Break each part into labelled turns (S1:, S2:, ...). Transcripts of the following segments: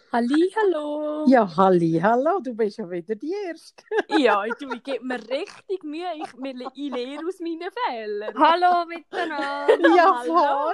S1: Hallihallo.
S2: Ja, hallo, du bist ja wieder die Erste.
S1: Ja, ich gebe mir richtig Mühe. Ich lehre aus meinen Fehlern.
S3: Hallo miteinander.
S2: Ja,
S1: Hallo.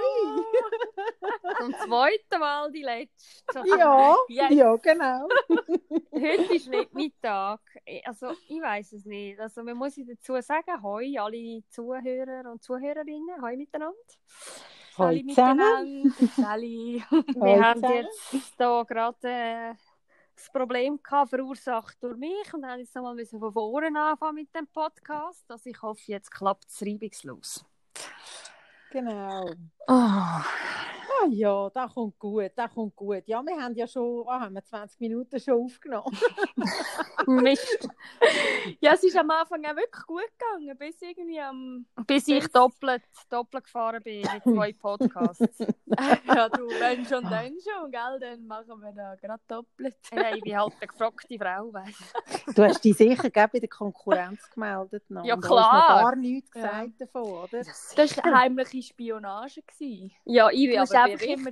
S3: Zum zweiten Mal die letzte.
S2: Ja,
S1: Yes.
S2: ja, genau.
S3: Heute ist nicht mein Tag. Also, ich weiß es nicht. Also, man muss dazu sagen, hoi alle Zuhörer und Zuhörerinnen, hoi miteinander.
S2: Hoi
S1: Sali
S2: zusammen.
S1: miteinander. Sali.
S3: Wir haben
S2: zusammen.
S3: jetzt hier gerade das Problem verursacht durch mich und haben jetzt nochmal von vorne anfangen mit dem Podcast. Also, ich hoffe, jetzt klappt es reibungslos.
S2: Genau.
S3: Oh.
S2: Ah ja, das kommt gut, das kommt gut. Ja, wir haben ja schon, haben wir 20 Minuten schon aufgenommen.
S3: Mist.
S1: Ja, es ist am Anfang auch wirklich gut gegangen.
S3: Bis ich doppelt gefahren bin mit 2 Podcasts.
S1: Ja, du, wenn schon, dann schon, gell? Dann machen wir da gerade doppelt.
S3: Ja, ich bin halt eine gefragte Frau, weißt
S2: Du hast dich sicher bei der Konkurrenz gemeldet. Noch,
S3: Ja,
S2: und uns noch
S3: klar.
S2: gar nichts gesagt
S1: Ja.
S2: davon, oder?
S1: Das war heimliche Spionage.
S3: Ja, ich bin
S1: Du hast
S3: aber
S1: einfach immer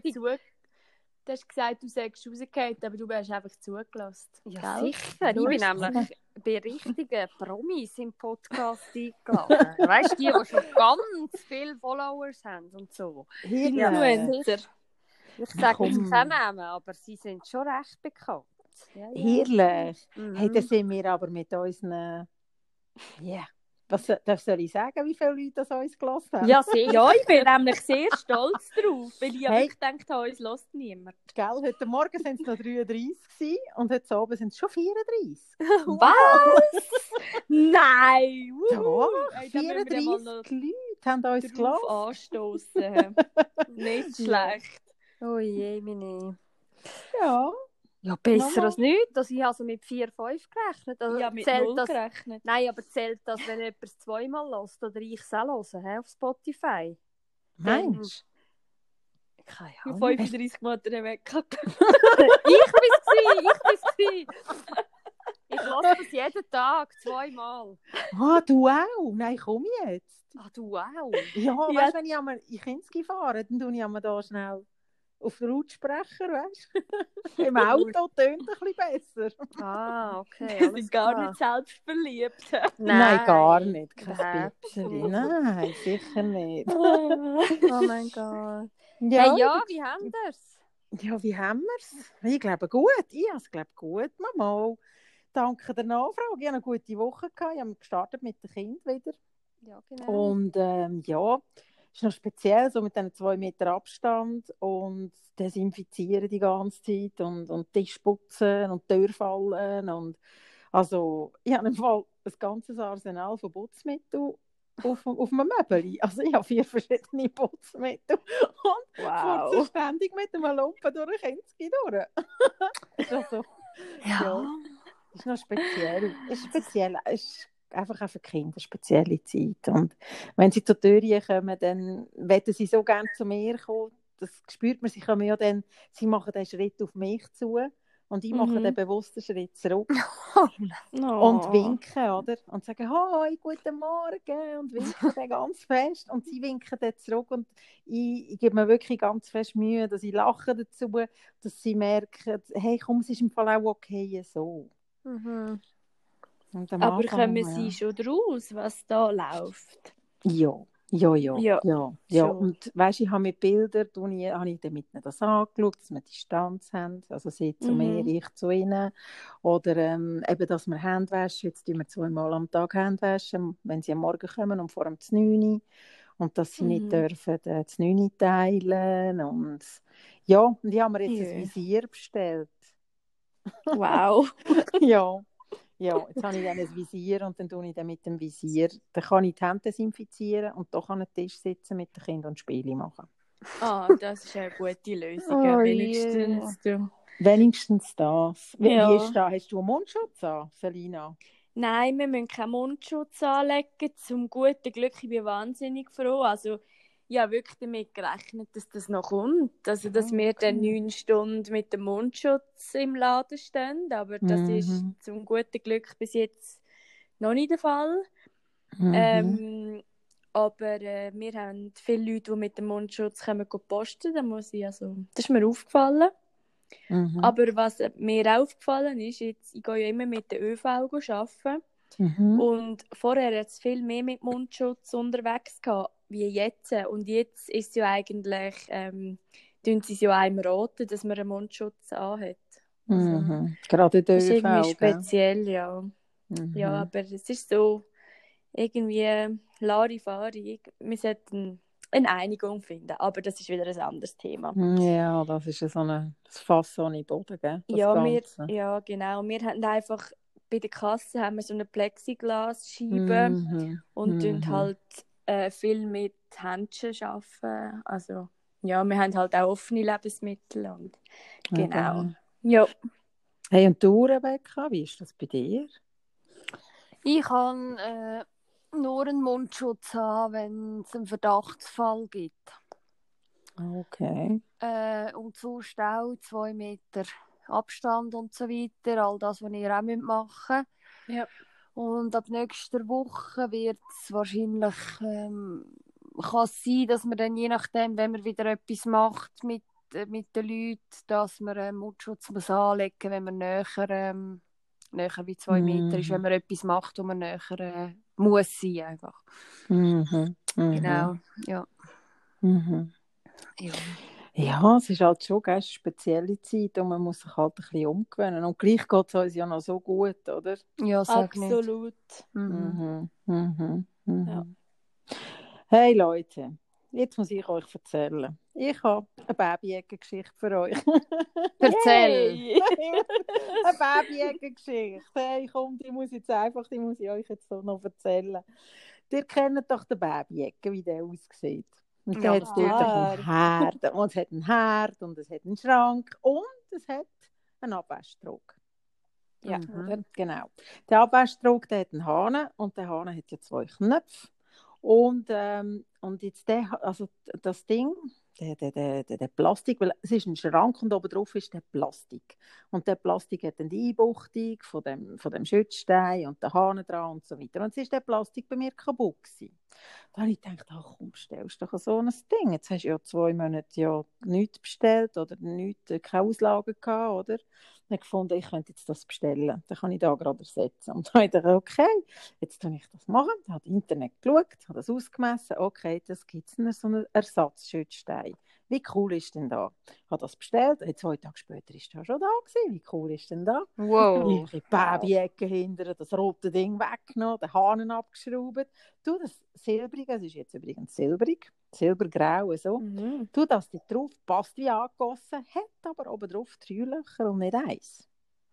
S1: Du hast gesagt, du sagst rausgefallen, aber du hast einfach zugelassen.
S3: Ja,
S1: gell?
S3: sicher. Ich
S1: So
S3: bin
S1: ist es.
S3: nämlich bei richtigen Promis im Podcast eingeladen. Weißt du, die schon ganz viele Followers haben und so.
S1: Influencer.
S3: Ich sage
S2: Komm.
S3: jetzt keinen Namen, aber sie sind schon recht bekannt. Ja.
S2: Herrlich.
S3: Mhm.
S2: Hey, dann sind wir aber mit unseren... Ja. Was soll ich sagen, wie viele Leute das uns gelassen haben?
S3: Ja, sicher.
S1: Ja, ich bin nämlich sehr stolz drauf, weil ich ja
S2: Hey.
S1: wirklich gedacht habe, uns hört niemand.
S2: Gell? Heute Morgen waren es noch 33 gewesen, und heute Abend sind es schon 34.
S1: Was? Nein!
S2: Doch,
S1: Ey, da müssen wir ja mal noch
S2: 34 Leute haben uns
S1: drauf
S2: gelassen.
S1: anstoßen. Nicht schlecht.
S3: Oh je, meine.
S2: Ja.
S3: Ja, besser
S2: Nochmal.
S3: als nichts. Also ich habe also mit 4, 5 gerechnet. Also
S1: Ja, mit
S3: zählt
S1: 0
S3: das...
S1: gerechnet.
S3: Nein, aber zählt das, wenn jemand es 2-mal hört oder ich es auch höre, auf Spotify?
S2: Meinst
S3: Keine
S1: Für
S3: Ahnung.
S1: 35 Monate weggekackt.
S3: Ich bin's. Ich höre das jeden Tag, 2-mal.
S2: du? Ah, du auch? Nein, komm jetzt.
S3: Ah, du auch?
S2: Ja,
S1: Ja.
S2: weißt du, wenn ich einmal in Kinski fahre, dann tue ich einmal da schnell auf den Lautsprecher, weißt du? Im Auto tönt ein bisschen besser.
S3: Ah, okay.
S1: Wir
S3: alles
S1: sind gar
S3: klar.
S1: nicht selbstverliebt.
S2: Nein, gar nicht. Kein
S3: überhaupt
S2: bisschen.
S3: nicht.
S2: Nein, sicher nicht.
S3: Oh mein Gott.
S2: Ja,
S3: Hey, ja, wie haben wir's?
S2: ja, wie haben wir es? Ich glaube gut. Ich habe es gut. Mama, danke der Nachfrage. Ich hatte eine gute Woche. Ich habe gestartet mit dem Kind wieder.
S3: Ja, genau.
S2: Und ja, es ist noch speziell, so mit diesen 2 Meter Abstand und desinfizieren die ganze Zeit und Tisch putzen und Tür fallen. Und, also, ich habe im Fall ein ganzes Arsenal von Putzmitteln auf einem Möbel. Also ich habe 4 verschiedene Putzmittel und furze ständig mit einem Lumpen durch den Kinski durch. Ist also, ja, ist noch speziell. Ist speziell. Ist einfach auch für die Kinder eine spezielle Zeit. Und wenn sie zur Tür kommen, dann wollen sie so gerne zu mir kommen. Das spürt man, sie kommen ja dann, sie machen den Schritt auf mich zu und ich mache den bewussten Schritt zurück und winken, oder? Und sagen, «Hoi, guten Morgen!» und winken dann ganz fest. Und sie winken dann zurück und ich gebe mir wirklich ganz fest Mühe, dass ich lache dazu, dass sie merken, «Hey, komm, es ist im Fall auch okay so.»
S3: Mhm.
S2: Und am
S1: Aber
S2: Anfang,
S1: kommen
S2: ja.
S1: Sie schon draus, was da läuft?
S2: Ja.
S1: Ja. Schon.
S2: Und weißt, ich habe mit Bildern, habe ich dann mit ihnen das angeschaut, dass wir Distanz haben, also sie zu mir, ich zu ihnen. Oder eben, dass wir Hände waschen, jetzt tun wir 2-mal am Tag Hände waschen, wenn sie am Morgen kommen und vor dem 9. Und dass sie nicht dürfen das 9 teilen. Und ja, und ich habe mir jetzt ein Visier bestellt.
S1: Wow.
S2: Ja, jetzt habe ich dann ein Visier und dann tue ich dann mit dem Visier, dann kann ich die Hände desinfizieren und doch an den Tisch sitzen mit den Kindern und Spiele machen.
S1: Ah, das ist eine gute Lösung.
S3: Oh,
S1: wenigstens.
S2: Wenigstens das. Wie
S1: Ja.
S2: ist das? Hast du einen Mundschutz an, Selina?
S1: Nein, wir müssen keinen Mundschutz anlegen. Zum guten Glück, ich bin wahnsinnig froh. Also, ich habe wirklich damit gerechnet, dass das noch kommt. Also, dass wir dann 9 Stunden mit dem Mundschutz im Laden stehen. Aber das ist zum guten Glück bis jetzt noch nicht der Fall. Aber wir haben viele Leute, die mit dem Mundschutz kommen posten. Das ist mir aufgefallen. Aber was mir aufgefallen ist, jetzt, ich gehe ja immer mit der ÖV arbeiten. Und vorher hat es viel mehr mit Mundschutz unterwegs gehabt, wie jetzt. Und jetzt ist es ja eigentlich, tun sie es ja einem raten, dass man einen Mundschutz anhat. Also,
S2: Gerade in der
S1: das ist
S2: ÖV,
S1: irgendwie
S2: gell?
S1: speziell, ja. Ja, aber es ist so irgendwie Larifari. Wir sollten eine Einigung finden, aber das ist wieder ein anderes Thema.
S2: Ja, das ist so ein Fass ohne Boden, gell? Das
S1: Ja,
S2: Ganze.
S1: genau. Wir hatten einfach bei der Kasse haben wir so eine Plexiglasscheibe und tun halt viel mit Händchen arbeiten. Also, ja, wir haben halt auch offene Lebensmittel und genau.
S2: Okay.
S1: Ja.
S2: Hey, und du, Rebecca, wie ist das bei dir?
S3: Ich kann nur einen Mundschutz haben, wenn es einen Verdachtsfall gibt.
S2: Okay.
S3: Und sonst auch 2 Meter Abstand und so weiter. All das, was ihr auch machen müsst.
S1: Ja.
S3: Und ab nächster Woche wird es wahrscheinlich kann es sein, dass man dann je nachdem, wenn man wieder etwas macht mit den Leuten, dass man einen Mundschutz muss anlegen muss, wenn man näher wie 2 Meter ist, wenn man etwas macht, wo man näher muss sein einfach. Genau, ja. Ja.
S2: Ja, es ist halt schon eine spezielle Zeit und man muss sich halt ein bisschen umgewöhnen. Und gleich geht es uns ja noch so gut, oder?
S3: Ja, sag
S1: absolut.
S2: Ja. Hey Leute, jetzt muss ich euch erzählen. Ich habe eine Baby-Ecke-Geschichte für euch.
S3: Erzähl!
S2: Eine Baby-Ecke-Geschichte. Hey, komm, die muss ich euch jetzt so noch erzählen. Ihr kennt doch den Baby-Ecke, wie der aussieht. Und der hat dort einen Herd. Und es hat einen Herd und es hat einen Schrank und es hat einen Abwaschtrog. Ja, oder? Genau. Der Abwaschtrog, der hat einen Hahn und der Hahn hat ja 2 Knöpfe. Und jetzt also das Ding, der Plastik, weil es ist ein Schrank und oben drauf ist der Plastik. Und der Plastik hat dann die Einbuchtung von dem Schützstein und der Hahn dran und so weiter. Und jetzt ist der Plastik bei mir kaputt gewesen. Da habe ich gedacht, ach komm, stellst du doch so ein Ding. Jetzt hast du ja 2 Monate ja nichts bestellt oder keine Auslagen gehabt, oder? Dann habe ich gefunden, ich könnte jetzt das bestellen. Dann kann ich da gerade ersetzen. Und dann habe ich gedacht, okay, jetzt kann ich das machen. Dann habe ich Internet geschaut, habe das ausgemessen. Okay, das gibt es so einen Ersatzschützstein. Wie cool ist denn da? Ich habe das bestellt. 2 Tage später ist er schon da gewesen. Wie cool ist denn da?
S3: Wow.
S2: Ich habe die Baby-Ecke hinter, das rote Ding weggenommen, den Hahn abgeschraubt. Du, das Silbrige, es ist jetzt übrigens silbrig, silbergrau, so. Du, das da drauf, passt wie angegossen, hat aber oben drauf 3 Löcher und nicht 1.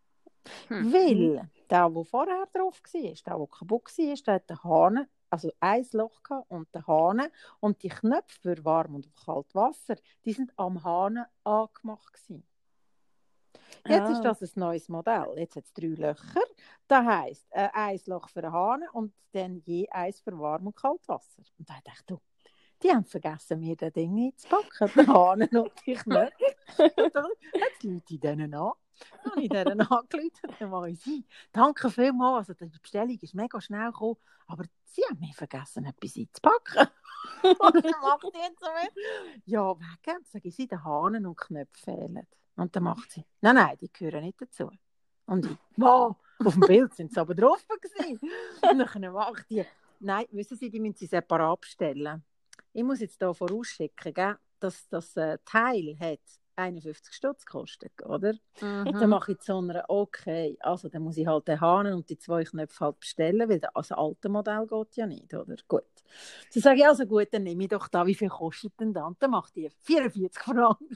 S2: Weil der vorher drauf war, der kaputt war, der hat den Hahn, also 1 Loch gehabt und den Hahn und die Knöpfe für warm und kalt Wasser, die sind am Hahn angemacht gewesen. Jetzt ist das ein neues Modell. Jetzt hat es 3 Löcher. Das heisst, 1 Loch für den Hahn und dann je 1 für warm und kalt Wasser. Und da dachte ich, du, die haben vergessen, mir das Ding einzupacken, den Hahn und die Knöpfe. Jetzt rufe ich denen an. Dann habe ich denen angerufen, dann mache ich sie. Danke vielmals, also die Bestellung ist mega schnell gekommen, aber sie haben mir vergessen, etwas einzupacken. Und dann macht die jetzt so mit. Ja, wegen, dann sage ich, sie, den Hahn und Knöpfe fehlen. Und dann macht sie, nein, die gehören nicht dazu. Und ich, wow, auf dem Bild sind sie aber drauf gewesen. Und dann macht die, nein, wissen Sie, die müssen sie separat bestellen. Ich muss jetzt hier vorausschicken, gell, dass das Teil hat 51 Stutz gekostet, oder? Dann mache ich so eine, okay, also dann muss ich halt den Hahn und die 2 Knöpfe halt bestellen, weil das alte Modell geht ja nicht, oder? Gut. Dann sage ich, also gut, dann nehme ich doch da, wie viel kostet denn da? Und dann macht die 44 Franken.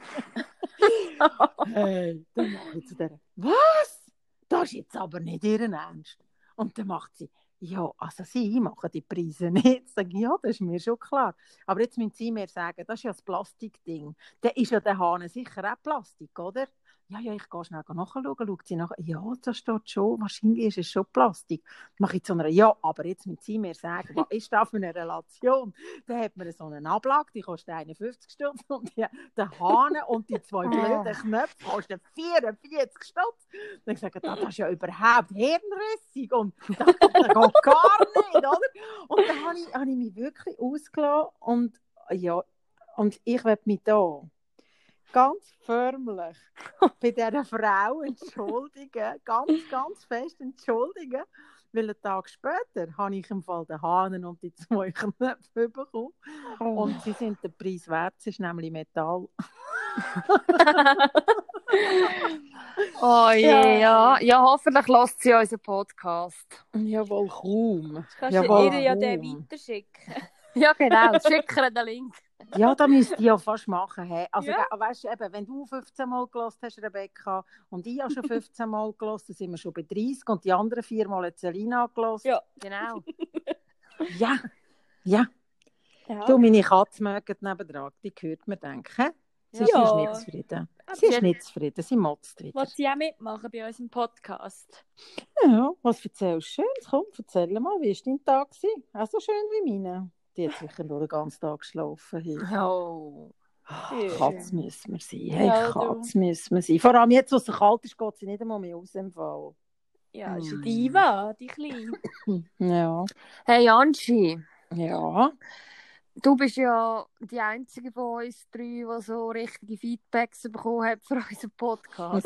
S2: Hey, dann mache ich zu der, was? Das ist jetzt aber nicht Ihren Ernst. Und dann macht sie, ja, also Sie machen die Preise nicht. Sage ich, ja, das ist mir schon klar. Aber jetzt müssen Sie mir sagen, das ist ja das Plastikding. Dann ist ja der Hahn sicher auch Plastik, oder? Ja, ich gehe schnell nachschauen. Schaut sie nach, ja, das steht schon, wahrscheinlich ist es schon Plastik. Dann mache ich zu einer, ja, aber jetzt müssen Sie mir sagen, was ist das für eine Relation? Dann hat man so eine Ablage, die kostet 51 Stutz und der Hahn und die 2 blöden Knöpfe kosten 44 Stutz. Dann sage ich, das ist ja überhaupt hirnrissig und das geht gar nicht, oder? Und dann habe ich mich wirklich ausgelassen und ja, und ich will mich da ganz förmlich bei dieser Frau entschuldigen, ganz fest entschuldigen, weil einen Tag später habe ich im Fall den Hahn und die 2 Knöpfe bekommen. Und sie sind den Preis wert, es ist nämlich Metall.
S3: Oh je, ja. Ja, hoffentlich lässt sie unseren Podcast.
S2: Jawohl, kaum.
S1: Kannst du ihr ja den weiterschicken.
S3: Ja, genau. Schick ihr den Link.
S2: Ja, das müsste ich ja fast machen. Hey. Also,
S1: Ja.
S2: weißt du, eben, wenn du 15 Mal gehört hast, Rebecca, und ich habe schon 15 Mal gehört, dann sind wir schon bei 30 und die anderen 4 Mal hat Selina gehört.
S1: Ja.
S3: Genau.
S2: Ja. Ja.
S1: Ja.
S2: Du, meine Katze mögt nebendran, die hört mir, denke ich. Sie
S1: Ja.
S2: ist nicht zufrieden. Sie ist nicht zufrieden, sie motzt wieder.
S1: Will sie auch mitmachen bei unserem Podcast?
S2: Ja, was erzählst du schön? Komm, erzähl mal, wie war dein Tag? Auch so schön wie meine. Die hat sicher nur den ganzen Tag geschlafen. Hier.
S3: Oh.
S2: Katze müssen wir sein. Hey,
S1: Ja,
S2: Katze müssen wir sein. Vor allem jetzt, wo es so kalt ist, geht sie nicht einmal mehr aus dem Fall.
S1: Ja, ist eine Diva, die Kleine.
S2: Ja.
S3: Hey, Anschi.
S2: Ja.
S3: Du bist ja die einzige von uns 3, die so richtige Feedbacks bekommen hat für unseren Podcast.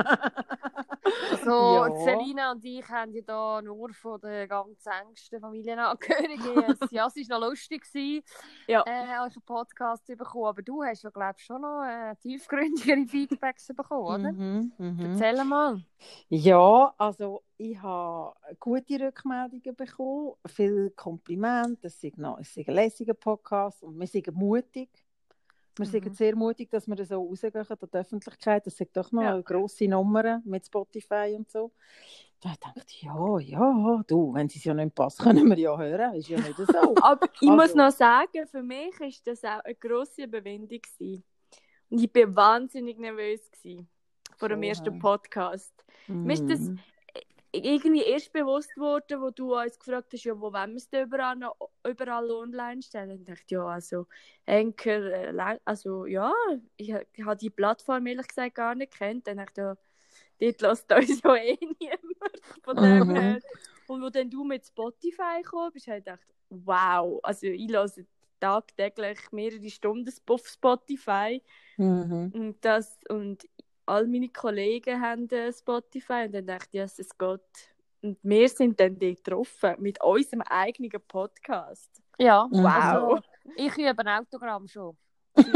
S3: Also,
S2: Ja.
S3: Selina und ich haben ja da nur von den ganz engsten Familienangehörigen. Ja, es war noch lustig,
S1: Ja.
S3: euren Podcast zu bekommen. Aber du hast ja, glaube ich, schon noch tiefgründigere Feedbacks bekommen, oder? Erzähl mal.
S2: Ja, also ich habe gute Rückmeldungen bekommen, viele Komplimente, es ist ein lässiger Podcast und wir sind mutig. Wir sind sehr mutig, dass wir so rausgehen an die Öffentlichkeit. Das sind doch noch eine grosse Nummer mit Spotify und so. Da dachte ich, ja, du, wenn es ja nicht passt, können wir ja hören. Ist ja nicht so.
S1: Aber ich muss noch sagen, für mich war das auch eine grosse Überwindung gewesen. Und ich war wahnsinnig nervös gewesen vor dem ersten Podcast. Mir ist das irgendwie erst bewusst worden, wo du uns gefragt hast, ja, wo wollen wir es denn überall online stellen? Und ich dachte, ja, also Anchor, also ja, ich habe die Plattform ehrlich gesagt gar nicht gekannt. Dann dachte ich, dort lässt uns ja eh niemand von dem her. Und wo dann du mit Spotify gekommen bist, habe ich gedacht, wow, also ich höre tagtäglich mehrere Stunden auf Spotify. Und all meine Kollegen haben Spotify und dann dachte ich, Jesus Gott. Und wir sind dann dort getroffen mit unserem eigenen Podcast.
S3: Ja,
S1: Wow.
S3: Also, ich übe ein Autogramm schon. Ich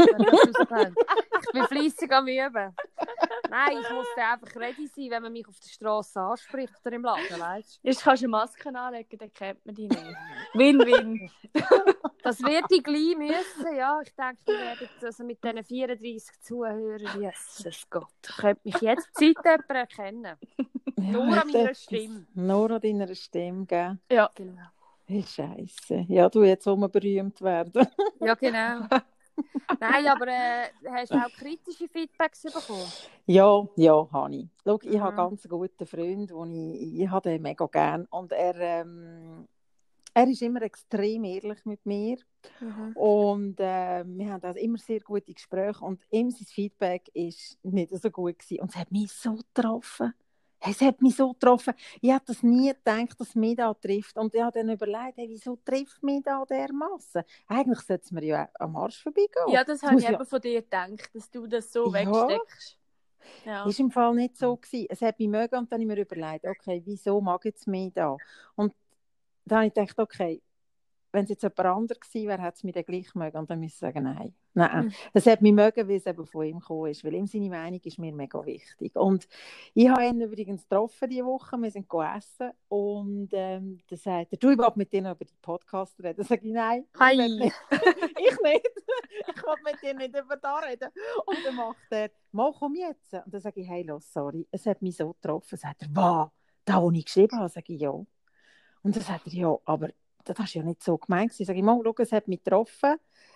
S3: bin fleissig am Üben. Nein, ich muss dann einfach ready sein, wenn man mich auf der Straße anspricht oder im Laden, weißt du?
S1: Jetzt kannst du eine Maske anlegen, dann kennt man dich nicht. Win-win.
S3: Das wird ich gleich müssen, ja. Ich denke, wir werden also mit diesen 34 Zuhörern, Jesus Gott, könnte mich jetzt Zeit jemand erkennen. Nur an meiner Stimme.
S2: Nur an deiner Stimme, gell?
S1: Ja.
S3: Genau.
S2: Hey, Scheisse. Ja, du jetzt auch mal berühmt werden.
S3: Ja, genau. Nein, aber hast du auch kritische Feedbacks bekommen?
S2: Ja, habe ich. Schau, ich habe einen ganz guten Freund, den ich habe den mega gerne. Und er ist immer extrem ehrlich mit mir. Und wir haben also immer sehr gute Gespräche. Und ihm sein Feedback war nicht so gut gewesen. Und es hat mich so getroffen. Es hat mich so getroffen. Ich hätte das nie gedacht, dass es mich da trifft. Und ich habe dann überlegt, hey, wieso trifft mich da dermassen? Eigentlich sollte es mir ja am Arsch vorbeigehen.
S1: Ja, das habe ich eben von dir gedacht, dass du das so wegsteckst. Ja.
S2: Das war im Fall nicht so gewesen. Es hat mich mögen und dann habe ich mir überlegt, okay, wieso mag jetzt mich da? Und dann habe ich gedacht, okay, wenn es jetzt jemand anderes gewesen wäre, hätte es mich dann gleich mögen. Und dann müsste ich sagen, nein. Es hat mich mögen, weil es eben von ihm gekommen ist. Weil ihm seine Meinung ist mir mega wichtig. Und ich habe ihn übrigens getroffen diese Woche. Wir sind essen. Und dann sagt er, du, ich will mit dir noch über die Podcast reden. Dann sage ich, nein,
S3: Hi.
S2: ich nicht. Ich nicht. Ich will mit dir nicht über das reden. Und dann macht er, mal komm jetzt. Und dann sage ich, hey, los, sorry, es hat mich so getroffen. Dann sagt er, was? Da, wo ich geschrieben habe? Sage ich, ja. Und dann sagt er, ja, aber das war ja nicht so gemeint. Ich sage, schau, es hat mich getroffen,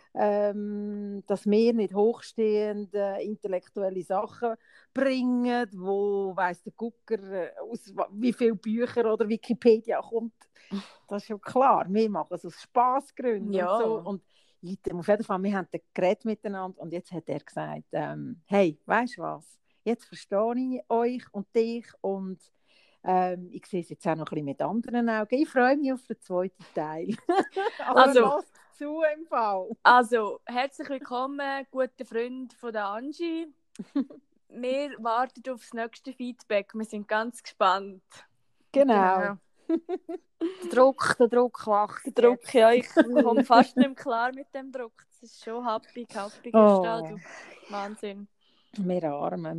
S2: dass wir nicht hochstehende intellektuelle Sachen bringen, wo weiss der Gucker aus wie viele Bücher oder Wikipedia kommt. Das ist ja klar. Wir machen es aus Spassgründen und so. Und auf jeden Fall, wir haben geredet miteinander und jetzt hat er gesagt, hey, weisst du was? Jetzt verstehe ich euch und dich und Ich sehe es jetzt auch noch ein bisschen mit anderen Augen. Ich freue mich auf den zweiten Teil.
S1: Also-
S2: lasst zu im Fall.
S1: Also, herzlich willkommen, guter Freund von der Angie. Wir warten auf das nächste Feedback. Wir sind ganz gespannt.
S2: Genau.
S3: Der Druck wächst.
S1: Der Druck, ja, ich komme fast nicht mehr klar mit dem Druck. Das ist schon happig ist da, du. Wahnsinn.
S2: Wir Armen.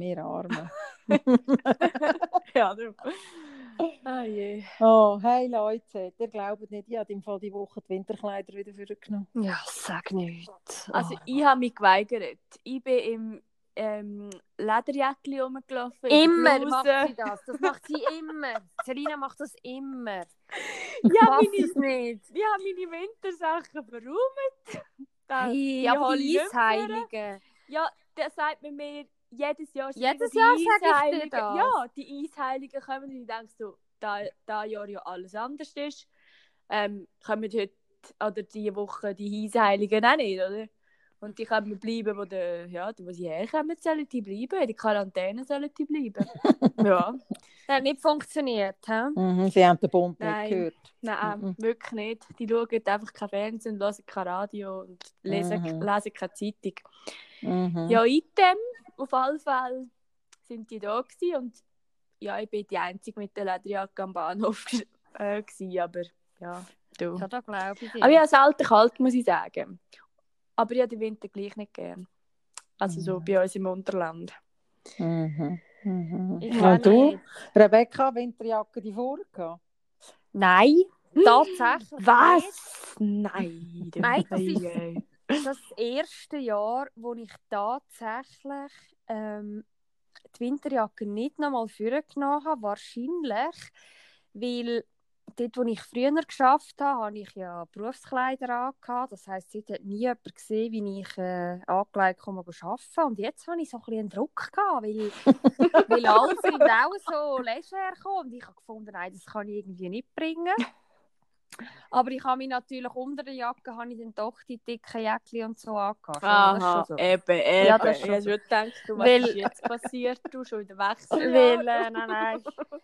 S1: Ja, du. Ah je.
S2: Oh, hey Leute, ihr glaubt nicht, ich habe im Fall die Woche die Winterkleider wieder vorgenommen.
S3: Ja, sag nichts.
S1: Also, ich habe mich geweigert. Ich bin im Lederjäckchen rumgelaufen. in der
S3: Immer
S1: Bluse.
S3: macht sie das. Das macht sie immer. Selina macht das immer.
S1: Ja,
S3: Fass
S1: meine,
S3: es nicht.
S1: ich habe meine Wintersachen verräumt.
S3: Hey, aber
S1: hole ich
S3: die
S1: nicht mehr
S3: Eisheiligen.
S1: Ja, der sagt mir jedes Jahr
S3: Jedes
S1: die
S3: Jahr sag ich dir
S1: Eisheiligen.
S3: das.
S1: Ja, die Eisheiligen kommen und ich denke so, da Jahr ja alles anders ist, kommen heute oder diese Woche die Eisheiligen auch nicht, oder? Und die können bleiben, wo sie herkommen, sollen die bleiben. In der Quarantäne sollen die bleiben. Ja.
S3: Das hat nicht funktioniert. He?
S2: Sie haben den Bund
S1: Nein.
S2: nicht gehört.
S1: Nein, wirklich nicht. Die schauen einfach kein Fernsehen, hören kein Radio und lesen keine Zeitung. Ja, item, auf alle Fälle sind die da gewesen und ja, ich bin die Einzige mit der Lederjacke am Bahnhof gewesen, aber ja, du.
S3: Ja, da glaube ich dir.
S1: Aber ich habe es alte kalt, muss ich sagen. Aber ich habe den Winter gleich nicht gern. Also so bei uns im Unterland.
S3: Ich
S2: Und
S3: kann
S2: du,
S3: nicht.
S2: Rebecca, Winterjacke die vorgehabt?
S3: Nein, tatsächlich
S1: Was? Nein. du.
S3: Nein, das ist-
S1: Ei.
S3: nicht. Das erste Jahr, wo ich tatsächlich die Winterjacke nicht nochmal vorgenommen habe, wahrscheinlich, weil dort, wo ich früher gearbeitet habe, habe ich ja Berufskleider angehabt. Das heisst, dort hat nie jemand gesehen, wie ich angelegt komme arbeiten. Und jetzt habe ich so ein bisschen einen Druck gehabt, weil alle sind auch so leger gekommen. Und ich habe gefunden, nein, das kann ich irgendwie nicht bringen. Aber ich habe mich natürlich unter der Jacke habe ich dann doch die dicken Jäckchen und so angehabt. Das ist
S1: Aha,
S3: schon so.
S1: eben.
S3: Ja, das ist
S1: Ich
S3: schon
S1: habe
S3: so.
S1: schon gedacht, was
S3: Weil-
S1: ist jetzt passiert? Du schon in der Wechsel.
S3: Nein.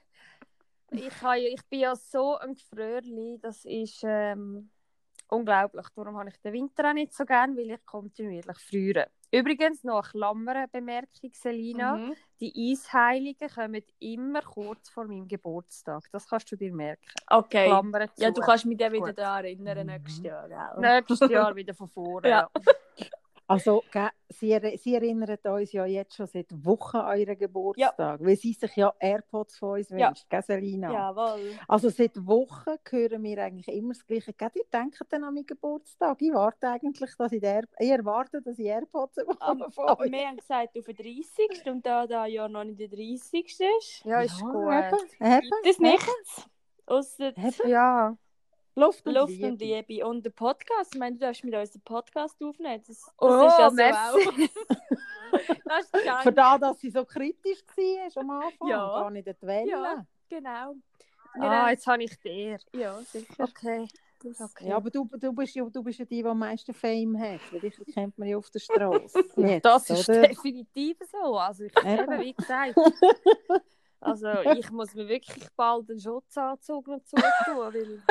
S3: Ich bin ja so ein Gefrierli, das ist unglaublich. Darum habe ich den Winter auch nicht so gern, weil ich kontinuierlich friere. Übrigens noch eine Klammerbemerkung, Selina.
S1: Mhm.
S3: Die Eisheiligen kommen immer kurz vor meinem Geburtstag. Das kannst du dir merken.
S1: Okay.
S3: Klammern zu.
S1: Ja, du kannst mich dann wieder
S3: Gut.
S1: daran erinnern nächstes Jahr. Gell?
S3: Nächstes Jahr wieder von vorne.
S1: Ja.
S3: Ja.
S2: Also, Sie erinnern uns ja jetzt schon seit Wochen an euren Geburtstag, weil sie sich ja AirPods von uns
S1: Ja.
S2: wünscht, gell, Selina?
S1: Jawohl.
S2: Also seit Wochen hören wir eigentlich immer das Gleiche. Gell, ihr denkt dann an meinen Geburtstag. Ich warte eigentlich, dass ich erwarte, dass ich AirPods bekomme von
S1: Aber
S2: euch.
S1: wir haben gesagt, auf den 30. und da ja noch nicht der 30. ist,
S3: Ja, ist gut.
S2: Eben,
S1: das nichts. Ausser
S2: eben.
S3: Ja.
S2: Luft und
S1: Luft
S2: Liebe.
S1: und Liebe. Und der Podcast, ich meine, du darfst mit uns den Podcast aufnehmen. Das ist
S3: Oh,
S1: ja so
S3: merci.
S1: auch. Das ist gar
S2: Für das, dass sie so kritisch war am Anfang,
S1: Ja.
S2: gar nicht die Welle.
S1: Ja, genau.
S3: Jetzt habe ich dir.
S1: Ja, sicher.
S3: Okay.
S1: Das,
S2: Ja, aber du bist ja die, die am meisten Fame hat. Weil dich kennt man ja auf der Straße. Jetzt,
S3: Das ist
S2: oder?
S3: definitiv so. Also ich
S2: Eben.
S3: eben, wie gesagt, also ich muss mir wirklich bald einen Schutzanzug noch zutun, weil...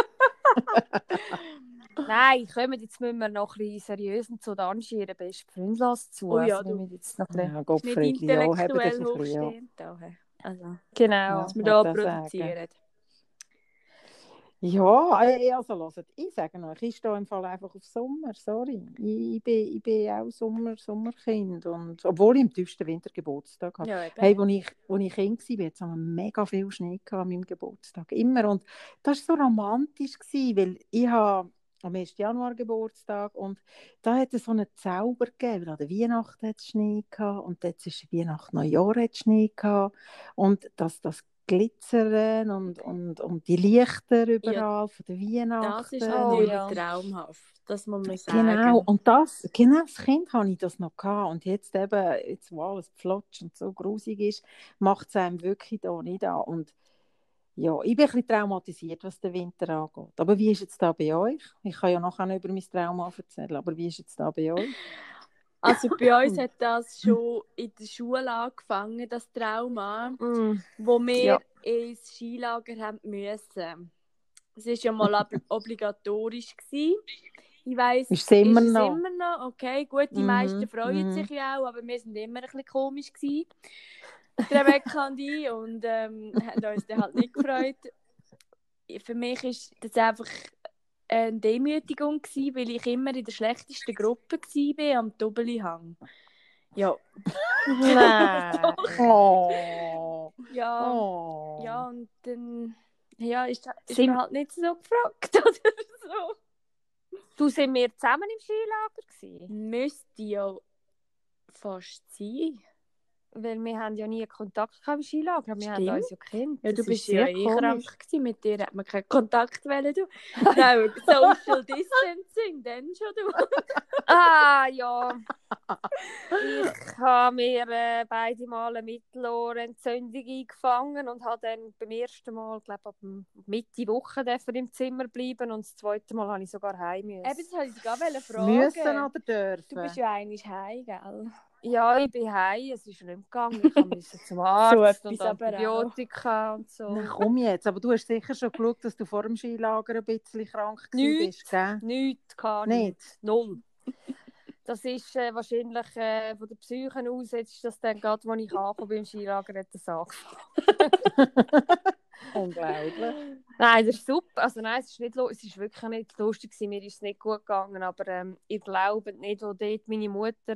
S3: Nein, kommen, jetzt müssen wir noch ein bisschen seriös zu der Angie, ihre beste Freundin, zu.
S1: Oh ja,
S3: also, wir müssen jetzt noch ein bisschen...
S2: Ja,
S1: ist
S2: Gottfried,
S1: nicht
S2: ja, haben das
S1: intellektuell
S2: ein bisschen, ja.
S1: hochstehend. Da. Also,
S3: Genau.
S1: was wir
S2: Ja,
S1: da
S2: das
S1: produzieren.
S2: Ja, also hört, ich sage euch, ich stehe im Fall einfach auf Sommer, sorry. Ich bin auch Sommerkind. Und, obwohl ich im tiefsten Winter Geburtstag habe.
S1: Ja, eben.
S2: Hey, als ich Kind war, jetzt haben wir mega viel Schnee an meinem Geburtstag. Immer. Und das war so romantisch, weil ich habe am 1. Januar Geburtstag und da hat es so einen Zauber gegeben. An der Weihnachten hat es Schnee gehabt und jetzt ist Weihnachten, Neujahr hat es Schnee gehabt. Und das Glitzern und die Lichter überall von der Weihnachten.
S1: Das ist
S3: Oh,
S1: natürlich
S3: ja.
S1: traumhaft. Das muss man sagen.
S2: Genau, und genau als Kind hatte ich das noch gehabt. Und jetzt eben, wo alles flotsch und so grusig ist, macht es einem wirklich da nicht an. Und ja, ich bin ein bisschen traumatisiert, was den Winter angeht. Aber wie ist jetzt da bei euch? Ich kann ja nachher noch über mein Trauma erzählen, aber wie ist jetzt da bei euch?
S1: Also bei uns hat das schon in der Schule angefangen, das Trauma, wo wir ins Skilager haben müssen. Es war ja mal obligatorisch gewesen. Ich weiss,
S2: ist es immer
S1: ist es
S2: noch?
S1: immer noch? Okay, gut, die meisten freuen sich ja auch, aber wir waren immer ein bisschen komisch gewesen. Die Rebecca und ich, und haben uns dann halt nicht gefreut. Für mich war das einfach eine Demütigung gewesen, weil ich immer in der schlechtesten Gruppe war, am Doppelhang. Ja.
S2: Nein.
S1: Doch.
S2: Oh.
S1: Ja.
S2: Oh.
S1: Ja, und dann ist man halt nicht so gefragt oder so.
S3: Du, sind wir zusammen im Skilager gewesen?
S1: Müsste ja fast sein.
S3: Weil wir haben ja nie Kontakt gehabt im Skilager. Wir haben uns ja gekannt.
S1: Ja, du
S3: Das
S1: bist
S3: ist
S1: ja
S3: sehr
S1: krank
S3: komisch.
S1: gewesen. Mit dir hat man keinen Kontakt wollen, du. Nein, Social Distancing, dann schon du.
S3: Ah, ja. Ich habe mir beide Mal eine Mittelohrentzündung eingefangen und habe dann beim ersten Mal, glaube ich, ab Mitte Woche im Zimmer bleiben und das zweite Mal habe ich sogar heim müssen.
S1: Eben, das wollte ich sogar fragen.
S2: Müssen oder dürfen?
S1: Du bist ja eigentlich heim, gell?
S3: Ja, ich bin heim, es ist nicht gegangen. Ich musste zum Arzt und Antibiotika und so.
S2: Na komm jetzt, aber du hast sicher schon geschaut, dass du vor dem Skilager ein bisschen krank bist, gell?
S3: Nichts kann ich. Null. Das ist wahrscheinlich von der Psyche aus, jetzt ist das dann gerade, als ich ankomme beim Skilager, hat das angefangen.
S2: Unglaublich.
S3: Nein, das ist super. Also nein, es ist wirklich nicht lustig gewesen. Mir ist es nicht gut gegangen, aber ich glaube nicht, wo dort meine Mutter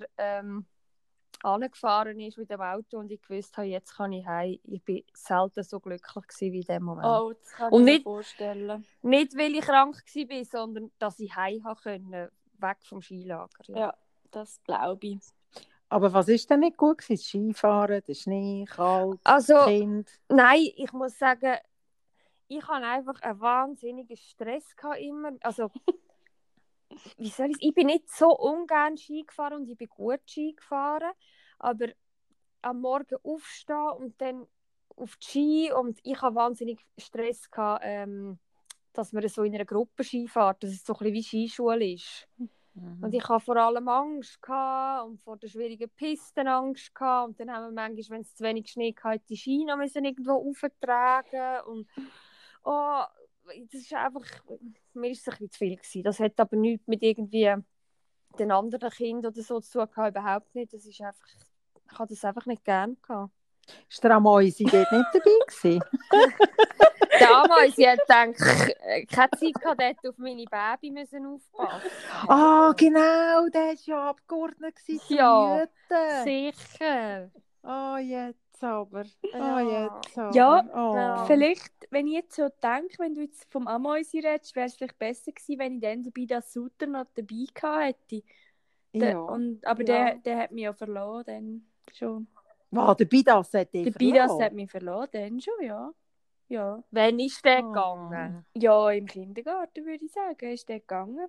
S3: angefahren ist mit dem Auto und ich gewusst habe, jetzt kann ich heim. Ich bin selten so glücklich gewesen wie in dem Moment.
S1: Oh, das kann ich mir vorstellen.
S3: Nicht, weil ich krank war, sondern dass ich heim konnte, weg vom Skilager.
S1: Ja, das glaube ich.
S2: Aber was ist denn nicht gut gewesen? Das Skifahren, der Schnee, kalt, Kind?
S3: Nein, ich muss sagen, ich hatte einfach einen wahnsinnigen Stress immer. Also, wie soll ich bin nicht so ungern Ski gefahren und ich bin gut Ski gefahren, aber am Morgen aufstehen und dann auf die Ski und ich hatte wahnsinnig Stress gehabt, dass man so in einer Gruppe Ski fährt, dass es so ein bisschen wie Skischule ist. Und ich hatte vor allem Angst gehabt und vor der schwierigen Pisten Angst gehabt. Und dann haben wir manchmal, wenn es zu wenig Schnee hatte, die Ski noch irgendwo auftragen und das ist einfach, mir ist es ein bisschen zu viel gewesen. Das hat aber nichts mit irgendwie den anderen Kindern oder so zu tun gehabt, überhaupt nicht. Das ist einfach, ich habe das einfach nicht gerne gehabt.
S2: Ist der Amoisi dort nicht dabei gewesen?
S3: Der Amoisi hat gedacht, keine Zeit gehabt, dort auf meine Baby müssen aufpassen.
S2: Ah, genau, der war ja abgeordnet zu
S3: Ja,
S2: Jüten.
S3: sicher.
S2: Oh, jetzt aber.
S1: Ja, vielleicht, wenn ich jetzt so denke, wenn du jetzt vom Amoisi redest, wäre es vielleicht besser gewesen, wenn ich dann dabei das Sutter noch dabei gehabt hätte. Aber der hat mich ja verloren, dann schon.
S2: Wow, der Bidas hat dich verloren?
S1: Der Bidas hat mich verloren, dann schon, ja.
S3: Wann ist der gegangen?
S1: Ja, im Kindergarten würde ich sagen, ist der gegangen.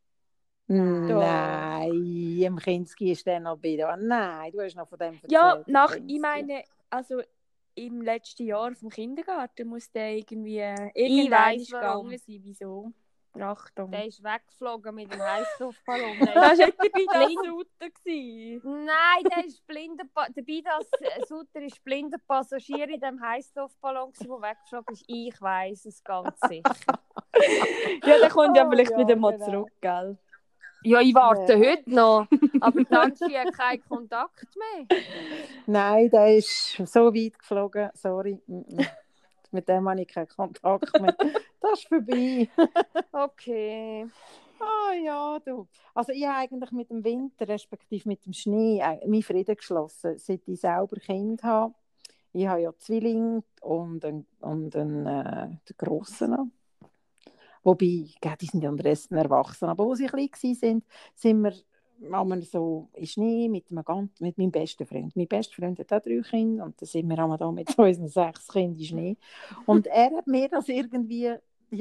S2: Nein, im Kinski ist der noch Bidas. Nein, du hast noch von dem erzählt.
S1: Ja, ich meine, also im letzten Jahr vom Kindergarten muss der irgendwie irgendwann gegangen sein. Wieso? Achtung.
S3: Der ist weggeflogen mit dem Heißluftballon.
S1: Das war nicht der Bidas-Sutter.
S3: Nein, der Bidas-Sutter war blinder Passagier in dem Heißluftballon, der weggeflogen ist. Ich weiss es ganz sicher.
S1: Ja, der kommt ja vielleicht wieder mal zurück, gell?
S3: Ja, ich warte heute noch. Aber dann hat keinen Kontakt mehr.
S2: Nein, der ist so weit geflogen. Sorry. Mit dem habe ich keinen Kontakt mehr. Das ist vorbei.
S3: Okay.
S2: Ah ja, du. Also ich habe eigentlich mit dem Winter, respektive mit dem Schnee, meinen Frieden geschlossen, seit ich selber Kind habe. Ich habe ja Zwillinge und einen grossen. Wobei, die sind ja am Rest erwachsen. Aber als sie klein waren, sind wir so in Schnee mit meinem besten Freund. Mein bester Freund hat auch 3 Kinder und dann sind wir einmal da mit unseren 6 Kindern in Schnee. Und er hat mir das irgendwie,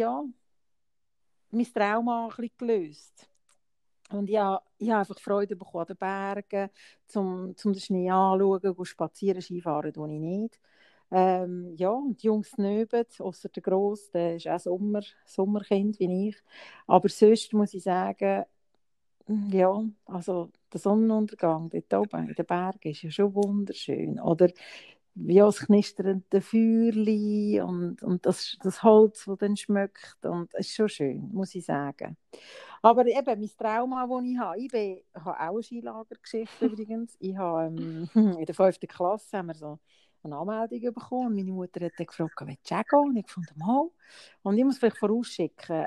S2: mein Trauma ein bisschen gelöst. Und ich habe einfach Freude bekommen an den Bergen, zum den Schnee anzuschauen, spazieren, Skifahren tue ich nicht. Und die Jungs neben, ausser der Grosse, der ist auch Sommerkind wie ich. Aber sonst muss ich sagen, also der Sonnenuntergang dort oben in den Bergen ist ja schon wunderschön. Oder wie das knisternde Feuerli und das Holz, das dann schmeckt. Und es ist schon schön, muss ich sagen. Aber eben, mein Trauma, das ich habe auch eine Skilagergeschichte übrigens. Ich habe, in der 5. Klasse haben wir so eine Anmeldung bekommen. Und meine Mutter hat dann gefragt, willst du auch gehen? Und ich fand, mal. Und ich muss vielleicht vorausschicken,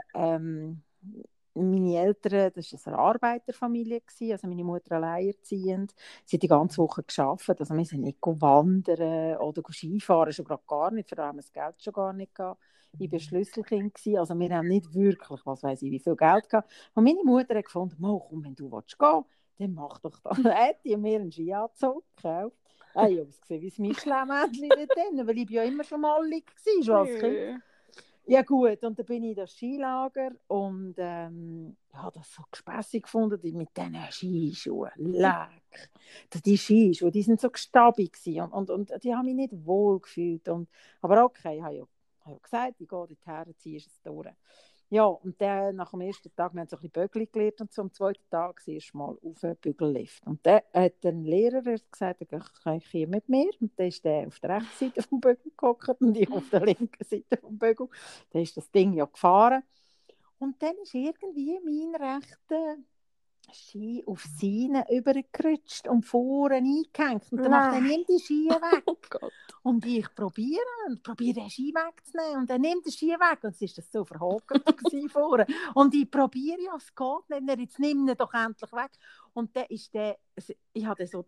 S2: meine Eltern, das war eine Arbeiterfamilie, also meine Mutter alleinerziehend. Sie hat die ganze Woche gearbeitet, also wir sind nicht wandern oder Skifahren, schon gerade gar nicht, für das Geld schon gar nicht gehabt. Ich war Schlüsselkind, also wir haben nicht wirklich, was weiß ich, wie viel Geld gehabt. Und meine Mutter hat gefunden, komm, wenn du gehen willst, dann mach doch das. Dann hat die mir einen Skianzug gekauft. Ich habe ausgesehen wie ein Michelin-Männchen dort drin, weil ich ja immer schon mallig war, schon als Kind. Ja gut, und dann bin ich in das Skilager und habe das so gespässig gefunden, mit diesen Skischuhen. Leck. Die Skischuhe, die sind so gestabig und die haben mich nicht wohl gefühlt. Aber okay, ich habe ja gesagt, ich gehe dorthin, ziehe es durch. Ja, und dann nach dem ersten Tag, wir haben so ein bisschen Bögli gelernt und so, am zweiten Tag erst mal auf einen Bügellift. Und dann hat der Lehrer gesagt, kann ich hier mit mir? Und dann ist der auf der rechten Seite vom Bügel gehockt und ich auf der linken Seite vom Bügel. Dann ist das Ding ja gefahren. Und dann ist irgendwie mein rechter Ski auf seinen übergerutscht und vorne eingehängt. Und dann macht er, nimmt die Ski weg.
S1: Oh
S2: und ich probiere den Ski wegzunehmen. Und er nimmt den Ski weg. Und es war das so verhokelt vorne. Und ich probiere, ja, es geht nicht. Jetzt nimm ihn doch endlich weg. Und dann ist ich habe so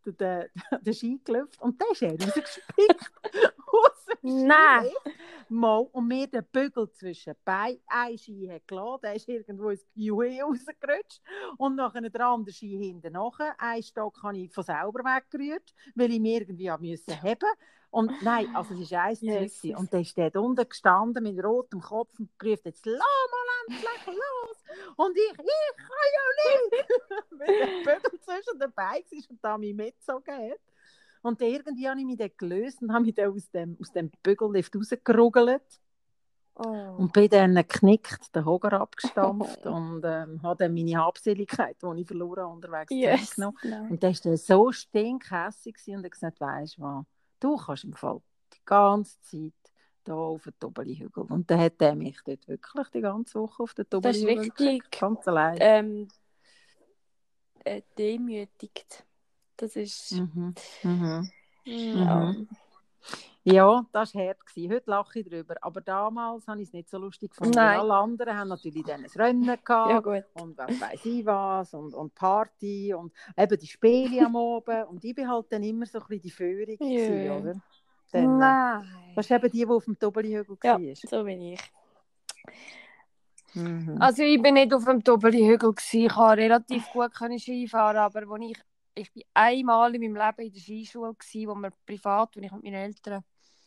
S2: den Ski gelüpft. Und dann ist er rausgespickt. Aus dem
S3: Nein.
S2: Mal, und mir den Bügel zwischen Beinen. Ein Ski hat gelassen, der ist irgendwo ins Juhe rausgerutscht. Und nachher der andere Ski hinten nachher. Einen Stock habe ich von selber weggerührt, weil ich mir irgendwie heben musste. Und nein, also es war eins
S1: yes.
S2: zurück. Und dann ist der unten gestanden mit rotem Kopf und gerufen, jetzt lass mal endlich los. Und ich kann ja nicht. Weil der Bügel zwischen den Beinen war und da mich mitgezogen hat. Und irgendwie habe ich mich dann gelöst und habe mich dann aus dem Bügellift rausgerugelt.
S3: Oh.
S2: Und bin dann geknickt, den Hocker abgestampft und habe dann meine Habseligkeit, die ich verloren habe, unterwegs zurückgenommen.
S1: No.
S2: Und dann war der so stinkhässig und er gesagt, weisst du was, du kannst im Fall die ganze Zeit hier auf den Tobeli-Hügel. Und dann hat er mich dort wirklich die ganze Woche auf den Tobeli-Hügel
S1: Das ist richtig
S2: ganz allein.
S1: demütigt. Das ist...
S2: Ja. Ja, das war hart. Heute lache ich darüber. Aber damals habe ich es nicht so lustig gefunden.
S3: Nein.
S2: Alle anderen haben natürlich dann ein Rennen gehabt.
S1: Ja, gut.
S2: Und was weiss ich was. Und Party. Und eben die Spiele am Abend. Und ich war halt dann immer so ein bisschen die Führung.
S1: Ja.
S2: Oder? Dann,
S3: Nein.
S2: das ist eben die auf dem Tobeli-Hügel
S1: Ja,
S2: war.
S1: so bin ich.
S3: Also ich bin nicht auf dem Tobeli-Hügel gewesen. Ich konnte relativ gut Skifahren, aber ich bin einmal in meinem Leben in der Skischule gewesen, wo wir privat, wenn ich mit meinen Eltern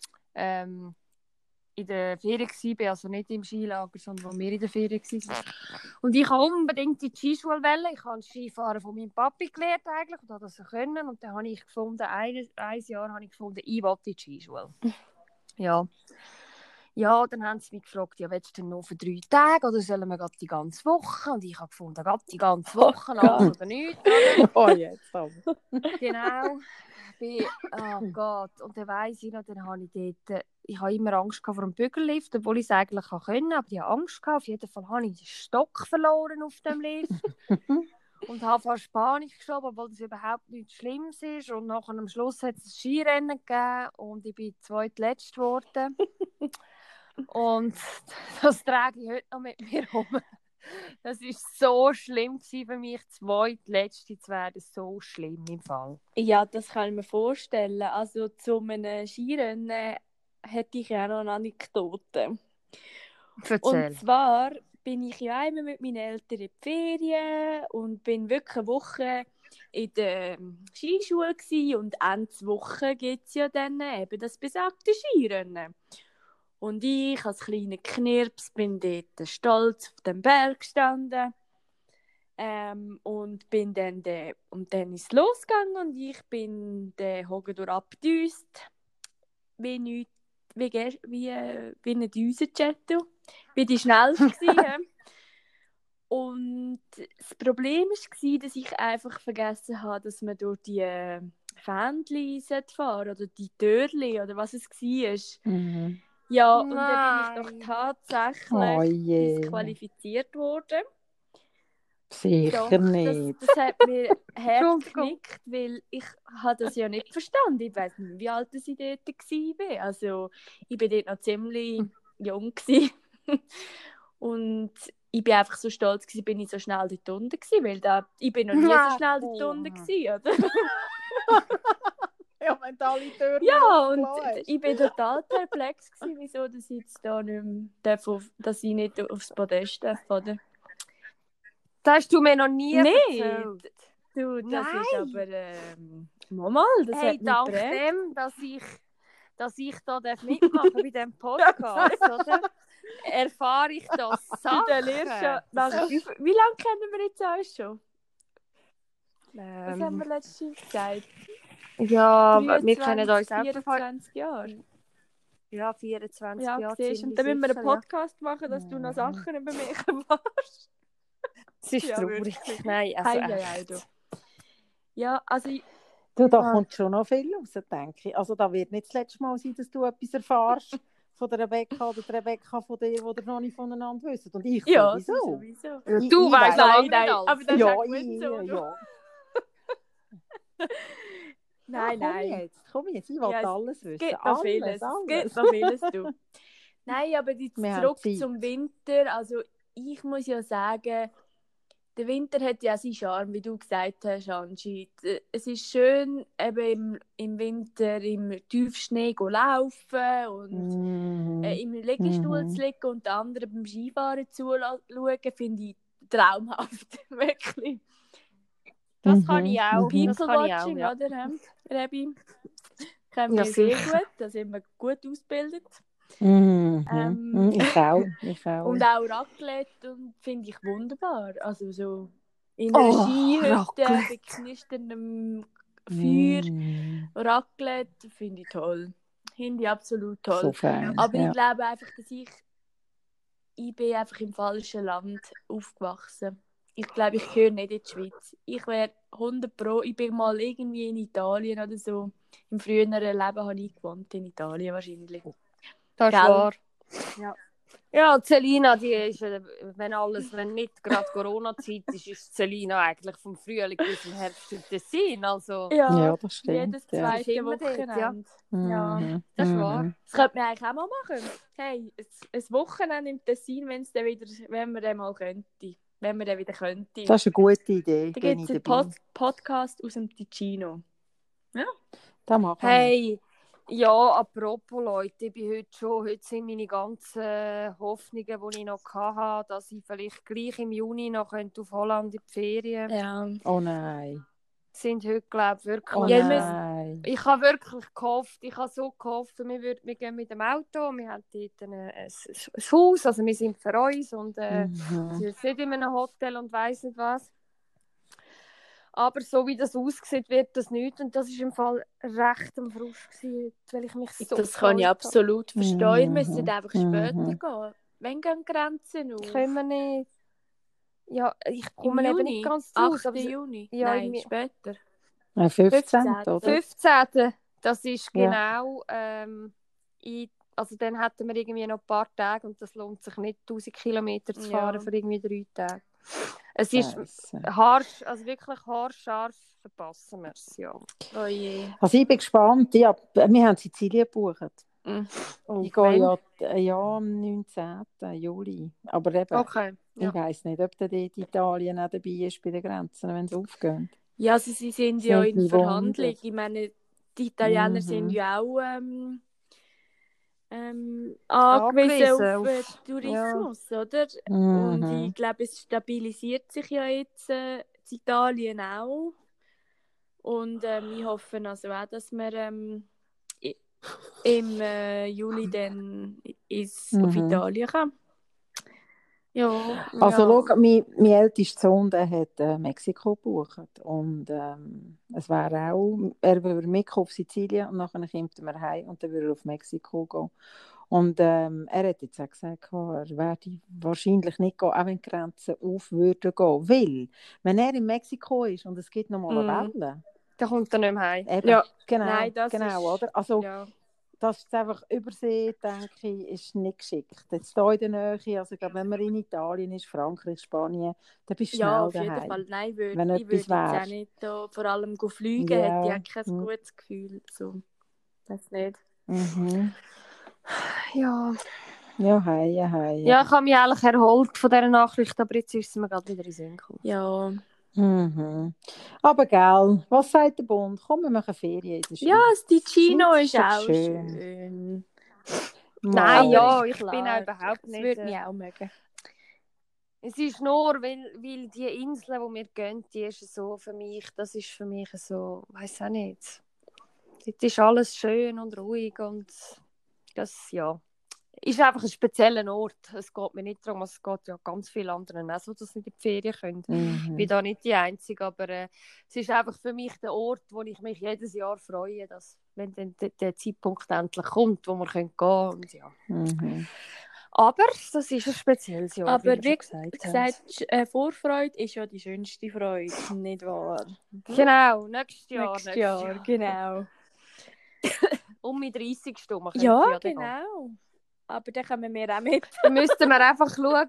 S3: in der Ferien war, also nicht im Skilager, sondern wo wir in der Ferien waren. Und ich wollte unbedingt in die Skischule. Ich habe das Skifahren von meinem Papi gelernt eigentlich und habe das so können. Und dann habe ich gefunden, ein Jahr habe ich gefunden, ich will in die Skischule. Ja. Ja, dann haben sie mich gefragt, ja, willst du denn nur für 3 Tage oder sollen wir gerade die ganze Woche? Und ich habe gefunden, gerade die ganze Woche, alles oder nichts. Oder?
S2: Oh, jetzt aber.
S3: Genau. Oh Gott. Und dann weiss ich noch, dann habe ich habe immer Angst vor dem Bügellift, obwohl ich es eigentlich können, aber ich habe Angst gehabt. Auf jeden Fall habe ich den Stock verloren auf dem Lift. Und habe fast Panik geschoben, obwohl das überhaupt nichts Schlimmes ist. Und nachher am Schluss hat es ein Skirennen gegeben und ich bin zweitletzt geworden. Und das trage ich heute noch mit mir rum. Das war so schlimm für mich, zweitletzt zu werden. So schlimm im Fall.
S1: Ja, das kann ich mir vorstellen. Also zu einem Skirennen hätte ich ja noch eine Anekdote.
S3: Erzähl.
S1: Und zwar bin ich ja einmal mit meinen Eltern in die Ferien und bin wirklich eine Woche in der Skischule gewesen. Und Ende Woche gibt es ja dann eben das besagte Skirennen. Und ich als kleiner Knirps bin dort stolz auf dem Berg gestanden. Und bin dann und dann ist es losgegangen und ich bin den Hogedor abgedüst. Wie eine Düsenjetto. Wie die schnellste war. Und das Problem war, dass ich einfach vergessen habe, dass man durch die Fähnchen fahren oder die Türchen oder was es war.
S2: Mhm.
S1: Ja, und dann bin ich
S3: Nein.
S1: doch tatsächlich
S2: Oh je.
S1: disqualifiziert worden.
S2: Sicher
S1: Doch,
S2: nicht.
S1: das hat mir hart
S3: Entschuldigung.
S1: geknickt, weil ich habe das ja nicht verstanden. Ich weiß nicht, wie alt ich dort war. Also, ich war dort noch ziemlich jung. Und ich bin einfach so stolz, bin ich so schnell dort unten gewesen, weil ich bin noch nie so
S3: Ja,
S1: schnell dort unten gewesen, oder?
S2: Ja, wenn du alle Türen
S1: Ja, und
S2: aufgelassen hast.
S1: ich bin total perplex gewesen, wieso dass ich jetzt da nicht mehr dass ich nicht aufs Podest darf, oder?
S3: Das hast du mir noch nie
S1: Nee,
S3: erzählt.
S1: du, das
S3: Nein.
S1: ist aber mal, das
S3: Hey,
S1: hat mich
S3: dank
S1: geprägt.
S3: dem, dass ich da mitmachen bei diesem Podcast, oder? Erfahre ich das
S1: Du,
S3: Sachen.
S1: dann lernst du nach, wie lange kennen wir jetzt uns schon? Was haben wir letztes Mal gesagt?
S3: Ja, wir
S1: 23,
S3: kennen uns auch
S1: 24 Jahre.
S3: Ja, 24
S1: Ja,
S3: Jahre.
S1: siehst du. Und
S3: ziemlich
S1: dann müssen wir einen
S3: sicher, ja.
S1: Podcast machen, dass du noch Sachen über mich erfährst.
S3: Es ist
S1: Ja,
S3: traurig.
S1: wirklich.
S3: Nein, also
S1: Hei,
S3: echt.
S1: du. Ja, also
S2: Du, da kommt schon noch viel raus, denke ich. Also da wird nicht das letzte Mal sein, dass du etwas erfährst von der Rebecca oder der Rebecca von dir, die ihr noch nicht voneinander wisst. Und ich
S1: ja,
S2: sowieso.
S1: sowieso.
S3: Ja,
S2: Ich-
S3: du
S2: ich
S3: weißt
S2: weiss-
S3: noch
S1: Nein,
S3: lange
S1: nein,
S3: nicht alles.
S1: aber das ist
S2: Ja,
S1: auch gut so.
S2: ja.
S1: Nein, nein.
S2: Komm jetzt, ich will
S1: Ja,
S2: alles
S1: Es
S2: wissen.
S1: gibt noch vieles. Es gibt noch vieles, du. Nein, aber jetzt
S2: Wir haben
S1: zurück
S2: Zeit.
S1: zum Winter. Also ich muss ja sagen, der Winter hat ja seinen Charme, wie du gesagt hast, Angie. Es ist schön, eben im Winter im Tiefschnee zu laufen und im Liegestuhl zu liegen und den anderen beim Skifahren zuzuschauen, finde ich traumhaft. Wirklich.
S3: Das kann ich auch. Das kann ich auch,
S1: People-Watching,
S3: ja.
S1: oder, Rebi? Können
S3: Ja,
S1: wir sehr
S3: sicher.
S1: gut, da sind wir gut ausgebildet.
S2: Ich auch.
S1: Und auch Raclette finde ich wunderbar. Also so in einer
S3: Oh,
S1: Skihütte
S3: Raclette.
S1: bei knisterndem Feuer. Raclette finde ich toll. Finde ich absolut toll.
S2: So fein.
S1: Aber
S2: ja.
S1: ich glaube einfach, dass ich bin einfach im falschen Land aufgewachsen. Ich glaube, ich gehöre nicht in die Schweiz. Ich wäre 100%, ich bin mal irgendwie in Italien oder so. Im früheren Leben habe ich gewohnt in Italien wahrscheinlich.
S3: Das ist
S1: Gell?
S3: wahr. Ja, Celina, die ist, wenn nicht gerade Corona-Zeit ist Celina eigentlich vom Frühling bis zum Herbst im Tessin. Also,
S2: Ja, das stimmt.
S1: jedes
S2: Ja.
S1: zweite
S3: Ist immer dort,
S1: Wochenende. Ja.
S3: das ist wahr.
S1: Das könnte man eigentlich auch mal machen. Hey, ein Wochenende im Tessin, wenn man dann mal könnte. Wenn man dann wieder könnte.
S2: Das ist eine gute Idee.
S1: Da
S2: Bin
S1: gibt
S2: ich
S1: es
S2: dabei.
S1: einen Podcast aus dem Ticino.
S2: Das machen wir.
S3: Hey, ja, apropos Leute, heute sind meine ganzen Hoffnungen, die ich noch hatte, dass ich vielleicht gleich im Juni noch auf Holland in die Ferien
S1: Ja.
S2: Oh nein.
S3: sind heute, glaube ich, wirklich.
S2: Oh
S1: Ja,
S2: nein.
S3: Ich habe wirklich gehofft, wir gehen mit dem Auto, wir haben dort ein Haus, also wir sind für uns und wir sind in einem Hotel und weiss nicht was. Aber so wie das aussieht, wird das nicht. Und das war im Fall recht am Frust gewesen, weil ich mich so
S1: Das kann ich
S3: gefreut
S1: absolut verstehen. Ihr müsst
S2: Mhm.
S1: einfach später
S2: Mhm.
S1: gehen. Wann gehen die Grenzen auf?
S3: habe. Können wir nicht. Ja, ich
S1: Im
S3: komme eben
S1: Juni?
S3: nicht ganz
S1: 8.
S3: raus. Aber
S1: Juni?
S3: ja,
S1: Nein,
S3: irgendwie-
S1: später.
S2: 15.
S1: 15.
S2: oder?
S3: 15. Das ist
S2: Ja.
S3: genau. Also dann hätten wir irgendwie noch ein paar Tage und das lohnt sich nicht, 1000 Kilometer zu fahren
S1: Ja.
S3: für irgendwie 3 Tage. Es ist
S2: Scheisse.
S3: harsch, also wirklich haarscharf verpassen wir es, ja.
S1: Oh je.
S2: Also ich bin gespannt. Ja, wir haben Sizilien gebucht.
S3: Und
S2: Ich gehe
S3: wenn-
S2: ja am 19. Juli. Aber eben,
S3: Okay. Ja.
S2: ich weiss nicht, ob da dort Italien auch dabei ist bei den Grenzen, wenn sie aufgehen.
S1: Ja, also sie sind
S2: Das
S1: ja
S2: nimmt
S1: in
S2: mich
S1: Verhandlung.
S2: Wunder.
S1: Ich meine, die Italiener
S2: Mhm.
S1: sind ja auch angewiesen auf
S3: Angewiesen
S1: Tourismus, oder? Und
S2: Mhm.
S1: ich glaube, es stabilisiert sich ja jetzt in Italien auch. Und ich hoffe also auch, dass wir im Juli dann auf Italien kommen. Ja.
S2: Also
S3: Ja.
S2: schau, mein ältester Sohn, der hat Mexiko gebucht. Und es wäre auch, er würde mitkommen auf Sizilien und nachher kommt er heim und dann würde er auf Mexiko gehen. Und er hat jetzt auch gesagt, er werde wahrscheinlich nicht gehen, auch wenn die Grenzen auf würden gehen. Weil, wenn er in Mexiko ist und es gibt noch mal eine Welle,
S3: Da kommt er nicht mehr heim.
S2: eben,
S1: Ja.
S2: genau,
S1: Nein, das
S2: genau,
S1: ist...
S2: oder? Also,
S1: Ja.
S2: das ist einfach übersehen, denke ich, ist nicht geschickt. Jetzt hier in der Nähe, also ich glaube, wenn man in Italien ist, Frankreich, Spanien, dann bist du
S1: Ja,
S2: schnell
S1: auf jeden
S2: daheim.
S1: Fall. Nein,
S2: Wenn
S1: ich würde
S2: etwas
S1: jetzt auch
S2: wäre.
S1: nicht da, vor allem fliegen,
S2: Ja.
S1: hätte ich auch kein gutes Gefühl. So. Das nicht.
S2: Mhm.
S3: Ja.
S2: Ja, hei, ja, hei.
S3: Ja, ich habe mich eigentlich erholt von dieser Nachricht, aber jetzt ist es mir gerade wieder in den Sinn gekommen.
S1: Ja.
S2: Mhm. Aber gell, was sagt der Bund? Komm, wir machen Ferien in der Schweiz.
S1: Ja, das Ticino
S2: Schweiz
S1: ist
S2: doch
S1: auch schön.
S3: Nein,
S1: Aber
S3: ja,
S1: ist
S3: ich bin
S1: klar,
S3: auch überhaupt
S1: das
S3: nicht...
S1: würde mich auch mögen.
S3: Es ist nur, weil die Insel, die wir gehen, die ist so für mich, das ist für mich so, weiß auch nicht. Dort ist alles schön und ruhig und das, ja, ist einfach ein spezieller Ort. Es geht mir nicht darum, es geht ja ganz vielen anderen auch so, dass sie in die Ferien können. Ich bin da nicht die Einzige, aber es ist einfach für mich der Ort, wo ich mich jedes Jahr freue, dass, wenn dann der Zeitpunkt endlich kommt, wo wir gehen können. Und ja.
S2: Mhm.
S3: Aber das ist ein spezielles Jahr,
S1: Aber
S3: wie
S1: wie
S3: schon
S1: gesagt, Vorfreude ist ja die schönste Freude, nicht wahr?
S3: Genau, nächstes Jahr.
S1: Nächstes Jahr, genau.
S3: Um mein 30. Man könnte
S1: Ja,
S3: dann gehen.
S1: genau. Aber dann kommen wir auch mit.
S3: Dann müssten wir einfach schauen,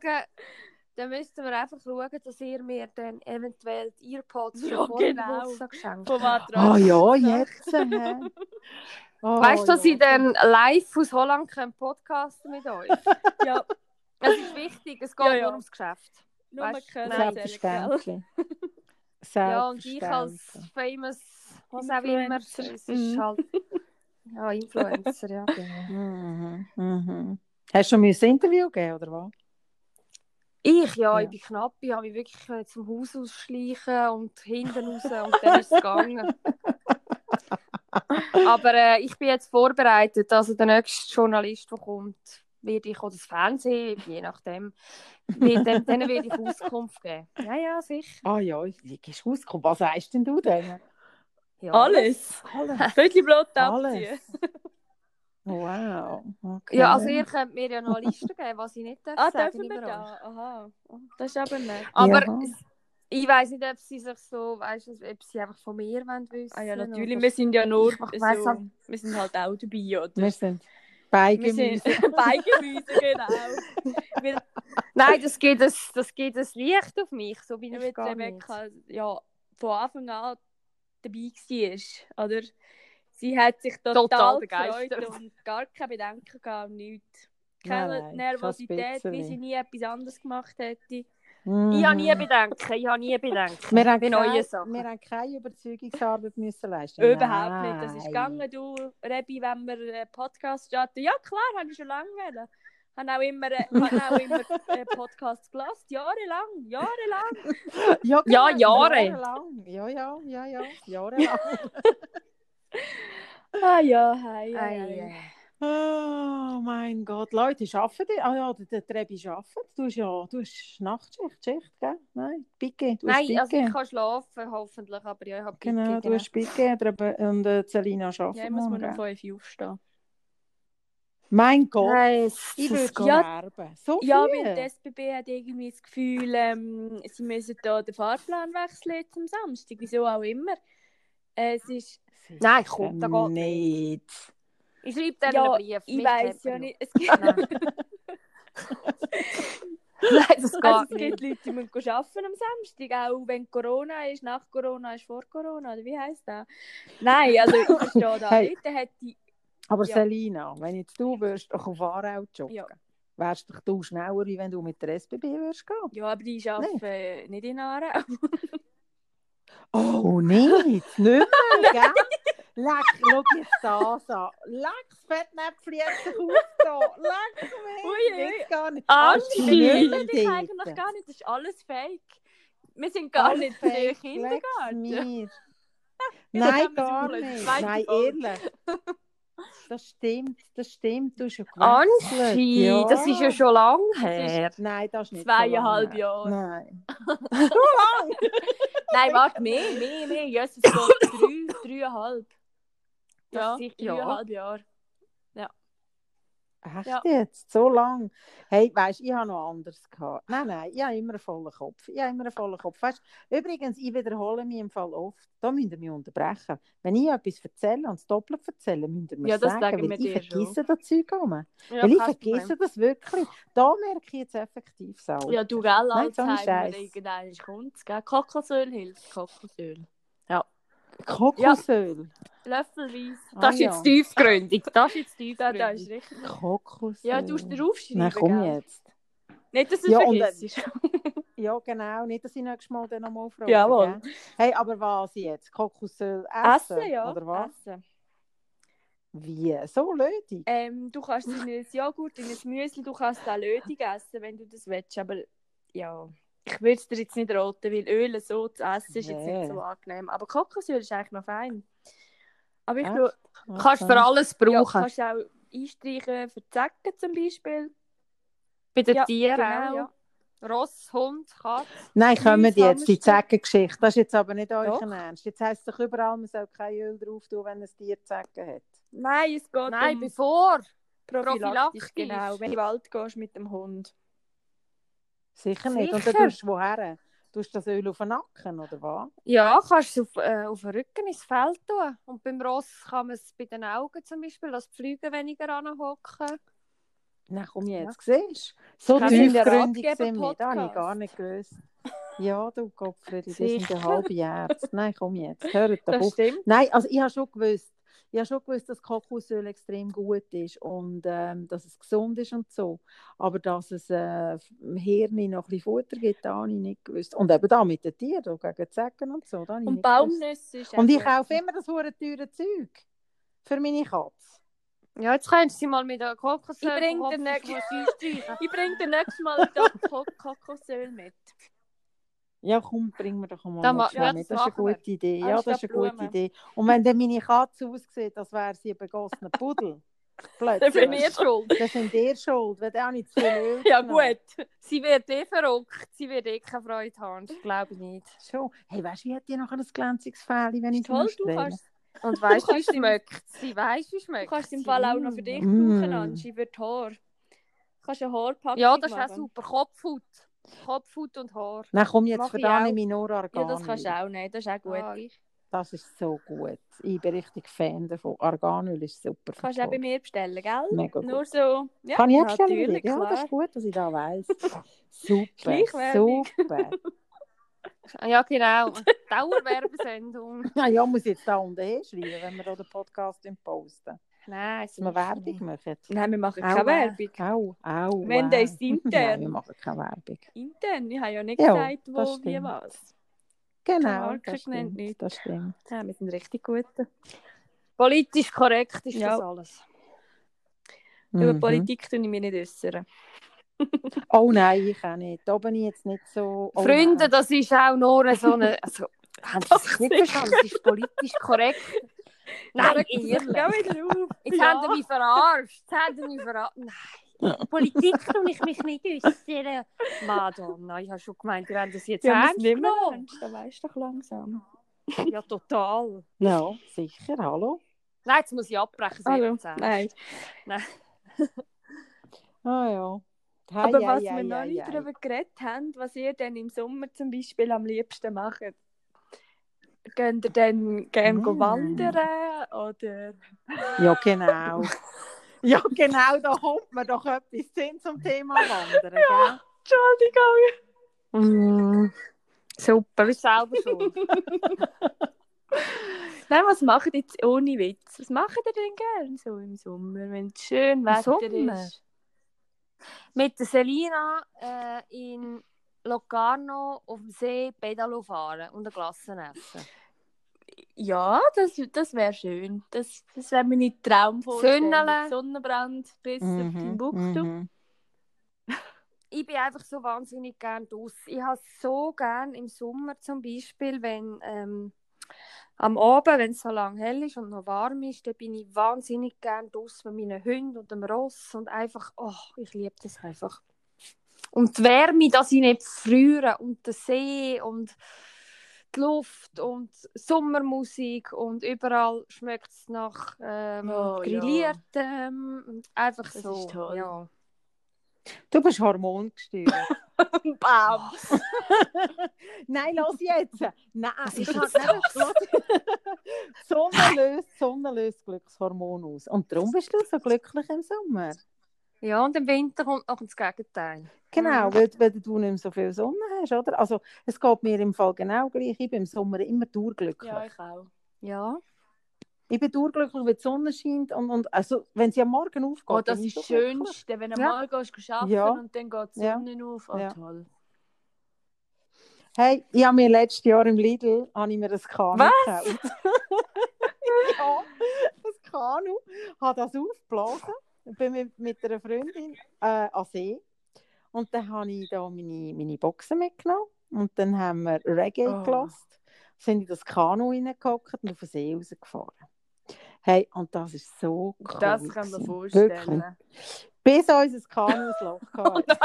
S3: dass ihr mir dann eventuell die Earpods
S1: Ja,
S3: vor dem
S1: genau.
S3: Geburtstag schenkt.
S1: Von was
S2: Ah ja,
S1: träumst du?
S2: jetzt. Oh,
S3: Weißt du, dass
S2: ja.
S3: ich dann live aus Holland podcasten mit euch?
S1: Ja,
S3: Es ist wichtig, es geht
S1: Ja, ja.
S3: nur ums Geschäft.
S1: nur
S3: Weißt du,
S1: Köln
S3: nein.
S2: Selbstverständlich.
S3: Ja, und ich als
S2: Selbstverständlich.
S3: famous, was auch immer, es
S1: Influencer.
S3: ist halt... Ja, Influencer, ja, genau.
S2: Mhm. Mhm. Hast du schon ein Interview gegeben, oder was?
S3: Ich
S2: Ja.
S3: bin knapp. Ich habe mich wirklich zum Haus ausschleichen und hinten raus und dann ist es gegangen. Aber ich bin jetzt vorbereitet. Also der nächste Journalist, der kommt, werde ich, oder das Fernsehen, je nachdem, denen werde ich Auskunft geben. Ja, ja, sicher.
S2: Ah ja, wie gehst du rausgekommen? Was sagst denn du denn?
S3: Ja,
S1: Alles.
S2: Alles.
S1: Viertelblatt
S2: Alles.
S1: abziehen.
S2: Wow. Okay.
S3: Ja, also ihr könnt mir ja noch eine Liste geben, was ich nicht
S1: Ah,
S3: sagen
S1: dürfen wir
S3: über euch.
S1: da? Aha. Das ist aber nett.
S3: Aber
S2: Ja.
S3: ich weiss nicht, ob sie sich so, weißt du, ob sie einfach von mir wissen wollen.
S1: Ah ja, natürlich.
S3: oder-
S1: Wir sind ja nur
S3: Ich weiss
S1: so,
S3: halt-
S1: wir sind halt auch dabei, oder?
S2: Wir sind
S1: Wir
S2: Beigemüse.
S1: sind Beigemüse, genau. Weil
S3: Nein, das geht ein Licht auf mich, so bin ich gar nicht.
S1: Rebecca ja von Anfang an dabei war, oder? Sie hat sich total gefreut
S3: begeistert.
S1: und gar keine Bedenken gehabt, nichts.
S2: Nein,
S1: Keine
S2: nein,
S1: Nervosität,
S2: kein
S1: wie sie nie etwas anderes gemacht hätte.
S2: Mhm.
S3: Ich habe nie Bedenken.
S2: Wir haben,
S3: Bei neuen Sachen.
S2: wir haben keine Überzeugungsarbeit müssen leisten.
S1: Überhaupt nicht. Das ist
S2: Nein.
S1: gegangen, du, Rebi, wenn wir einen Podcast starten. Ja, klar, habe ich schon lange wollen. Habe auch immer Podcasts gelassen. Jahrelang.
S2: Ja,
S3: Ja,
S2: genau,
S3: Jahre.
S2: Jahrelang. Ja. Jahrelang.
S1: Ah ja, hey.
S2: Oh mein Gott. Leute, arbeiten die? Ah ja, der Trebi arbeitet. Du hast Nachtschicht, gell? Nein, Picke. Du hast
S3: Nein, also
S2: Picke.
S3: ich kann schlafen, hoffentlich, aber ja, ich habe
S2: Genau,
S3: Picke,
S2: du hast Picke und Selina arbeitet
S1: Ja, ich muss mir
S2: morgen,
S1: noch
S2: gell?
S1: 5 Uhr aufstehen.
S2: Mein Gott,
S3: Nein,
S2: ich würde
S1: Ja,
S2: sterben. So viel.
S1: Ja, weil die SBB hat irgendwie das Gefühl, sie müssen da den Fahrplan wechseln zum Samstag, wieso auch immer. Es ist...
S3: Nein, komm, da geht
S2: nicht.
S3: Ich schreibe dann
S1: Ja,
S3: einen Brief.
S1: ich
S3: Mich
S1: weiss
S3: kennt
S1: ja
S3: man
S1: nicht. Es gibt,
S3: Nein. Nein, das geht
S1: also es
S3: nicht.
S1: gibt Leute, die müssen arbeiten am Samstag, auch wenn Corona ist, nach Corona ist, vor Corona, oder wie heisst das? Nein, also ich verstehe das
S2: Hey.
S1: nicht. Dann hat die...
S2: Aber
S1: Ja.
S2: Selina, wenn jetzt du würdest auf Aarau joggen,
S1: Ja.
S2: wärst doch du schneller, wie wenn du mit der SBB würdest gehen.
S1: Ja, aber die arbeiten nicht in Aarau.
S2: Oh, nicht mehr, gell? Leck, schau dich das an. Leck, das Fettnäpfchen hat sich aufgetan. Leck mich,
S1: Ui.
S2: geht's gar nicht.
S3: Anschi!
S1: Wir
S2: Nicht
S1: kennen dich
S2: dort.
S1: eigentlich gar nicht, das ist alles fake. Wir sind gar
S2: Alles
S1: nicht in der
S2: fake,
S1: Kindergarten.
S2: leck's mir.
S1: Jetzt
S2: Nein,
S1: haben wir
S2: gar
S1: suchen, die
S2: nicht.
S1: zweite
S2: Nein,
S1: Folge.
S2: ehrlich. Das stimmt. Du hast ja gewechselt.
S3: Anschi,
S2: Ja.
S3: das ist ja schon lange
S1: Das
S3: her.
S2: Nein, das ist nicht
S1: 2,5
S2: so lange.
S1: Jahre.
S2: Nein.
S1: Nein, warte, mehr. Jesus Gott, 3,5.
S3: Das
S1: Ja,
S3: sicher-
S1: 3,5 Jahre.
S2: Echt
S1: Ja.
S2: jetzt? So lang? Hey, weisst, ich habe noch anders gehabt. Nein, ich habe immer einen vollen Kopf. Weisst, übrigens, ich wiederhole mich im Fall oft. Da müsst ihr mich unterbrechen. Wenn ich etwas erzähle und es doppelt erzähle, müsst ihr mir
S1: Ja, das
S2: sagen,
S1: sagen
S2: weil
S1: wir
S2: ich
S1: dir schon.
S2: vergesse das Zeug immer.
S3: Ja,
S2: Weil ich
S3: kein
S2: vergesse
S3: Problem.
S2: das wirklich. Da merke ich jetzt effektiv Salz.
S1: Ja, du, gell,
S2: Nein, so ein
S1: Alzheimer,
S2: Scheiß.
S1: irgendwann kommt es, gell? Kokosöl hilft, Kokosöl. Ja.
S2: Kokosöl.
S1: Löffelweise.
S3: Das ist
S2: ja.
S3: jetzt tiefgründig. Das ist
S1: Da
S3: tiefgründig.
S1: ist richtig.
S2: Kokosöl.
S1: Ja, du musst dir aufschreiben,
S2: Nein, komm
S1: gell?
S2: jetzt.
S1: Nicht, dass du es
S2: Ja, und,
S1: vergisst.
S2: ja, genau. Nicht, dass ich nächstes Mal dann nochmal frage.
S1: Jawohl.
S2: Gell? Hey, aber was jetzt? Kokosöl essen?
S1: Essen, ja.
S2: Oder was?
S1: Essen.
S2: Wie? So lödig?
S1: Du kannst in ein Joghurt, in ein Müsli, du kannst auch lötig essen, wenn du das willst. Aber ja, ich würde es dir jetzt nicht raten, weil Öl so zu essen ist jetzt nicht so angenehm. Aber Kokosöl ist eigentlich noch fein. Aber ich
S2: Echt?
S3: Kannst du für alles
S1: ja,
S3: brauchen.
S1: kannst auch einstreichen für Zecken zum Beispiel.
S3: Bei den
S1: Ja,
S3: Tieren
S1: genau,
S3: auch.
S1: ja.
S3: Ross, Hund, Katze.
S2: Nein, kommen
S1: Mäuse,
S2: jetzt, die
S1: Hamster.
S2: Zeckengeschichte. Das ist jetzt aber nicht euch
S1: Doch.
S2: Ernst. Jetzt heisst es doch überall, man soll kein Öl drauf tun, wenn ein Tier Zecken hat.
S1: Nein, es geht
S3: Nein,
S1: um
S3: bevor.
S1: prophylaktisch, genau. Wenn du in den Wald gehst mit dem Hund.
S2: Sicher nicht. Und
S3: Sicher.
S2: dann tust du woher? Tust du das Öl auf den Nacken, oder was?
S3: Ja, kannst du es auf den Rücken ins Feld tun. Und beim Ross kann man es bei den Augen zum Beispiel, dass die Flüge weniger anhocken.
S2: Nein, komm jetzt, siehst du? So
S1: Wir sind der
S2: tiefgründig sind wir. Das habe ich
S1: Ratgeber-Podcast.
S2: gar nicht gewusst. Ja, du Gottfried, das sind
S3: Sicher.
S2: ja halbe Ärzte. Nein, komm jetzt, hört doch
S1: Das
S2: auf.
S1: stimmt.
S2: Nein, also ich habe schon gewusst, dass Kokosöl extrem gut ist und dass es gesund ist und so. Aber dass es dem Hirn noch ein bisschen Futter gibt, das habe ich nicht gewusst. Und eben da mit den Tieren, so gegen Zecken und so, das habe ich
S1: Und
S2: nicht gewusst.
S1: Baumnüsse ist
S2: Und ich
S1: gut.
S2: kaufe immer das hure teure Zeug für meine Katze.
S3: Ja, jetzt kannst du sie mal mit der Kokosöl
S1: Ich bring dir Ich bringe dir nächstes Mal ein Topf Kokosöl mit.
S2: Ja, komm, bring mir doch mal
S3: Dann
S2: mit.
S3: ja,
S2: Das
S3: das
S2: ist eine
S3: machen wir.
S2: gute Idee. Ja, das ist eine
S1: Anstatt
S2: gute
S1: Blumen.
S2: Idee. Und wenn dann meine Katze aussieht, als wäre sie ein begossener Pudel,
S1: Dann
S3: Sind
S1: bin
S3: wir
S1: ich
S3: schuld.
S2: dann sind ihr schuld, weil der auch nicht zu viel Öl
S1: Ja,
S2: genommen.
S1: gut.
S3: Sie wird verrückt. Sie wird keine Freude haben. Das glaube ich nicht.
S2: Schon. Hey, weißt du, wie hat die nachher ein glänziges Fell, wenn ich sie
S1: Toll, du
S2: strehle?
S1: kannst,
S3: Und weißt du, wie
S1: kannst ihm-
S3: schmeckt sie? Weißt du, wie
S1: du
S3: schmeckt
S1: kannst im
S3: sie?
S1: Fall auch noch für dich
S2: Mm.
S1: brauchen, Angie, für die Haare. Du kannst eine Haarpackung
S3: Ja, das ist auch
S1: machen.
S3: super. Kopfhaut und Haar.
S2: Nein, komm, jetzt
S3: Mach ich
S2: verdammt
S3: auch.
S2: mich nur
S1: Ja, das
S2: Arganöl.
S1: kannst du auch nehmen, das ist auch gut.
S3: Ah,
S2: Das ist so gut. Ich bin richtig Fan davon. Arganöl ist super.
S1: Du kannst auch bei mir bestellen, gell?
S2: Mega gut.
S1: Nur so. Ja,
S2: Kann ich auch bestellen bei dir?
S1: natürlich,
S2: Ja,
S1: klar.
S2: das ist gut, dass ich das weiss. Super,
S1: Schleichwerbung.
S2: super.
S3: Ja, genau. Dauerwerbesendung.
S2: Ja, muss ich jetzt da unten hinschreiben, wenn wir da den Podcast posten.
S3: Nein,
S2: Dass wir Werbung machen.
S1: Nein, wir machen
S2: Au,
S1: keine Werbung.
S2: Au.
S1: Wenn das intern.
S2: Nein, wir machen keine Werbung.
S1: Intern, ich habe ja nicht
S2: Ja,
S1: gesagt,
S2: das
S1: wo, wie,
S2: stimmt.
S1: was.
S2: Genau,
S1: Marke
S2: das
S1: genannt
S2: stimmt.
S1: nicht.
S2: Das stimmt.
S1: Ja, wir sind richtig gut.
S3: Politisch korrekt ist
S1: Ja.
S3: das alles.
S1: Über Politik tue ich mich nicht äußern.
S2: Oh nein, ich auch nicht. Da bin ich jetzt nicht so... Oh,
S3: Freunde,
S2: nein.
S3: das ist auch nur so eine... Also, haben Sie sich nicht verstanden? Das ist politisch korrekt. Nein,
S1: Geh
S3: ehrlich.
S1: wieder auf.
S3: Jetzt haben Sie mich verarscht. Nein, Politik tue ich mich nicht äußern. Madonna, ich habe schon gemeint, ihr habt das jetzt
S1: Ja, wir
S3: ernst
S1: sind immer
S3: genommen.
S1: ernst, da weisst du doch langsam.
S3: Ja, total.
S2: Ja, sicher, hallo.
S3: Nein, jetzt muss ich abbrechen. es wird
S1: Hallo,
S3: jetzt ernst.
S1: nein.
S3: Nein.
S2: Ah ja.
S1: Aber was wir noch nicht darüber geredet haben, was ihr dann im Sommer zum Beispiel am liebsten macht. Geht ihr dann gerne wandern oder...
S2: Ja, genau. Ja, genau, da kommt mir doch etwas Sinn zum Thema Wandern, gell?
S1: Entschuldigung.
S3: Super, bist selber schuld.
S1: Nein, was macht ihr jetzt ohne Witz? Was macht ihr denn gerne so im Sommer, wenn es schön Wetter
S3: Sommer?
S1: ist?
S3: Mit der Selina in Locarno auf dem See Pedalo fahren und eine Glasse essen.
S1: Ja, das wäre schön. Das wäre meine Traumvorstellung.
S3: Sonnenle.
S1: Sonnenbrand bis auf Timbuktu.
S3: Ich bin einfach so wahnsinnig gern draussen. Ich habe es so gern im Sommer zum Beispiel, wenn am Abend, wenn es so lang hell ist und noch warm ist, dann bin ich wahnsinnig gern draussen mit meinen Hunden und dem Ross und einfach, ich liebe das einfach. Und die Wärme, dass ich nicht friere und der See und die Luft und Sommermusik und überall schmeckt es nach
S1: Oh,
S3: grilliertem. Und einfach
S1: Das
S3: so.
S1: ist toll.
S3: Ja.
S2: Du bist hormongesteuert.
S1: Bam!
S2: Nein, lass jetzt. Nein,
S3: Was
S2: ich
S3: ist
S2: habe
S3: jetzt
S2: nicht. Die Sonne löst Glückshormone aus. Und darum bist du so glücklich im Sommer.
S3: Ja, und im Winter kommt noch das Gegenteil.
S2: Genau, weil du nicht mehr so viel Sonne hast, oder? Also, es geht mir im Fall genau gleich. Ich bin im Sommer immer durchglücklich.
S1: Ja, ich auch.
S3: Ja.
S2: Ich bin durchglücklich, wenn die Sonne scheint. Und also, wenn sie am Morgen aufgeht,
S1: Oh, das
S2: bin
S1: ist
S2: ich
S1: das
S2: so glücklich.
S1: Schönste, wenn du
S3: Ja.
S1: mal arbeiten
S2: Ja.
S1: und dann geht die
S2: Ja.
S1: Sonne auf. Oh,
S2: Ja.
S1: toll.
S2: Hey, ich habe mir letztes Jahr im Lidl habe ich mir ein Kanu gekauft. Ja, ein Kanu. Habe das aufgeblasen. Bin mit einer Freundin an See. Und dann habe ich da meine Boxen mitgenommen. Und dann haben wir Reggae gelassen. Sind in das Kanu reingehockt und auf den See rausgefahren. Hey, und das ist so cool.
S1: Das kann man
S2: gewesen.
S1: vorstellen.
S2: Wirklich. Bis unser Kanu ein Loch hatte.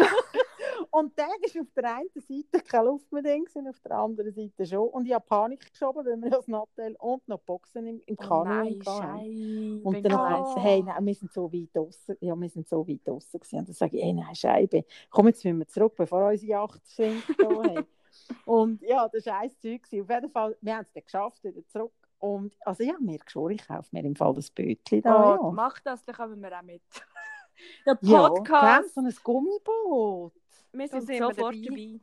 S2: Und der war auf der einen Seite keine Luft mehr drin, auf der anderen Seite schon. Und ich habe Panik geschoben, weil wir das Nattel und noch Boxen im Kanu
S1: nein,
S2: hatten. Und dann heisst es, hey, nein, wir sind so weit draussen. Ja, wir sind so weit draussen gewesen. Und dann sage ich, hey, nein, Scheibe, komm, jetzt müssen wir zurück, bevor unsere Yacht sinkt. Und ja, das war ein Zeug. Auf jeden Fall, wir haben es dann geschafft, wieder zurück. Und also ja, mir geschworen, ich kaufe mir im Fall das Bötchen da.
S1: Oh,
S2: Ja.
S1: mach das, dann kommen wir auch mit. Der
S2: Ja,
S1: Podcast.
S2: so ein Gummiboot.
S1: Wir
S3: Da
S1: sind
S3: sind wir
S1: sofort
S3: dabei.
S1: dabei.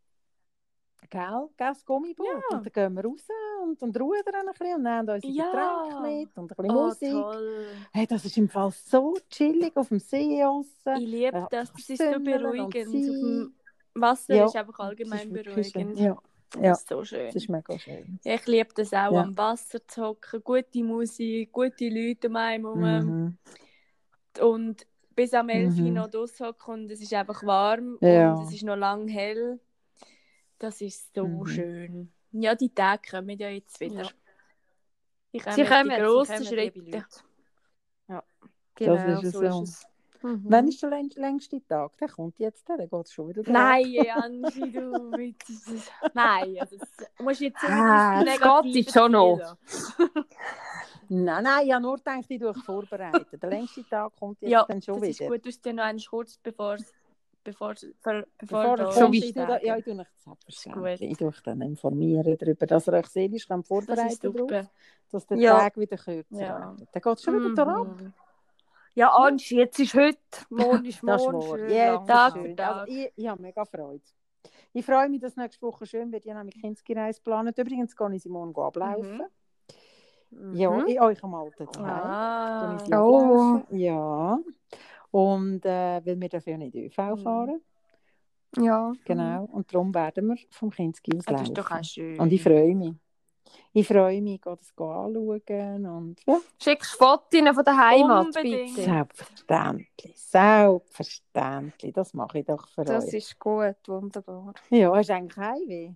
S2: Gell, das Gummiboot.
S1: Ja.
S2: Und dann gehen wir raus und rudern ein bisschen und nehmen unsere
S1: Ja.
S2: Getränke mit und ein bisschen
S1: Oh,
S2: Musik.
S1: toll.
S2: Hey, das ist im Fall so chillig auf dem See draussen.
S1: Ich liebe das. Das ist so
S2: Sonnenbrillen und
S1: beruhigend. Auf dem
S2: Sein.
S1: Wasser
S2: Ja,
S1: ist einfach allgemein
S2: das ist wirklich
S1: beruhigend.
S2: schön. Ja,
S1: Das
S2: ja,
S1: ist so schön.
S2: das ist mega schön.
S1: Ja, ich liebe das auch,
S2: Ja.
S1: am Wasser zu hocken. Gute Musik, gute Leute um einen herum.
S2: Mhm.
S1: Und bis am 11 Uhr
S2: Mhm.
S1: noch draussen hocken und es ist einfach warm
S2: Ja.
S1: und es ist noch lang hell. Das ist so
S2: Mhm.
S1: schön. Ja, die Tage kommen ja jetzt wieder.
S3: Ja.
S1: Die
S3: Sie
S1: kommen, die grossen
S3: liebe
S1: Schritte.
S3: Leute.
S2: Ja.
S3: Genau,
S2: Das ist
S3: so
S2: so.
S3: ist es. Mhm.
S2: Wann ist der längste Tag? Der kommt jetzt, der geht es schon wieder.
S1: Nein, Angie, du mit. Nein, also du musst jetzt so
S2: Ah,
S1: wieder
S3: es geht jetzt schon noch.
S2: Nein, ich habe nur gedacht, ich vorbereiten. Der längste Tag kommt jetzt
S1: Ja,
S2: dann schon
S1: das
S2: wieder.
S1: ist gut, du hast dir noch einen kurz bevor
S2: Bevor
S1: da
S2: er
S3: so
S2: kommt,
S3: weit
S2: ich tue euch selbstverständlich.
S1: Gut.
S2: Ich dann informieren darüber, dass ihr euch seelisch
S1: Das ist
S2: vorbereiten
S1: super.
S2: darauf, dass der
S3: Ja.
S2: Tag wieder kürzer
S1: Ja.
S2: wird. Dann geht es schon wieder durch ab.
S1: Mhm.
S3: Ja, Angie, jetzt ist heute, morgen ist
S2: Das ist
S3: morgen.
S2: wahr.
S3: Schön
S2: Jetzt
S3: lang.
S2: ist
S1: Tag
S2: schön.
S1: für Tag.
S2: Also, ich habe mega Freude. Ich freue mich, dass nächste Woche schön wird. Ich habe nämlich Kinski-Reise geplant. Übrigens gehe ich sie morgen ablaufen. Ja, in euch am alten Teil.
S1: Ah.
S2: Ich sie
S3: Oh.
S2: ablaufen. Ja. Und weil wir dafür nicht ÖV fahren.
S3: Ja.
S2: Genau. Und darum werden wir vom Kinski aus
S1: Das
S2: laufen.
S1: ist doch auch schön.
S2: Und ich freue mich. Ich freue mich, gehe das anschauen. Und ja.
S3: Schickst Fotos von der Heimat,
S1: Unbedingt.
S3: bitte.
S2: Selbstverständlich. Das mache ich doch für
S3: Das
S2: euch.
S3: ist gut, wunderbar.
S2: Ja, hast du eigentlich Heimweh?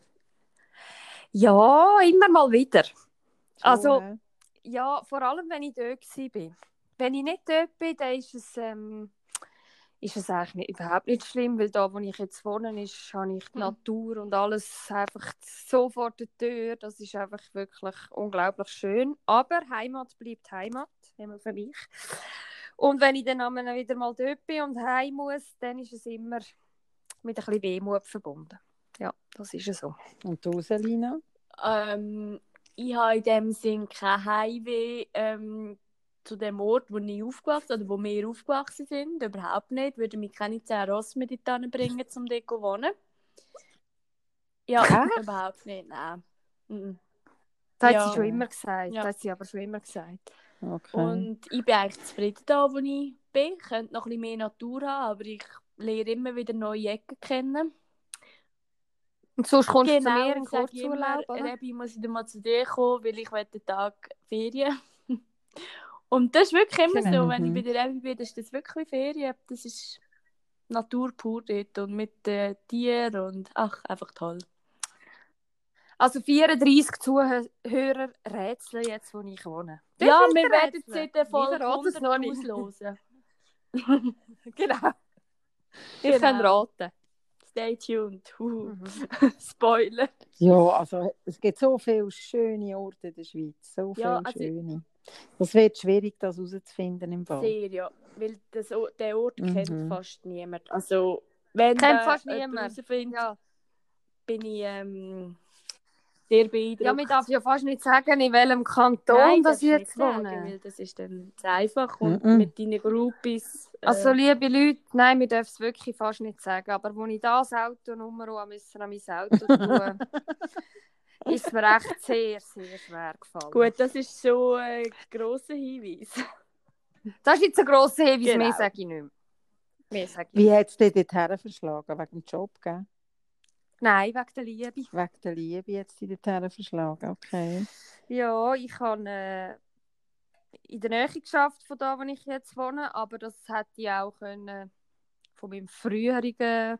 S3: Ja, immer mal wieder. Also,
S2: hä?
S3: ja, vor allem, wenn ich dort war. Wenn ich nicht dort bin, dann ist es eigentlich überhaupt nicht schlimm, weil da, wo ich jetzt wohne, habe ich die Natur und alles einfach so vor der Tür. Das ist einfach wirklich unglaublich schön. Aber Heimat bleibt Heimat, immer für mich. Und wenn ich dann einmal wieder mal dort bin und heim muss, dann ist es immer mit ein bisschen Wehmut verbunden. Ja, das ist so.
S2: Und du, Selina?
S1: Ich habe in dem Sinn kein Heimweh zu dem Ort, wo ich aufgewachsen oder wo wir aufgewachsen sind. Überhaupt nicht. Würde mich keine 10 Ross mit dorthin bringen, um dort zu wohnen. Ja, überhaupt nicht, nein. Mhm.
S3: Das
S1: Ja.
S3: hat sie schon immer gesagt.
S1: Ja.
S3: Das hat sie aber schon immer gesagt.
S2: Okay.
S1: Und ich bin eigentlich zufrieden da, wo ich bin. Ich könnte noch ein bisschen mehr Natur haben, aber ich lerne immer wieder neue Ecken kennen.
S3: Und sonst kommst du zu
S1: Genau,
S3: mir in
S1: sage ich immer,
S3: Kurzurlaub, oder?
S1: Rebi, muss ich dann mal zu dir kommen, weil ich will den Tag Ferien. Und das ist wirklich immer
S3: Genau.
S1: so, wenn ich bei der Rebi bin, ist das wirklich Ferien. Das ist Natur pur dort und mit den Tieren und ach, einfach toll.
S3: Also 34 Zuhörer rätseln jetzt, wo ich wohne.
S1: Ja,
S3: Darf ich
S1: wir werden
S3: rätseln?
S1: jetzt in der Folge
S3: Ich verrate es
S1: 100
S3: noch nicht.
S1: auslosen.
S3: Genau. Ich
S1: Genau.
S3: kann raten.
S1: stay tuned. Spoiler.
S2: Ja, also es gibt so viele schöne Orte in der Schweiz, so
S1: Ja,
S2: viele
S1: also
S2: schöne. Das wird schwierig, das herauszufinden im Fall.
S1: sehr, ja. Weil den Ort kennt
S2: Mhm.
S1: fast niemand. Also, wenn
S3: Kennt
S1: da
S3: fast
S1: jemand
S3: niemand.
S1: herausfindet,
S3: Ja.
S1: bin ich sehr beeindruckt.
S3: Ja, man darf ja fast nicht sagen, in welchem Kanton
S1: Nein,
S3: das
S1: darfst du nicht
S3: jetzt
S1: sagen,
S3: wohnen.
S1: weil das ist dann zu einfach. Und
S2: Mhm.
S1: mit deinen Groupies...
S3: Also, liebe Leute, nein, wir dürfen es wirklich fast nicht sagen. Aber als ich das Autonummer an mein Auto tun, ist mir echt sehr, sehr schwer gefallen.
S1: Gut, das ist schon ein grosser Hinweis.
S3: Das ist jetzt ein grosser Hinweis,
S1: Genau.
S3: mehr sage ich nicht mehr. Mehr sage ich
S2: Wie
S3: nicht.
S2: hat es dich dorthin verschlagen? Wegen dem Job, gell?
S3: Nein, wegen der Liebe.
S2: Wegen der Liebe hat es dich dorthin verschlagen, okay.
S3: Ja, ich habe in der Nähe geschafft, von da, wo ich jetzt wohne, aber das hätte ich auch können, von meinem früheren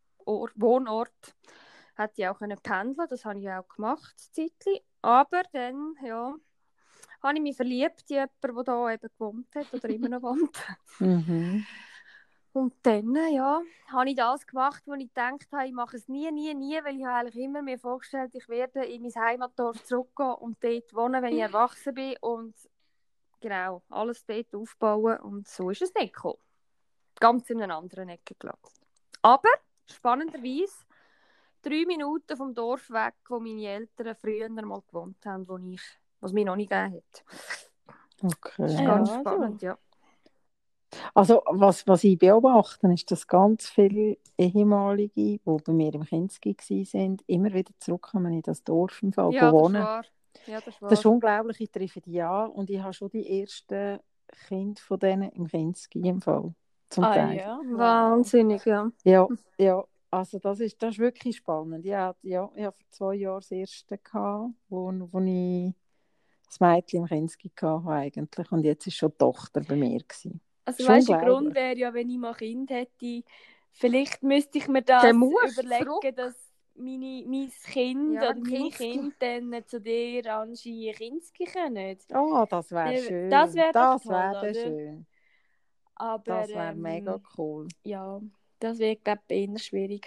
S3: Wohnort hätte ich auch können pendeln. Das habe ich auch gemacht, zeitlich. Aber dann, ja, habe ich mich verliebt in jemanden, der da eben gewohnt hat oder immer noch wohnt.
S2: Mhm.
S3: Und dann, ja, habe ich das gemacht, wo ich gedacht habe, ich mache es nie, nie, nie, weil ich habe eigentlich immer mir vorgestellt, ich werde in mein Heimatdorf zurückgehen und dort wohnen, wenn ich erwachsen bin und genau, alles dort aufbauen. Und so ist es nicht gekommen. Ganz in einer anderen Ecke gelandet. Aber, spannenderweise, 3 Minuten vom Dorf weg, wo meine Eltern früher mal gewohnt haben, was mir noch nicht gegeben hat.
S2: Okay.
S3: Das ist
S1: Ja,
S3: ganz
S1: so.
S3: spannend, ja.
S2: Also, was ich beobachte, ist, dass ganz viele Ehemalige, die bei mir im Kinski waren, immer wieder zurückkommen in das Dorf im Fall,
S3: Ja, das ist
S2: wohnen.
S3: wahr. Ja, das ist wahr.
S2: Das ist unglaublich, ich treffe die an und ich habe schon die ersten Kinder von denen im Kinski im Fall, zum Teil.
S1: ja.
S3: Wahnsinnig, ja.
S2: Ja, ja, also das ist wirklich spannend. Ich hatte vor 2 Jahren das erste, wo ich das Mädchen im Kinski hatte eigentlich. Und jetzt war schon die Tochter bei mir gewesen.
S1: Also
S2: Schon
S1: weißt du, der Grund
S2: unglaublich.
S1: wäre ja, wenn ich mal ein Kind hätte, vielleicht müsste ich mir das
S3: Dann musst du
S1: überlegen,
S3: zurück.
S1: dass mein Kind
S3: Ja,
S1: oder meine
S3: Kinski.
S1: Kinder dann zu dir anscheinend Kinski können.
S2: Oh, das wäre schön.
S1: Das wäre doch
S2: Das
S1: toll,
S2: wäre
S1: oder?
S2: schön.
S1: Aber
S2: Das wäre mega cool.
S1: ja, das wäre, glaube ich, eher schwierig.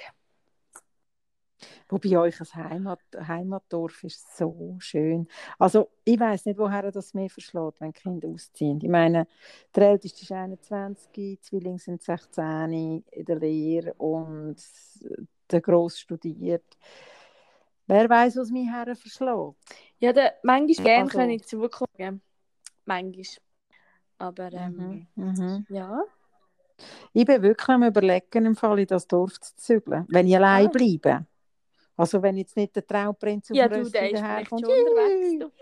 S2: Wobei euch ein Heimatdorf ist so schön. Also ich weiss nicht, woher das mehr verschlägt, wenn die Kinder ausziehen. Ich meine, der Älteste ist 21, die Zwillinge sind 16 in der Lehre und der Grosse studiert. Wer weiß, was mich her verschlägt?
S1: Ja, manchmal gerne
S2: Also-
S1: kann ich zugucken. Manchmal. Aber ja.
S2: Ich bin wirklich am Überlegen, im Fall in das Dorf zu zügeln, wenn ich allein
S1: Ah.
S2: bleibe. Also wenn jetzt nicht der Traumprinz auf
S1: Ja,
S2: dem
S1: du, der
S2: Rössli
S1: ist vielleicht
S2: daherkommt.
S1: schon unterwegs. Du.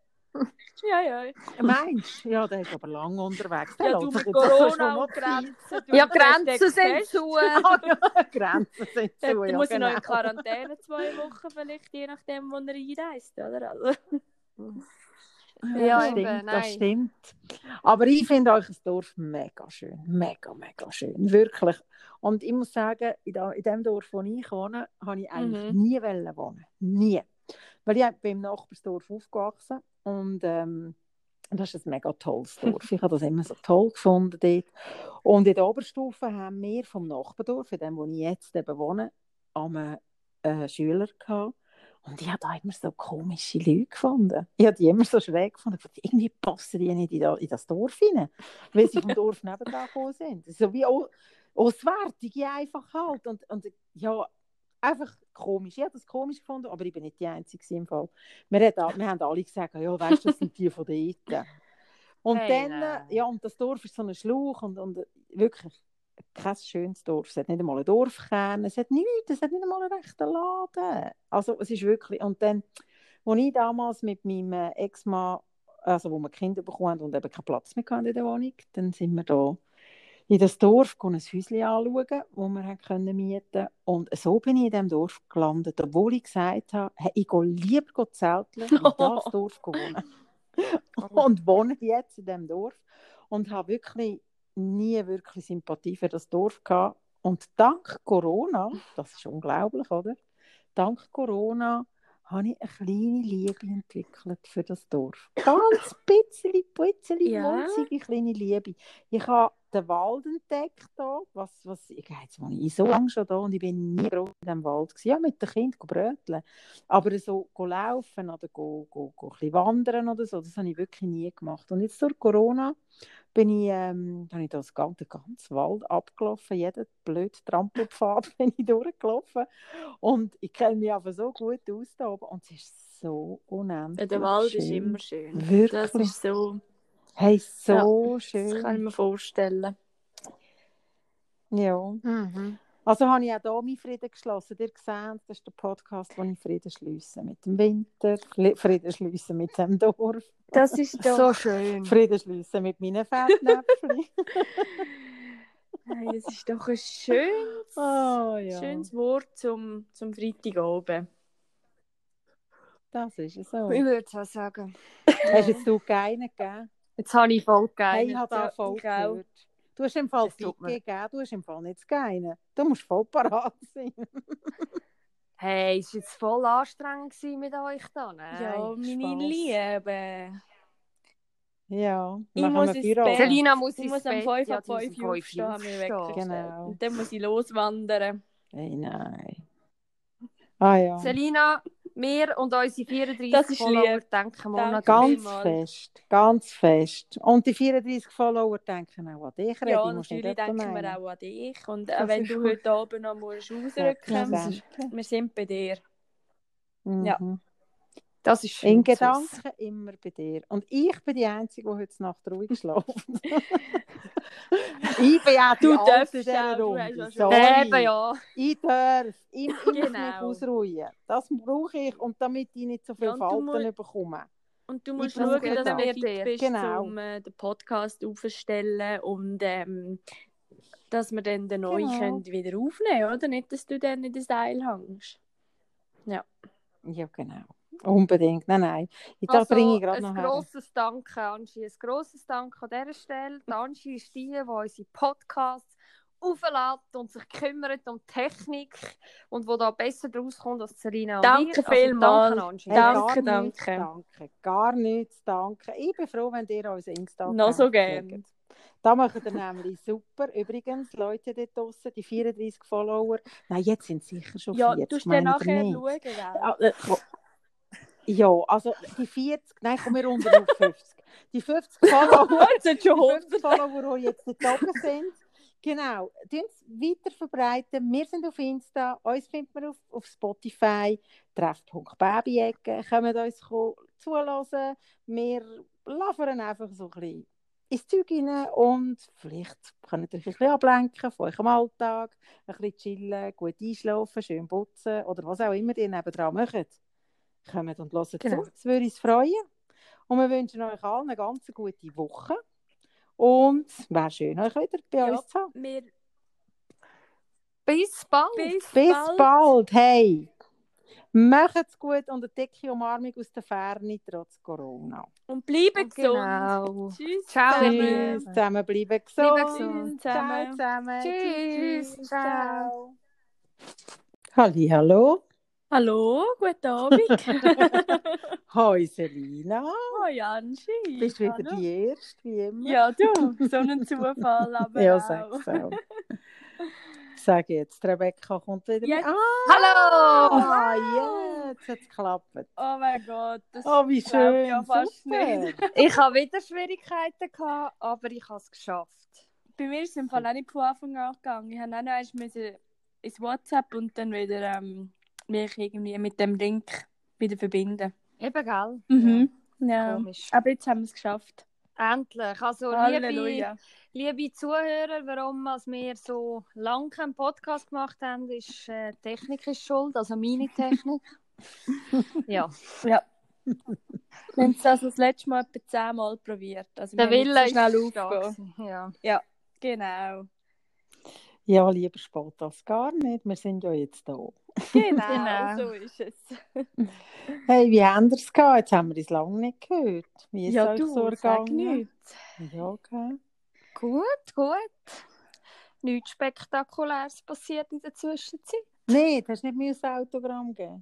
S1: Ja.
S2: Meinst du? Ja, der ist aber lange unterwegs. Der
S1: Ja,
S2: lässt
S1: du
S2: sich
S1: mit
S2: jetzt also
S1: Corona
S2: schon noch
S1: und Grenzen. Du,
S3: Ja,
S1: der
S3: Grenzen
S1: steckt
S3: sind
S1: fest.
S3: zu.
S2: Ah, ja, Grenzen sind
S1: Ja,
S2: zu,
S1: der
S2: ja,
S1: muss ja noch
S2: genau.
S1: in Quarantäne 2 Wochen, vielleicht, je nachdem, wo er einreist, oder? Also.
S3: Ja,
S2: das
S3: eben,
S2: stimmt,
S3: nein.
S2: das stimmt. Aber ich finde euch das Dorf mega schön. Mega, mega schön. Wirklich. Und ich muss sagen, in dem Dorf, wo ich wohne, habe ich eigentlich nie wohnen. Nie. Weil ich bin im Nachbarsdorf aufgewachsen und das ist ein mega tolles Dorf. Ich habe das immer so toll gefunden dort. Und in der Oberstufe haben wir vom Nachbardorf, in dem, wo ich jetzt eben wohne, einen Schüler gehabt. Und ich habe da immer so komische Leute gefunden. Ich habe die immer so schräg gefunden. Irgendwie passen die nicht in das Dorf hinein, weil sie vom Dorf nebenan gekommen sind. So wie Auswärtige einfach halt. Und ja, einfach komisch. Ich habe das komisch gefunden, aber ich bin nicht die Einzige im Fall. Wir haben alle gesagt, ja, weißt du, das sind die von dort. Und
S3: Hey,
S2: dann,
S3: nein.
S2: ja, und das Dorf ist so ein Schlauch und wirklich kein schönes Dorf. Es hat nicht einmal einen Dorfkern, es hat nichts, es hat nicht einmal einen rechten Laden. Also es ist wirklich, und dann, als ich damals mit meinem Ex-Mann, also wo wir Kinder bekommen und eben keinen Platz mehr hatten in der Wohnung, dann sind wir da in das Dorf ein Häuschen anschauen, das wir mieten konnten. Und so bin ich in diesem Dorf gelandet, obwohl ich gesagt habe, hey, ich gehe lieber zelteln, wie das Dorf wohnen. Und wohne jetzt in diesem Dorf und habe wirklich nie wirklich Sympathie für das Dorf gehabt. Und dank Corona, das ist unglaublich, oder? Dank Corona habe ich eine kleine Liebe entwickelt für das Dorf. Ganz bisschen
S1: Ja.
S2: munzige kleine Liebe. Ich habe den Wald entdeckt hier, jetzt wohne ich so lange schon da und ich bin nie groß in diesem Wald gewesen. Ja, mit den Kindern bröteln. Aber so laufen oder ein bisschen wandern oder so, das habe ich wirklich nie gemacht. Und jetzt durch Corona habe ich den ganzen Wald abgelaufen, jeden blöden Trampelpfad bin ich durchgelaufen und ich kenne mich aber so gut aus da oben und es ist so unendlich
S1: Der Wald
S2: schön.
S1: ist immer schön.
S2: Wirklich.
S1: Das ist so...
S2: Hey, so
S1: Ja,
S2: schön.
S1: Das kann ich mir vorstellen.
S2: Ja.
S3: Mhm.
S2: Also habe ich auch hier meinen Frieden geschlossen. Ihr seht, das ist der Podcast, wo ich Frieden schliesse mit dem Winter, Frieden schließe mit dem Dorf,
S1: Das ist doch...
S3: So schön.
S2: Frieden schließe mit meinen Fettnäpfchen.
S1: Hey, das ist doch ein schönes,
S2: Oh, ja.
S1: schönes Wort zum Freitagabend.
S2: Das ist es so.
S3: Ich würde es auch sagen.
S2: Hast jetzt du keinen gegeben?
S3: Jetzt habe ich voll
S2: Hey,
S3: geil.
S2: ich habe da
S1: Ja,
S2: voll
S1: ich auch.
S2: gehört. Du hast im Fall
S3: Es tut mir-
S2: Fick gegeben, du hast im Fall nicht zu geinen. Du musst voll parat sein.
S3: Hey, es war jetzt voll anstrengend gewesen mit euch da.
S1: Ja, meine
S2: Spaß.
S1: Liebe.
S2: Ja,
S1: Ich
S2: machen
S1: muss
S2: wir
S1: ins
S2: Feierabend.
S1: Bett.
S3: Selina muss
S1: Ich
S3: ins
S1: muss am
S3: Bett.
S1: 5
S3: Ja,
S1: ab
S3: die muss
S1: 5
S3: um
S1: Uhr
S3: 5
S1: aufstehen, haben wir
S3: aufstehen.
S1: weggestellt.
S2: Genau.
S1: Und dann muss ich loswandern.
S2: Hey, nein. Ah ja.
S3: Selina, wir und unsere 34
S1: Das ist
S3: Follower
S1: lieb.
S3: denken
S1: Danke.
S3: Monat.
S2: Ganz
S1: vielmals.
S2: fest, ganz fest. Und die 34 Follower denken auch an dich,
S1: Ja,
S2: Redi, musst nicht
S1: natürlich
S2: etwa
S1: denken wir
S2: meinen.
S1: auch an dich. Und
S2: Das
S1: wenn
S2: ist
S1: du
S2: gut.
S1: heute Abend noch musst ausrücken
S3: das
S1: musst,
S3: ist-
S1: wir sind bei dir.
S2: Mhm.
S1: Ja.
S3: Das ist schön.
S2: In
S3: zu
S2: Gedanken
S3: wissen.
S2: immer bei dir. Und ich bin die Einzige, die heute Nacht ruhig schläft. Ich bin ja die
S1: Du
S2: Alte
S1: darfst
S2: in dieser
S1: auch, du
S2: Runde.
S1: hast ja schon-
S2: Sorry.
S3: Eben ja.
S2: Ich darf. Ich muss mich
S1: Genau.
S2: ausruhen. Das brauche ich. Und damit ich nicht so viel
S1: Ja, und du
S2: Falten bekomme.
S1: Und du
S2: Ich
S1: musst
S2: brauche
S1: schauen,
S2: das.
S1: dass du
S3: Wir
S1: fit
S3: dir.
S1: bist,
S2: Genau.
S1: um den Podcast aufzustellen und dass wir dann den neuen
S2: Genau.
S1: können wieder aufnehmen, oder? Nicht, dass du dann in den Seil hängst.
S2: Ja, genau. Unbedingt. Nein. Da bringe ich gerade noch
S3: ein
S2: her.
S3: grosses Danke, Angie. Ein grosses Danke an dieser Stelle. Die Angie ist die unsere Podcasts auflädt und sich kümmert um Technik und wo da besser draus kommt als Selina und
S1: Danke
S3: ich. Also,
S1: vielmals.
S3: danke, Angie.
S2: Hey,
S1: Danke,
S2: gar nichts,
S1: danke.
S2: danke. Gar nichts, danke. Ich bin froh, wenn ihr uns Insta
S1: Noch so gern.
S2: pflegt. Da macht ihr nämlich super. Übrigens, Leute dort draussen, die 34 Follower. Nein, jetzt sind es sicher schon
S1: Ja,
S2: 40.
S1: du musst dann
S2: meint ihr
S1: nachher
S2: nicht?
S1: schauen, gell?
S2: Ja, also die 40, nein, kommen wir runter auf 50. Die 50 Follower,
S1: Jetzt sind schon
S2: die 50
S1: 100.
S2: Follower, die jetzt nicht oben sind, genau, tun es weiter verbreiten. Wir sind auf Insta, uns findet man auf Spotify, treff.babyecke, kommt uns zulassen. Wir labern einfach so ein bisschen ins Zeug rein und vielleicht könnt ihr euch ein bisschen ablenken von eurem Alltag, ein bisschen chillen, gut einschlafen, schön putzen oder was auch immer ihr nebendran macht. Kommt und hört
S3: Genau.
S2: zu, das würde uns freuen. Und wir wünschen euch allen eine ganz gute Woche. Und es wäre schön, euch wieder bei uns zu haben.
S1: Wir
S3: Bis bald.
S2: Bis bald. Hey, macht's gut und eine dicke Umarmung aus der Ferne trotz Corona.
S1: Und bleiben gesund.
S3: Genau.
S1: Tschüss
S3: Ciao.
S1: zusammen.
S2: Tschüss, zusammen bleiben gesund.
S3: Bleiben gesund
S1: zusammen.
S2: Ciao zusammen.
S3: Tschüss.
S2: Ciao. Hallo.
S1: Hallo, guten Abend.
S2: Hoi Selina.
S1: Hoi Angie.
S2: Bist wieder
S1: Hallo.
S2: die Erste, wie immer.
S1: Ja, du, so ein Zufall, aber
S2: Ja,
S1: auch.
S2: sag's auch. Sag jetzt, Rebecca kommt wieder.
S1: Jetzt.
S3: Hallo.
S2: Jetzt hat es geklappt.
S1: Oh mein Gott, das
S2: Oh, wie
S1: glaub ich
S2: schön.
S1: ja fast
S2: Super.
S1: nicht.
S3: Ich habe wieder Schwierigkeiten gehabt, aber ich habe es geschafft.
S1: Bei mir ist es im Fall auch nicht von Anfang an gegangen. Ich musste auch noch erst ins WhatsApp und dann wieder mich irgendwie mit dem Link wieder verbinden.
S3: Eben, gell?
S1: Mhm. Ja.
S3: Komisch.
S1: Aber jetzt haben wir es geschafft.
S3: Endlich. Also,
S1: Halleluja.
S3: liebe Zuhörer, warum wir so lange keinen Podcast gemacht haben, ist Technik ist schuld, also meine Technik. Ja.
S1: Ja. Wir haben es also das letzte Mal etwa 10 Mal probiert. Also
S3: Der
S1: wir müssen
S3: Wille
S1: so schnell
S3: ist da
S1: aufgehen.
S3: gewesen, ja.
S1: Ja, genau.
S2: Ja, lieber spät als gar nicht. Wir sind ja jetzt da.
S1: Genau,
S3: Genau.
S1: so ist es.
S2: Hey, wie haben ihr es gehabt? Jetzt haben wir es lange nicht gehört. Wie ist
S1: Ja,
S2: es euch
S1: du,
S2: so
S1: sag
S2: ergangen?
S1: nichts.
S2: Ja, okay.
S3: Gut. Nichts Spektakuläres passiert in der Zwischenzeit.
S2: Nein, du hast nicht mir ein Autogramm gegeben.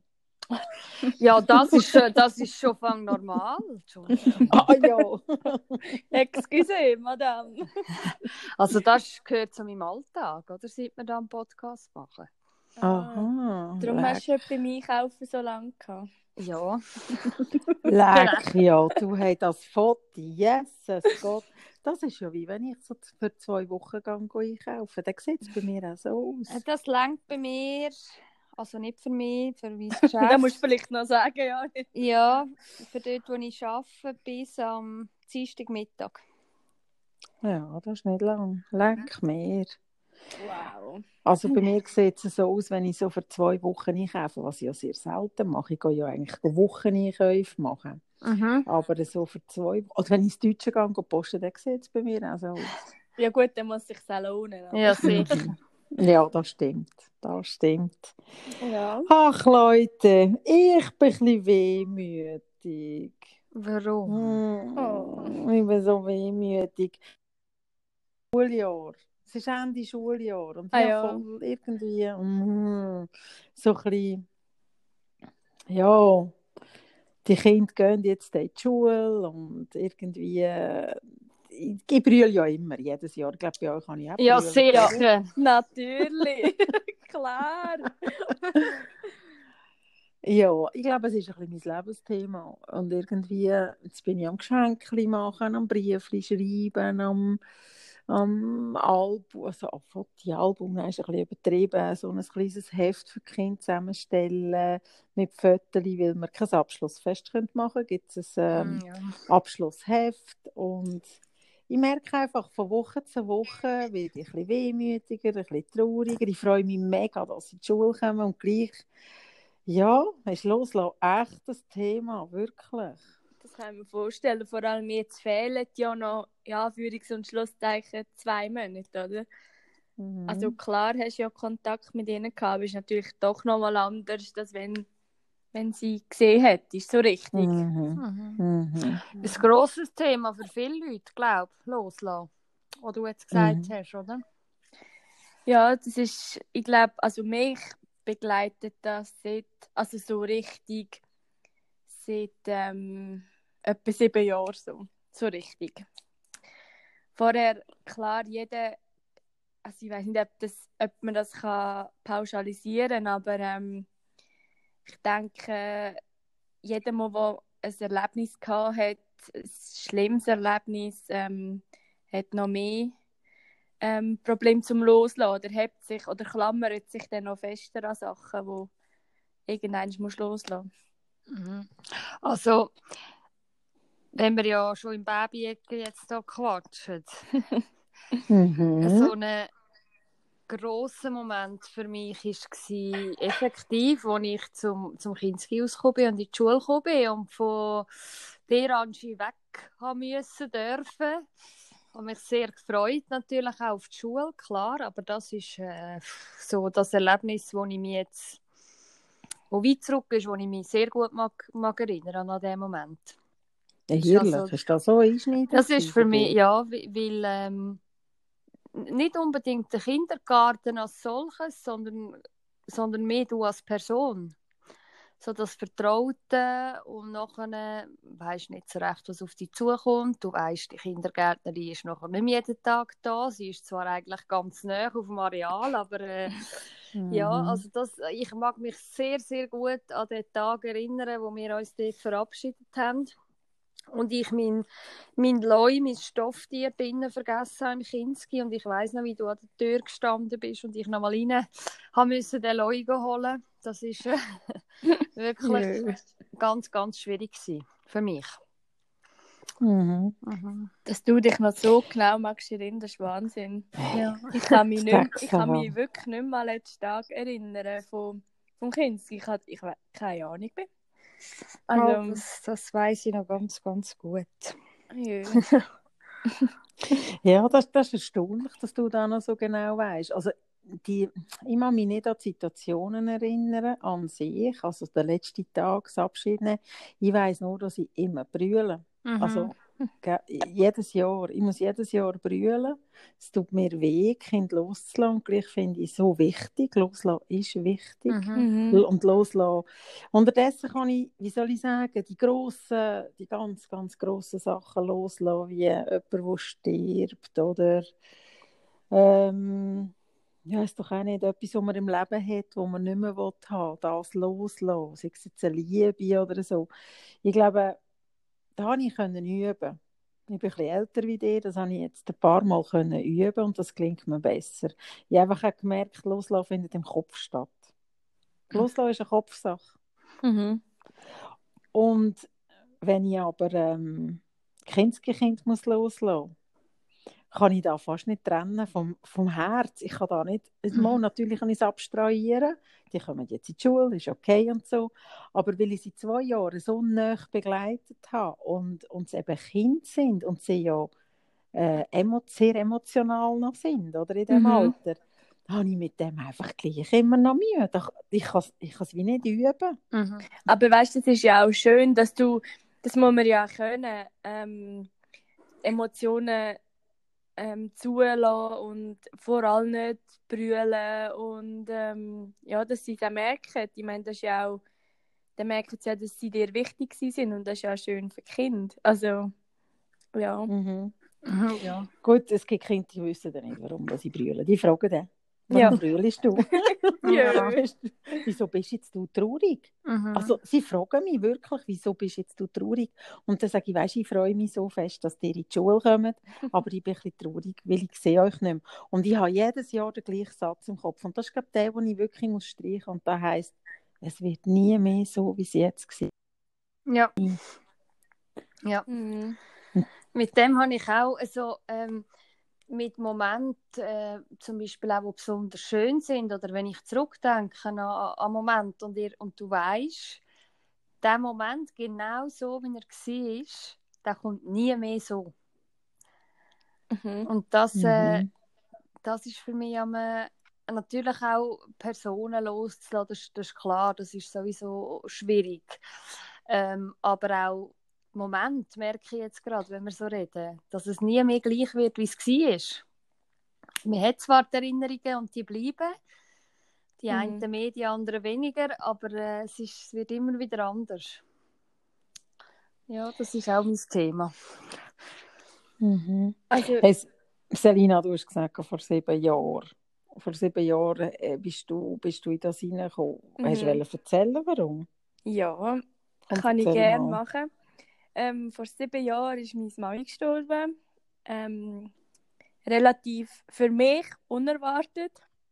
S3: Ja, das ist schon fang normal. Entschuldigung.
S2: Ah ja.
S1: Excuse, Madame.
S3: Also das gehört zu meinem Alltag, oder? Seit wir da einen Podcast machen.
S2: Aha.
S1: Darum hast du beim Einkaufen so lange gehabt.
S3: Ja.
S2: Leck, ja, du hast das Foto, Jesus Gott. Das ist ja wie wenn ich so für 2 Wochen einkaufen. Dann sieht es bei mir auch so aus.
S3: Das reicht bei mir, also nicht für mich, für mein Geschäft.
S1: Da musst du vielleicht noch sagen, ja.
S3: Ja, für dort, wo ich arbeite, bis am Dienstagmittag.
S2: Ja, das ist nicht lang. Leck mir.
S1: Wow.
S2: Also bei mir sieht es so aus, wenn ich so für 2 Wochen einkaufe, was ich ja sehr selten mache. Ich gehe ja eigentlich Wocheneinkäufe machen. Aber so für 2 Wochen, also wenn ich ins Deutsche gehe posten, dann sieht es bei mir auch so aus.
S1: Ja gut, dann muss es sich auch lohnen. Aber.
S3: Ja, sicher.
S2: Ja, das stimmt. Das stimmt.
S1: Ja.
S2: Ach Leute, ich bin ein bisschen wehmütig.
S3: Warum?
S2: Ich bin so wehmütig. Schuljahr. Es ist Ende Schuljahr. Und ich
S1: Ah, ja.
S2: habe voll irgendwie so ein bisschen, ja, die Kinder gehen jetzt in die Schule und irgendwie, ich brülle ja immer, jedes Jahr. Ich glaube, bei euch kann ich auch
S3: Ja,
S2: brüllen.
S3: sicher.
S1: Natürlich. Klar.
S2: Ja, ich glaube, es ist ein bisschen mein Lebensthema. Und irgendwie, jetzt bin ich am Geschenke machen, am Briefli schreiben, am Album, also Fotoalbum, das ist ein bisschen übertrieben, so ein kleines Heft für die Kinder zusammenstellen, mit Fotos, weil wir kein Abschlussfest machen können, gibt es ein Abschlussheft. Und ich merke einfach, von Woche zu Woche werde ich ein bisschen wehmütiger, ein bisschen trauriger. Ich freue mich mega, dass sie in die Schule kommen und gleich, ja, ist loslassen echt das Thema, wirklich.
S1: Das kann ich mir vorstellen. Vor allem jetzt fehlen ja noch, ja, Anführungs- und Schlusszeichen 2 Monate, oder?
S2: Mhm.
S1: Also klar hast du ja Kontakt mit ihnen gehabt, aber es ist natürlich doch noch mal anders, als wenn sie gesehen hättest, so richtig.
S2: Mhm.
S3: Das ist ein grosses Thema für viele Leute, glaube ich, loslassen. Was du jetzt gesagt hast, oder?
S1: Ja, das ist, ich glaube, also mich begleitet das also so richtig seit etwa 7 Jahren so richtig. Vorher, klar, also ich weiß nicht, ob man das kann pauschalisieren kann, aber ich denke, jeder, der ein Erlebnis gehabt hat, ein schlimmes Erlebnis, hat noch mehr Probleme zum Loslassen oder hebt sich oder klammert sich dann noch fester an Sachen, die irgendwann loslassen
S3: musst. Also, wenn wir ja schon im Baby-Ecke jetzt hier quatschen, so ein grosser Moment für mich war effektiv, als ich zum Kinski ausgekommen bin und in die Schule gekommen bin und von der Angie weg haben müssen dürfen. Ich habe mich sehr gefreut, natürlich auch auf die Schule, klar, aber das ist so das Erlebnis, wo ich mich jetzt, wo weit zurück ist, wo ich mich sehr gut mag erinnern an diesen Moment.
S2: Ehrlich,
S3: Also,
S2: ist das so einschneidend?
S3: Das ist für mich, ja, weil nicht unbedingt der Kindergarten als solches, sondern mehr du als Person. So das Vertraute und nachher weisst nicht so recht, was auf dich zukommt. Du weisst, die Kindergärtnerin ist nachher nicht mehr jeden Tag da. Sie ist zwar eigentlich ganz nah auf dem Areal, aber ja, also ich mag mich sehr, sehr gut an den Tag erinnern, wo wir uns dort verabschiedet haben. Und ich mein Leu, mein Stofftier drinnen vergessen habe im Kinski. Und ich weiss noch, wie du an der Tür gestanden bist und ich noch mal rein musste den Leu holen. Das war wirklich ganz, ganz schwierig für mich.
S1: Dass du dich noch so genau magst erinnern, das ist Wahnsinn. Ja. Ich kann mich wirklich nicht mehr an den letzten Tag erinnern vom Kinski. Ich habe keine Ahnung mehr.
S3: Also, das weiss ich noch ganz, ganz gut.
S2: Ja, das ist erstaunlich, dass du da noch so genau weißt. Also, ich kann mich nicht an die Situationen erinnern, an sich, also den letzten Tag, das Abschied nehmen. Ich weiss nur, dass ich immer brülle. Also, Jedes Jahr. Ich muss jedes Jahr brüllen. Es tut mir weh, Kind loszulassen. Und gleich finde ich es so wichtig. Loslassen ist wichtig. Und loslassen. Unterdessen kann ich, wie soll ich sagen, die ganz, ganz grossen Sachen loslassen, wie jemand, der stirbt oder ja, ist doch auch nicht etwas, was man im Leben hat, das man nicht mehr haben will, das loslassen, sei es jetzt eine Liebe oder so. Ich glaube, da konnte ich üben. Ich bin ein bisschen älter wie dir, das habe ich jetzt ein paar Mal üben und das klingt mir besser. Ich habe einfach auch gemerkt, Loslassen findet im Kopf statt. Loslassen ist eine Kopfsache. Und wenn ich aber Kind muss loslassen, kann ich da fast nicht trennen vom Herz. Ich kann da nicht, mal natürlich kann ich es abstrahieren, die kommen jetzt in die Schule, ist okay und so, aber weil ich sie 2 Jahre so nah begleitet habe und sie eben Kinder sind und sie ja sehr emotional noch sind, oder in diesem Alter, habe ich mit dem einfach gleich immer noch Mühe. Ich kann es wie nicht üben.
S1: Aber weißt du, das ist ja auch schön, das muss man ja können, Emotionen zulassen und vor allem nicht brüllen und ja, dass sie das merken. Ich meine, das ist ja auch, dann merken sie ja, dass sie dir wichtig sind und das ist ja schön für die Kinder. Also, ja.
S3: Ja.
S2: Gut, es gibt Kinder, die wissen dann nicht, warum sie brüllen. Die fragen dann,
S1: Ja.
S2: warum brüllst du?
S1: Ja.
S2: Wieso bist jetzt du traurig? Also, sie fragen mich wirklich, wieso bist jetzt du traurig? Und dann sage ich, weisst, ich freue mich so fest, dass ihr in die Schule kommt, aber ich bin ein bisschen traurig, weil ich sehe euch nicht mehr. Und ich habe jedes Jahr den gleichen Satz im Kopf. Und das ist, glaube ich, der, den ich wirklich streichen muss. Und das heisst, es wird nie mehr so, wie es jetzt war.
S3: Ja. Ja. Mit dem habe ich auch so mit Momenten, zum Beispiel auch, die besonders schön sind, oder wenn ich zurückdenke an Moment und du weißt, der Moment genau so, wie er war, der kommt nie mehr so. Und das ist für mich natürlich auch Personen loszulassen, das ist klar, das ist sowieso schwierig. Aber auch Moment merke ich jetzt gerade, wenn wir so reden, dass es nie mehr gleich wird, wie es war. Man hat zwar die Erinnerungen und die bleiben, die einen mehr, die anderen weniger, aber es wird immer wieder anders. Ja, das ist auch mein Thema.
S1: Also,
S2: Hey, Selina, du hast gesagt, vor 7 Jahren. Vor 7 Jahren bist du in das hineingekommen. Hast du erzählen, warum?
S1: ja, kann ich gerne machen. Vor 7 Jahren ist meine Mami gestorben. Relativ für mich unerwartet.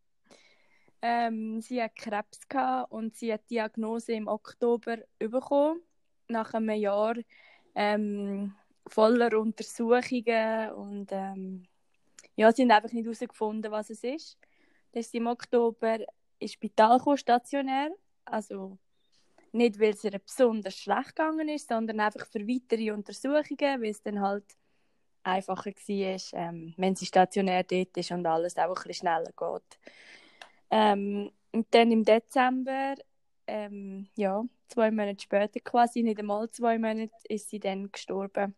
S1: Sie hat Krebs gehabt und sie hat die Diagnose im Oktober bekommen. Nach einem Jahr voller Untersuchungen und ja, sie haben einfach nicht herausgefunden, was es ist. Dann ist sie im Oktober ins Spital gekommen, stationär. Also nicht, weil es ihr besonders schlecht gegangen ist, sondern einfach für weitere Untersuchungen, weil es dann halt einfacher war, wenn sie stationär dort ist und alles auch ein bisschen schneller geht. Und dann im Dezember, ja, 2 Monate später quasi, nicht einmal 2 Monate, ist sie dann gestorben.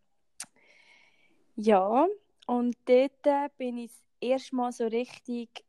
S1: Ja, und dort bin ich das erste Mal so richtig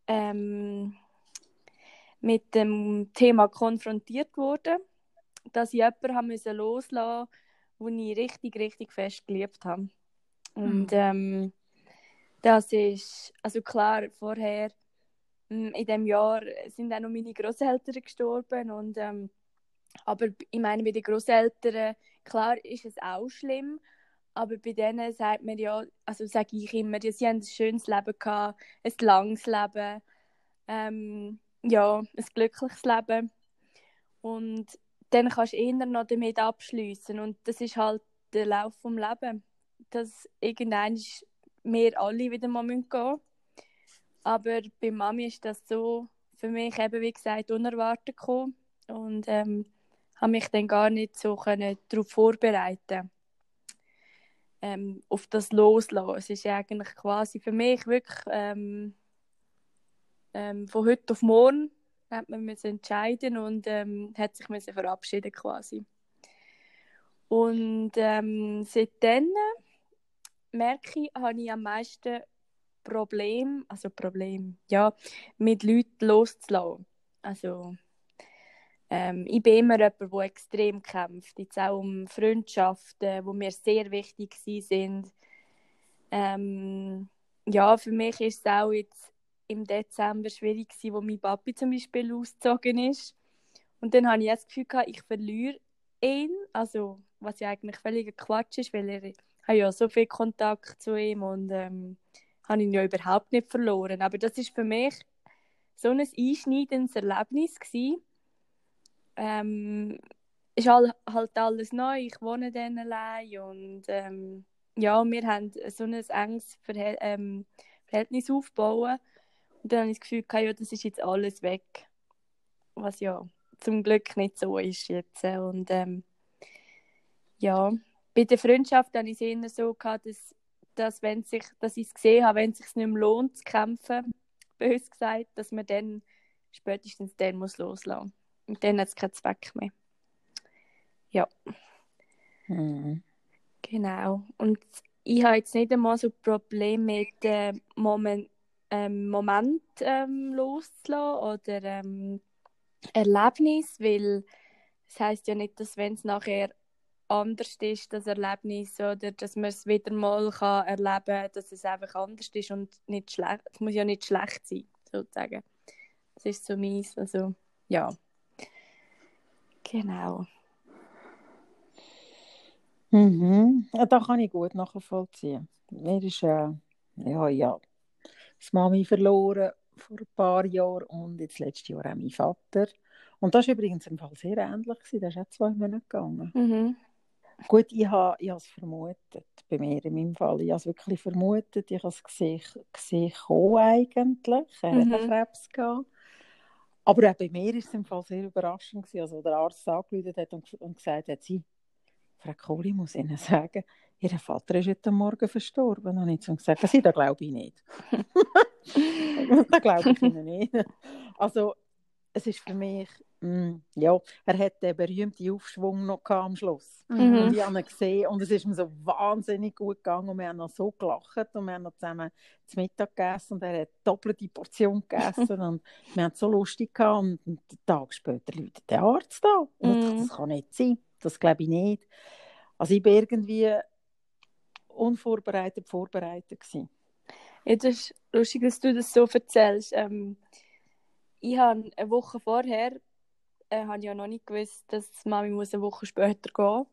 S1: mit dem Thema konfrontiert worden, dass ich jemanden loslassen musste, den ich richtig, richtig fest geliebt habe. Und das ist, also klar, vorher in diesem Jahr sind auch noch meine Grosseltern gestorben. Und, aber ich meine, bei den Grosseltern, klar ist es auch schlimm, aber bei denen sagt man ja, also sage ich immer, sie haben ein schönes Leben gehabt, ein langes Leben, ja, ein glückliches Leben. Und dann kannst du eher noch damit abschliessen. Und das ist halt der Lauf des Lebens. Dass irgendwann wir alle wieder mal gehen müssen. Aber bei Mami ist das so für mich eben, wie gesagt, unerwartet gekommen. Und habe mich dann gar nicht so darauf vorbereiten auf das Loslassen. Es ist eigentlich quasi für mich wirklich von heute auf morgen hat man entscheiden und hat sich verabschieden quasi. Und seitdem merke ich, habe ich am meisten Problem, ja, mit Leuten loszulassen. Also, ich bin immer jemand, der extrem kämpft. Jetzt auch um Freundschaften, die mir sehr wichtig sind. Ja, für mich ist es auch jetzt im Dezember schwierig gewesen, wo mein Papi zum Beispiel ausgezogen ist. Und dann habe ich jetzt das Gefühl gehabt, ich verliere ihn. Also, was ja eigentlich völliger Quatsch ist, weil ich habe ja so viel Kontakt zu ihm und habe ihn ja überhaupt nicht verloren. Aber das ist für mich so ein einschneidendes Erlebnis gewesen. Ist halt alles neu. Ich wohne dann allein und ja, wir haben so ein enges Verhältnis aufgebaut. Und dann habe ich das Gefühl, ja, das ist jetzt alles weg. Was ja zum Glück nicht so ist jetzt. Und ja, bei der Freundschaft habe ich es eher so gehabt, dass ich es gesehen habe, wenn es sich nicht mehr lohnt zu kämpfen, bös gesagt, dass man dann spätestens dann muss loslassen. Und dann hat es keinen Zweck mehr. Ja. Genau. Und ich habe jetzt nicht einmal so Probleme mit Moment loszulassen oder Erlebnis, weil es heisst ja nicht, dass wenn es nachher anders ist, das Erlebnis, oder dass man es wieder mal erleben kann, dass es einfach anders ist und nicht schlecht. Es muss ja nicht schlecht sein, sozusagen. Das ist so meins, also ja. Genau.
S2: Ja, da kann ich gut nachvollziehen. Mir ist das Mami verloren vor ein paar Jahren und jetzt letztes Jahr auch mein Vater. Und das war übrigens im Fall sehr ähnlich. Das ist auch 2 Monate gegangen. Gut, ich habe es vermutet, bei mir in meinem Fall. Ich habe es wirklich vermutet, ich habe es gesehen kommen eigentlich. Er hat einen Krebs gehabt. Aber auch bei mir war es im Fall sehr überraschend gewesen. Also der Arzt angerufen hat und gesagt hat, Frau Kohli, muss ich Ihnen sagen, Ihr Vater ist heute Morgen verstorben. Und ich habe gesagt, das glaube ich nicht. Das glaube ich Ihnen nicht. Also, es ist für mich, ja, er hat den berühmten Aufschwung noch am Schluss. Und ich habe ihn gesehen und es ist mir so wahnsinnig gut gegangen und wir haben noch so gelacht und wir haben noch zusammen zu Mittag gegessen und er hat doppelte Portion gegessen und wir haben es so lustig gehabt und einen Tag später läutet der Arzt da. Und ich dachte, das kann nicht sein, das glaube ich nicht. Also ich war irgendwie unvorbereitet vorbereitet gewesen.
S1: Ja, das ist lustig, dass du das so erzählst. Ich habe eine Woche vorher habe ich ja noch nicht gewusst, dass die Mami muss eine Woche später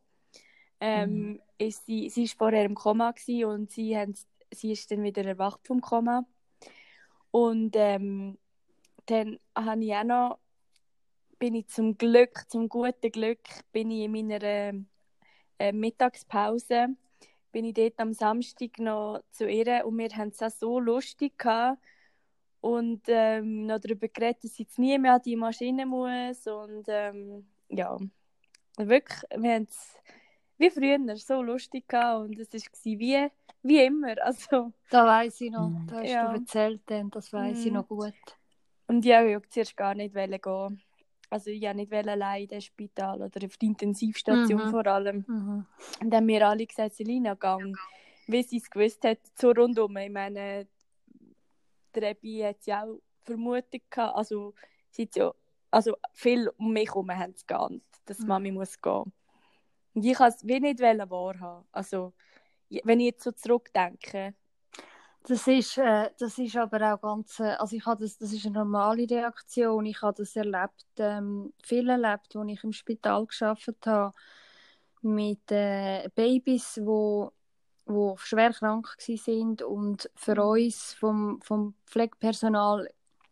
S1: gehen. Sie war vorher im Koma und sie ist dann wieder erwacht vom Koma. Und dann habe ich auch noch, bin ich zum guten Glück, bin ich in meiner Mittagspause, bin ich dort am Samstag noch zu ihr und wir haben es auch so lustig gehabt und noch darüber geredet, dass ich jetzt nie mehr an die Maschine muss und ja, wirklich, wir haben es wie früher so lustig gehabt und es war wie immer, also.
S3: Da weiss ich noch, da hast
S1: ja.
S3: du erzählt, das weiss ich noch gut.
S1: Und ich wollte zuerst gar nicht gehen. Also ich wollte nicht allein in das Spital oder auf die Intensivstation vor allem. Und dann haben mir alle gesagt, Selina, gang. Wie sie es gewusst hat, so rundum. Ich meine, der Ebi hat es ja auch vermutet gehabt. Also, viel um mich herum haben es geahnt, dass Mami muss gehen. Und ich wollte es wie nicht wahrhaben. Also, wenn ich jetzt so zurückdenke.
S3: Das ist aber auch ganz, also das ist eine normale Reaktion. Ich habe das erlebt, viel erlebt, als ich im Spital gearbeitet habe, mit Babys, die schwer krank waren. Und für uns vom Pflegepersonal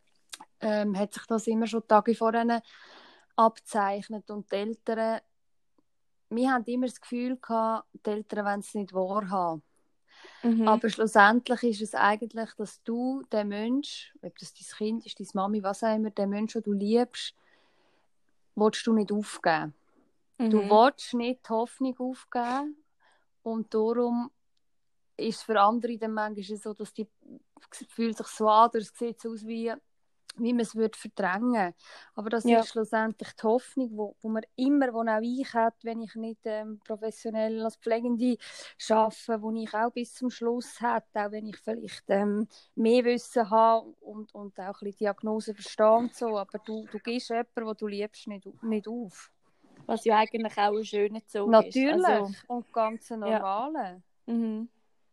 S3: hat sich das immer schon Tage vorher abzeichnet. Und die Eltern, wir haben immer das Gefühl gehabt, die Eltern wollen es nicht wahrhaben. Aber schlussendlich ist es eigentlich, dass du den Mensch, ob das dein Kind ist, deine Mami, was auch immer, den Mensch, den du liebst, willst du nicht aufgeben. Du willst nicht die Hoffnung aufgeben und darum ist es für andere dann manchmal so, dass die fühlt sich so an, oder es sieht so aus wie, wie man es würde verdrängen. Aber das
S1: Ja.
S3: ist schlussendlich die Hoffnung, wo man immer, wo auch ich hätte, wenn ich nicht professionell als Pflegende arbeite, wo ich auch bis zum Schluss hätte, auch wenn ich vielleicht mehr Wissen habe und auch ein bisschen Diagnosen verstehe und so. Aber du gibst jemanden, den du liebst, nicht auf.
S1: Was ja eigentlich auch ein schöner Zug
S3: Natürlich.
S1: ist. Also,
S3: Und ganz normale.
S1: mhm.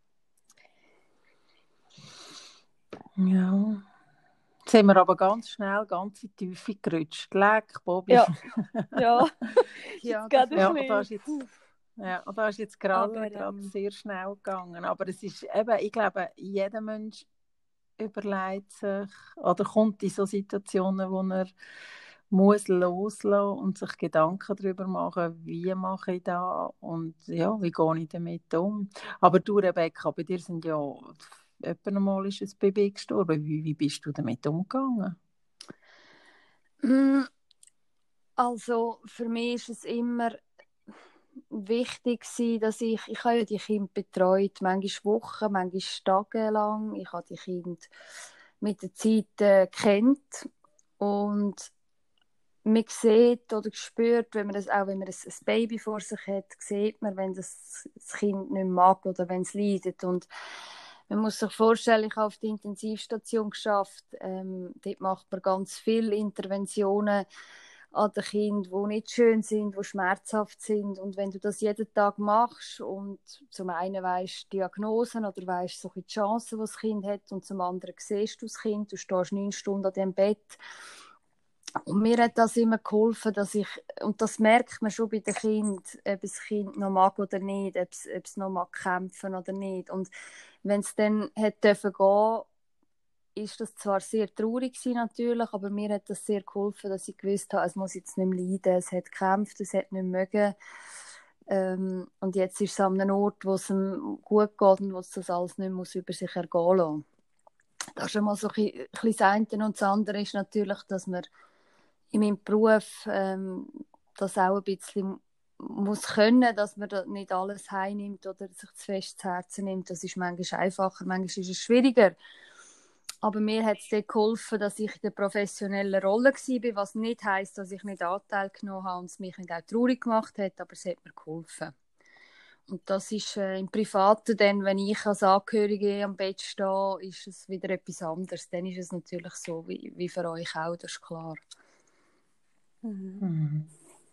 S2: Ja. Jetzt sind wir aber ganz schnell ganz in die Tiefe gerutscht. Leck, Bobby.
S1: Ja. Ja,
S3: Ja,
S1: jetzt gerade
S2: Ja,
S1: ein
S2: und da
S1: bisschen.
S2: ist jetzt, ja, und da ist jetzt gerade
S1: Aber,
S2: sehr schnell gegangen. Aber es ist eben, ich glaube, jeder Mensch überlegt sich oder kommt in so Situationen, wo er muss loslassen und sich Gedanken darüber machen, wie mache ich das und ja, wie gehe ich damit um. Aber du, Rebecca, bei dir sind ja etwa einmal ist ein Baby gestorben. Wie bist du damit umgegangen?
S3: Also für mich ist es immer wichtig gewesen, dass ich habe ja die Kinder betreut, manchmal Wochen, manchmal Tage lang. Ich habe die Kinder mit der Zeit kennt und man sieht oder spürt, wenn man ein Baby vor sich hat, sieht man, wenn das Kind nicht mag oder wenn es leidet. Und man muss sich vorstellen, ich habe auf der Intensivstation geschafft. Dort macht man ganz viele Interventionen an den Kindern, die nicht schön sind, die schmerzhaft sind. Und wenn du das jeden Tag machst und zum einen weisst Diagnosen oder weisst so die Chancen, die das Kind hat, und zum anderen siehst du das Kind, du stehst 9 Stunden an dem Bett. Und mir hat das immer geholfen, und das merkt man schon bei den Kindern, ob das Kind noch mag oder nicht, ob es noch mag kämpfen oder nicht. Und wenn es dann hat dürfen gehen, ist das zwar sehr traurig gewesen, natürlich, aber mir hat das sehr geholfen, dass ich gewusst habe, es muss jetzt nicht mehr leiden, es hat gekämpft, es hat nicht mögen. Und jetzt ist es an einem Ort, wo es ihm gut geht und wo es das alles nicht muss über sich ergehen lassen. Das ist einmal so ein bisschen das eine. Und das andere ist natürlich, dass man in meinem Beruf das auch ein bisschen muss können, dass man da nicht alles heimnimmt oder sich zu fest zu Herzen nimmt. Das ist manchmal einfacher, manchmal ist es schwieriger. Aber mir hat es dort geholfen, dass ich in der professionellen Rolle war, was nicht heisst, dass ich nicht Anteil genommen habe und es mich nicht auch traurig gemacht hat, aber es hat mir geholfen. Und das ist im Privaten dann, wenn ich als Angehörige am Bett stehe, ist es wieder etwas anderes. Dann ist es natürlich so wie für euch auch, das ist klar.
S2: Mhm.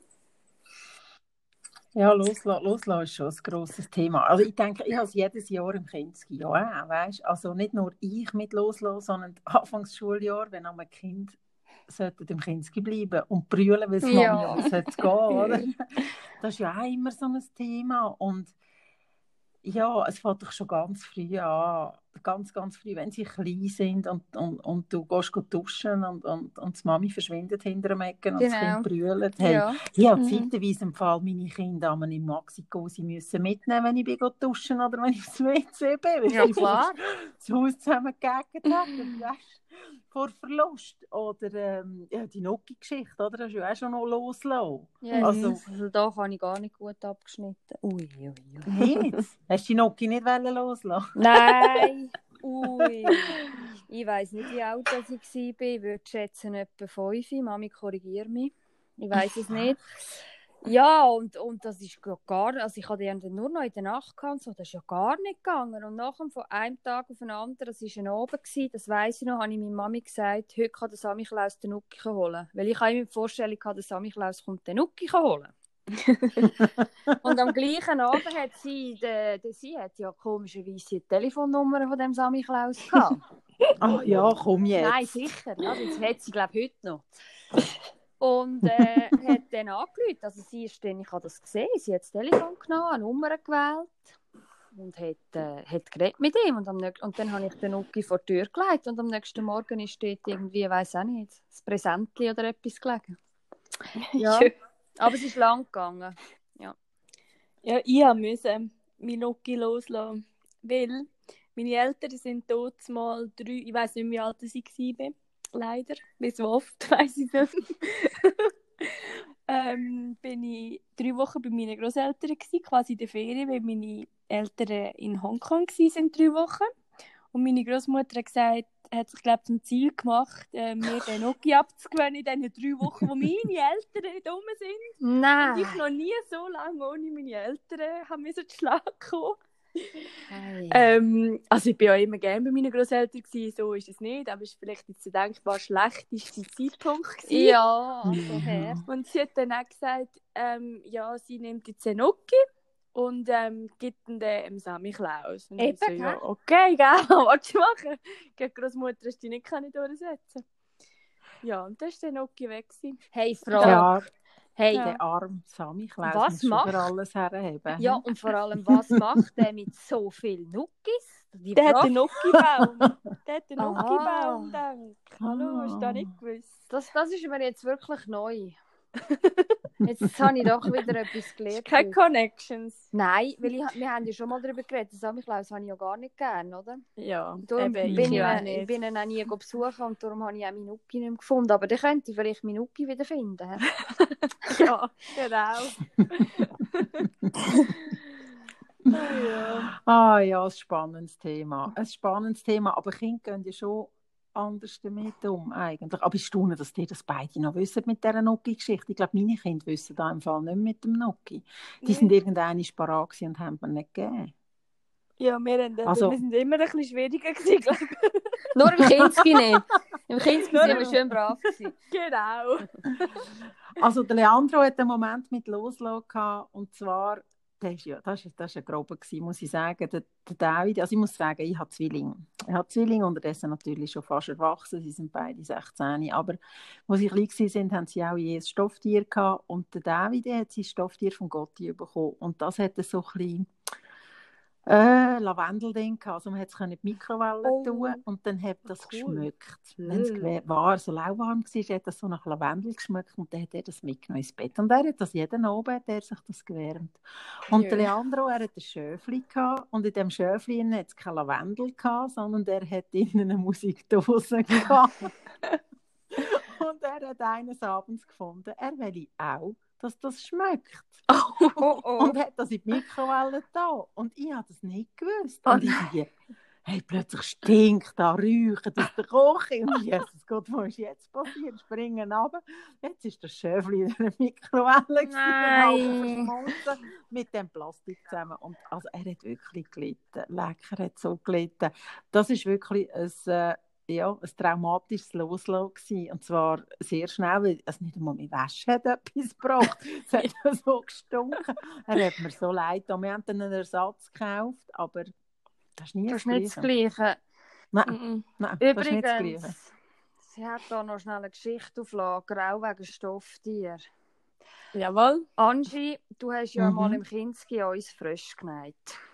S2: Ja, loslassen ist schon ein grosses Thema. Also ich denke, ich habe es jedes Jahr im Kinski auch, weißt? Also nicht nur ich mit loslassen, sondern Anfangsschuljahr, wenn ein Kind sollte im Kinski bleiben und brüllen, weil es Mami aber sollte gehen, oder? Das ist ja auch immer so ein Thema. Und ja, es fängt doch schon ganz früh an. Ganz, ganz früh, wenn sie klein sind und du gehst duschen und die Mami verschwindet hinter dem Ecken und das Kind brüllt. Hey,
S3: Ja.
S2: ich habe zeitweise im Fall meine Kinder einmal im Maxiko, sie müssen mitnehmen, wenn ich bin duschen oder wenn ich aufs WC bin. Weil
S3: Ja, klar.
S2: das Haus zusammengegeben haben, weißt, vor Verlust. Oder ja, die Noki-Geschichte, oder? Das ist ja auch schon noch loslassen.
S3: Yes.
S2: Also
S3: da habe ich gar nicht gut abgeschnitten. Ui.
S2: nicht? Hast du die Noki nicht loslassen?
S3: Nein. Ui. Ich weiss nicht, wie alt ich war. Ich würde schätzen, etwa 5. Mami, korrigiere mich. Ich weiss es nicht. Ja, und das ist gar nicht. Also ich hatte die nur noch in der Nacht gehabt, so. Das ist ja gar nicht gegangen. Und nachher von einem Tag auf den anderen, das war ein Abend, das weiss ich noch, habe ich meiner Mami gesagt, heute kann der Samichlaus den Nuki holen. Weil ich habe mir die Vorstellung gehabt, der Samichlaus kommt den Nuki holen. Und am gleichen Abend hat sie hat ja komischerweise die Telefonnummer von dem Samichlaus gehabt.
S2: Ah ja, komm jetzt.
S3: Nein, sicher. Ja, das hat sie, glaube ich, heute noch. Und hat dann angerufen. Also sie ist dann, ich habe das gesehen, sie hat das Telefon genommen, eine Nummer gewählt und hat geredet mit ihm. Und dann habe ich den Nuki vor die Tür gelegt und am nächsten Morgen ist dort irgendwie, ich weiss auch nicht, ein Präsentchen oder etwas gelegen. Ja, aber es ist lang gegangen. Ja,
S1: ich musste meinen Nuki loslassen, weil meine Eltern sind dort mal 3, ich weiss nicht, wie alt ich war. Leider, wie so oft, weiss ich nicht. Bin ich 3 Wochen bei meinen Grosseltern gewesen, quasi in der Ferien, weil meine Eltern in Hongkong waren 3 Wochen. Und meine Großmutter hat gesagt, hat sich, glaube ich, zum Ziel gemacht, mir den Gnocchi abzugewöhnen in diesen 3 Wochen, wo meine Eltern nicht rum sind. Und
S3: Nein.
S1: ich noch nie so lange ohne meine Eltern haben müssen zu Schlag kommen.
S3: Hey.
S1: Also ich bin ja immer gerne bei meinen Großeltern gewesen, so ist es nicht, aber es war vielleicht jetzt der denkbar schlechteste Zeitpunkt gewesen.
S3: Ja, also her.
S1: Und sie hat dann auch gesagt, ja, sie nimmt jetzt einen Gnocchi und gibt ihn dann dem Sammy Klaus. Und ich so,
S3: Eben,
S1: ja,
S3: gell?
S1: okay, gell, was du machen? Gegen die Großmutter hast du dich nicht durchsetzen. Ja, und dann war der Gnocchi weg gewesen.
S3: Hey, Frau.
S2: Ja,
S3: Hey,
S1: Ja.
S2: der arme Sammy Klaus
S3: Was
S2: muss schon
S3: macht-
S2: für alles herheben.
S3: ja, und vor allem, was macht der mit so vielen Nuggis? Die
S1: Der hat
S3: Frage-
S1: den Gnocchi-Baum. Der hat den
S3: Ah.
S1: Gnocchi-Baum, danke. Hallo, hast du das
S2: Ah.
S1: nicht gewusst?
S3: Das ist mir jetzt wirklich neu. Jetzt habe ich doch wieder etwas gelernt.
S1: Keine Connections.
S3: Nein, weil wir haben ja schon mal darüber geredet. Das Samichlaus habe ich ja gar nicht gern, oder?
S1: Ja,
S3: Darum
S1: eben,
S3: bin
S1: ich auch
S3: ich
S1: nicht.
S3: bin ihn auch nie besuchen und darum habe ich auch Minuki nicht mehr gefunden. Aber dann könnte ich vielleicht Minuki wieder finden. hä?
S1: Ja, genau. Ja.
S2: Ah ja, ein spannendes Thema. Ein spannendes Thema, aber Kinder gehen ja schon anders damit um eigentlich. Aber ich staune, dass die das beide noch wissen mit dieser Gnocchi-Geschichte. Ich glaube, meine Kinder wissen da im Fall nicht mit dem Gnocchi. Die sind irgendwann parat gewesen und haben mir nicht gegeben.
S1: Ja,
S2: Also-
S1: wir sind immer ein bisschen schwieriger gewesen, glaube ich.
S3: Nur im Kinski nicht. Im Kinski
S1: Nur
S3: sind wir
S1: im-
S3: schön brav gewesen.
S1: Genau.
S2: Also der Leandro hat einen Moment mit Loslassen gehabt, und zwar, das war ein grober gewesen, muss ich sagen, der David, also ich muss sagen, ich habe Zwillinge. Ich habe Zwillinge, unterdessen natürlich schon fast erwachsen, sie sind beide 16, aber als sie klein waren, haben sie auch je ein Stofftier gehabt, und der David hat sein Stofftier von Gotti bekommen, und das hatte so ein bisschen Lavendelding gehabt. Also man konnte es in die Mikrowelle tun und dann hat das geschmeckt. Wenn es war, so lauwarm war, hat das so nach Lavendel geschmeckt, und dann hat er das mitgenommen ins Bett. Und er hat das jeden Abend, hat er sich das gewärmt. Und der Leandro, er hat ein Schöfli gehabt, und in dem Schöfli hat es kein Lavendel gehabt, sondern er hat innen eine Musikdose gehabt. Und er hat eines Abends gefunden, er will auch, dass das schmeckt.
S3: Oh, oh.
S2: Und hat das in die Mikrowelle da. Und ich habe das nicht gewusst. Und ich sage, hey, plötzlich stinkt da, räuchert aus der Küche. Und Jesus Gott, was ist jetzt passiert? Springen runter. Jetzt ist das Schöfli in der Mikrowelle
S3: Nein.
S2: verschmolzen mit dem Plastik zusammen. Und also, er hat wirklich gelitten. Lecker, hat so gelitten. Das ist wirklich ein traumatisches Loslassen gewesen. Und zwar sehr schnell, weil es nicht einmal mit Wäsche hat etwas gebracht. Es hat so gestunken. Er hat mir so leid. Wir haben dann einen Ersatz gekauft, aber das ist nie
S3: Das ist nicht das Gleiche.
S2: Nein, das ist nicht das Gleiche.
S3: Übrigens, sie hat da noch schnell eine Geschichte auf Lager, auch wegen Stofftier.
S1: Jawohl.
S3: Angie, du hast ja
S2: Mhm.
S3: mal im Kinski uns frisch genäht.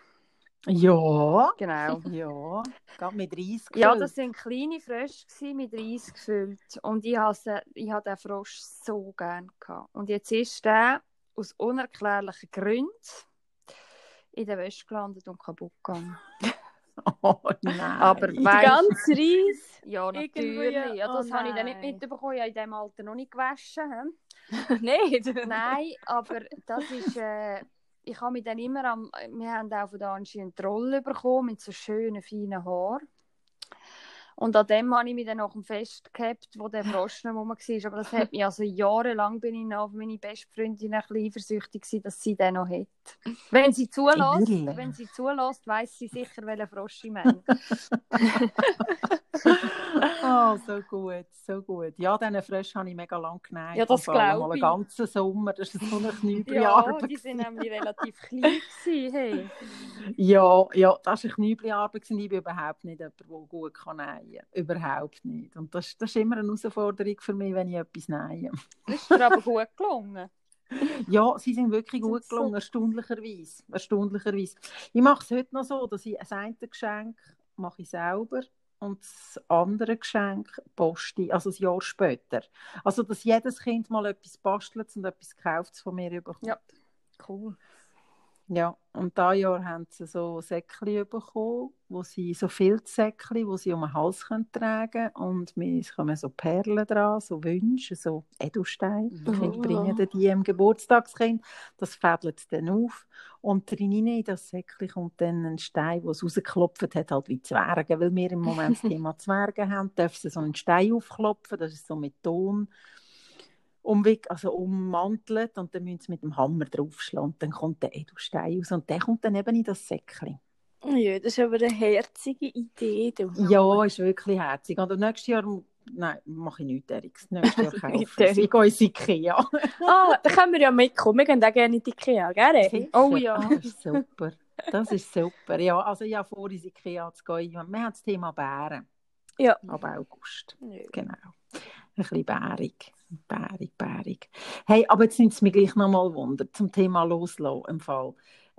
S2: Ja,
S3: Genau.
S2: ja, gerade mit Reis gefüllt.
S3: Ja, das waren kleine Frösche gewesen, mit Reis gefüllt. Und ich habe den Frosch so gerne gehabt. Und jetzt ist der aus unerklärlichen Gründen in der Wäsche gelandet und kaputt gegangen.
S2: Oh nein.
S3: Aber
S1: Der
S3: weißt
S1: ganze Reis.
S3: ja,
S1: Irgendwie,
S3: natürlich. Ja, das
S1: oh
S3: habe ich dann
S1: nein.
S3: nicht mitbekommen. Ich habe in diesem Alter noch nicht gewaschen.
S1: Nicht?
S3: Nein, aber das ist... ich habe mich dann immer wir haben auch von der Angie einen Troll bekommen mit so schönen, feinen Haaren. Und an dem habe ich mich dann nach dem Fest gehabt, wo der Frosch nicht rum war. Aber das hat mich, also jahrelang bin ich noch auf meine beste Freundin ein bisschen eifersüchtig gewesen, dass sie den noch hat. Wenn sie zulässt, weiss sie sicher, welchen Frosch ich meine.
S2: Oh, so gut, so gut. Ja, diesen Frösch habe ich mega lang genäht.
S3: Ja, das
S2: Vor allem
S3: glaube
S2: mal
S3: ich.
S2: einen ganzen Sommer, das war so eine
S3: Ja,
S2: Knübelarbeit.
S3: die sind nämlich relativ klein gewesen, hey.
S2: Ja, das war eine Knübelarbeit. Ich bin überhaupt nicht jemand, der gut nähen kann. Überhaupt nicht. Und das ist immer eine Herausforderung für mich, wenn ich etwas nähe.
S3: Das ist dir aber gut gelungen.
S2: Ja, sie sind wirklich
S3: Sind
S2: gut
S3: so-
S2: gelungen, erstaunlicherweise. Ich mache es heute noch so, dass ich ein eine Geschenk mache ich selber und das andere Geschenk poste ich, also ein Jahr später. Also, dass jedes Kind mal etwas bastelt und etwas kauft von mir bekommt.
S3: Ja. Cool.
S2: Ja, und dieses Jahr haben sie so Säckchen bekommen, wo sie so Filzsäckchen, wo sie um den Hals tragen können. Und es kommen so Perlen dran, so Wünsche, so Edelsteine. Die Kinder bringen dann die im Geburtstagskind. Das fädelt dann auf. Und drin in das Säckchen kommt dann ein Stein, der es rausgeklopft hat, halt wie Zwerge. Weil wir im Moment das Thema Zwerge haben, dürfen sie so einen Stein aufklopfen. Das ist so mit Ton. Ummantelt und dann müssen sie mit dem Hammer draufschlagen und dann kommt der Edelstein raus und der kommt dann eben in das Säckchen.
S1: Ja, das ist aber eine herzige Idee. Du.
S2: Ja, ist wirklich herzig. Und nächstes Jahr, nein, mache ich nichts, Eriks. Nächstes Jahr kaufe ich. Ich gehe ins Ikea.
S1: Da können wir ja mitkommen. Wir gehen auch gerne in die Ikea, gell?
S3: Oh ja.
S2: Das ist super. Das ist super. Ja, also ich habe vor, ins Ikea zu gehen. Wir haben das Thema Bären.
S1: Ja.
S2: Ab August.
S1: Ja.
S2: Genau. Ein bisschen bärig. Hey, aber jetzt nimmt es mich gleich noch mal Wunder zum Thema Loslassen im Fall.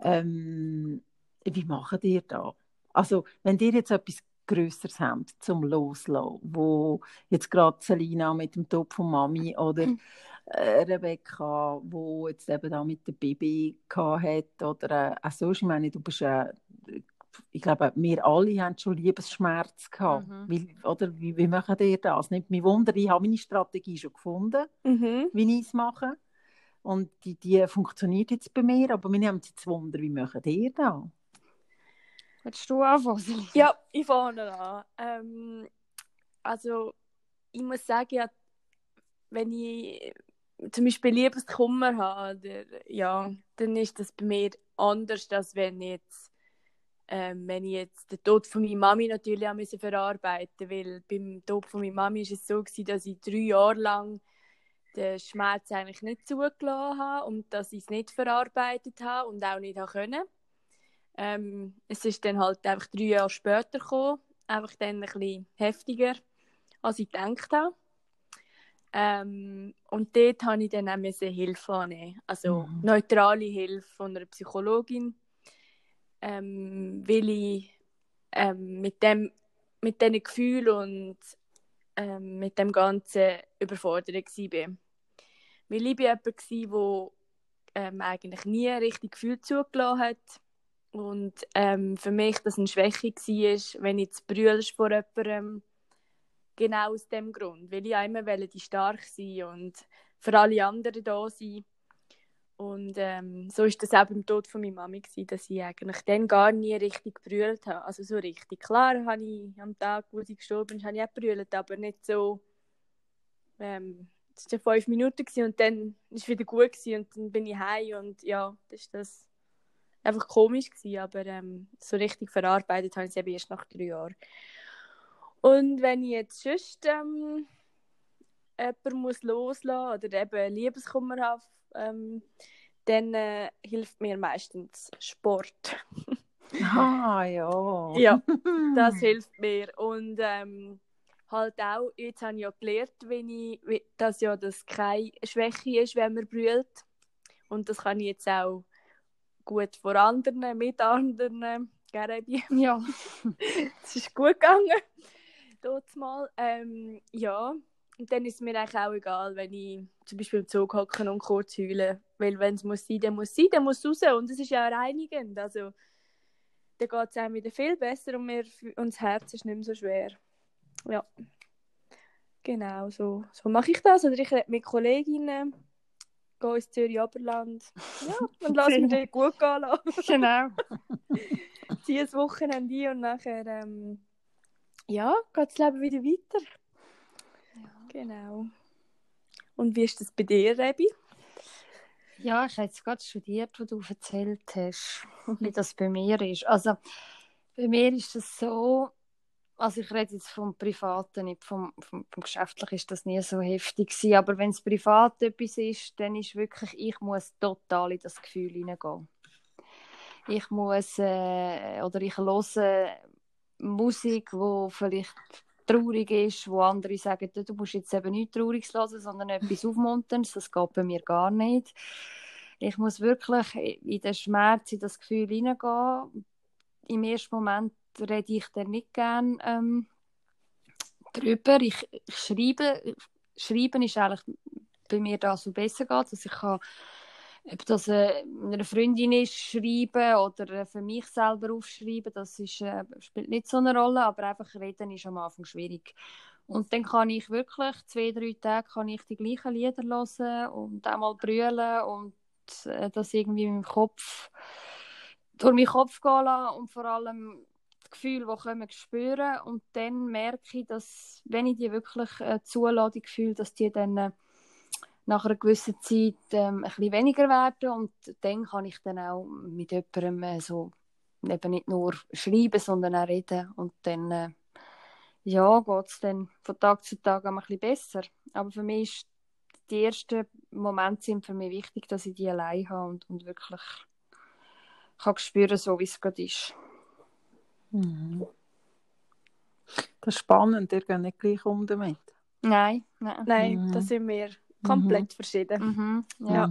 S2: Wie macht ihr da? Also, wenn ihr jetzt etwas Grösseres habt zum Loslassen, wo jetzt gerade Selina mit dem Tod von Mami oder Rebecca, wo jetzt eben da mit der Baby hat oder auch sonst, ich meine, du bist ich glaube, wir alle haben schon Liebesschmerz gehabt. Wie macht ihr das? Nimmt mich Wunder, ich habe meine Strategie schon gefunden, wie ich es mache. Und die funktioniert jetzt bei mir, aber wir haben jetzt Wunder, wie macht ihr das?
S3: Willst du anfangen?
S1: Ja, ich fange an. Also, ich muss sagen, ja, wenn ich zum Beispiel Liebeskummer habe, dann ist das bei mir anders, als wenn ich jetzt den Tod von meiner Mami natürlich auch verarbeiten musste, weil beim Tod von meiner Mami war es so gewesen, dass ich 3 Jahre lang den Schmerz eigentlich nicht zugelassen habe und dass ich es nicht verarbeitet habe und auch nicht können. Es ist dann halt einfach 3 Jahre später gekommen, einfach dann ein bisschen heftiger, als ich gedacht habe. Und dort musste ich dann auch Hilfe annehmen, also neutrale Hilfe von einer Psychologin, weil ich mit diesen Gefühlen und mit dem Ganzen überfordert war. Weil ich war jemand, der eigentlich nie richtig Gefühl zugelassen hat. Und für mich das eine Schwäche war, wenn ich zu brüllen vor jemandem, genau aus dem Grund. Weil ich auch immer die stark sein und für alle anderen da sein. Und so war das auch beim Tod von meiner Mami, dass ich eigentlich dann gar nie richtig gebrüllt habe. Also so richtig. Klar habe ich am Tag, wo sie gestorben ist, habe ich auch gebrüllt, aber nicht so. Es war 5 Minuten und dann war es wieder gut und dann bin ich heim und ja, das war das einfach komisch gewesen, aber so richtig verarbeitet habe ich es eben erst nach 3 Jahren. Und wenn ich jetzt sonst jemanden muss loslassen oder eben Liebeskummer habe, dann hilft mir meistens Sport.
S2: Ah, ja.
S1: Ja, das hilft mir. Und halt auch, jetzt habe ich ja gelernt, dass ja das keine Schwäche ist, wenn man brüllt. Und das kann ich jetzt auch gut vor anderen, mit anderen.
S3: Ja.
S1: Es ist gut gegangen. Dort mal. Ja. Und dann ist es mir eigentlich auch egal, wenn ich zum Beispiel im Zug hocke und kurz heule. Weil wenn es muss sein, dann muss es raus. Und es ist ja reinigend. Also, dann geht es einem wieder viel besser und das Herz ist nicht mehr so schwer. Ja. Genau, so mache ich das. Oder ich rede mit Kolleginnen, gehe ins Zürich-Oberland. Ja, und lasse mich dann gut gehen lassen.
S3: Genau.
S1: Ziehe ein Wochenende ein und nachher geht das Leben wieder weiter. Ja. Genau. Und wie ist das bei dir, Rebi?
S3: Ja, ich habe jetzt gerade studiert, was du erzählt hast, wie das bei mir ist. Also, bei mir ist das so, also ich rede jetzt vom Privaten, nicht vom Geschäftlichen ist das nie so heftig gewesen, aber wenn es privat etwas ist, dann ist wirklich, ich muss total in das Gefühl hineingehen. Ich muss, oder ich höre Musik, die vielleicht traurig ist, wo andere sagen, du musst jetzt eben nicht Trauriges hören, sondern etwas Aufmunterndes. Das geht bei mir gar nicht. Ich muss wirklich in den Schmerz, in das Gefühl hineingehen. Im ersten Moment rede ich dann nicht gerne darüber. Ich schreibe. Schreiben ist eigentlich bei mir das, was besser geht. Also ich kann Ob das einer Freundin ist, schreiben oder für mich selber aufschreiben, das ist, spielt nicht so eine Rolle, aber einfach reden ist am Anfang schwierig. Und dann kann ich wirklich 2-3 Tage kann ich die gleichen Lieder hören und auch mal brüllen und das irgendwie in meinem Kopf, durch meinen Kopf gehen lassen und vor allem die Gefühle, die kommen, spüren. Und dann merke ich, dass, wenn ich die wirklich zulasse, die Gefühle, dass die dann nach einer gewissen Zeit ein bisschen weniger werden und dann kann ich dann auch mit jemandem so eben nicht nur schreiben, sondern auch reden und dann ja, geht es dann von Tag zu Tag auch ein bisschen besser. Aber für mich ist die ersten Momente sind für mich wichtig, dass ich die allein habe und wirklich kann spüren, so wie es gerade ist.
S2: Mhm. Das ist spannend, ihr geht nicht gleich um damit.
S3: Nein.
S1: Nein, da sind wir komplett verschieden.
S3: Ja.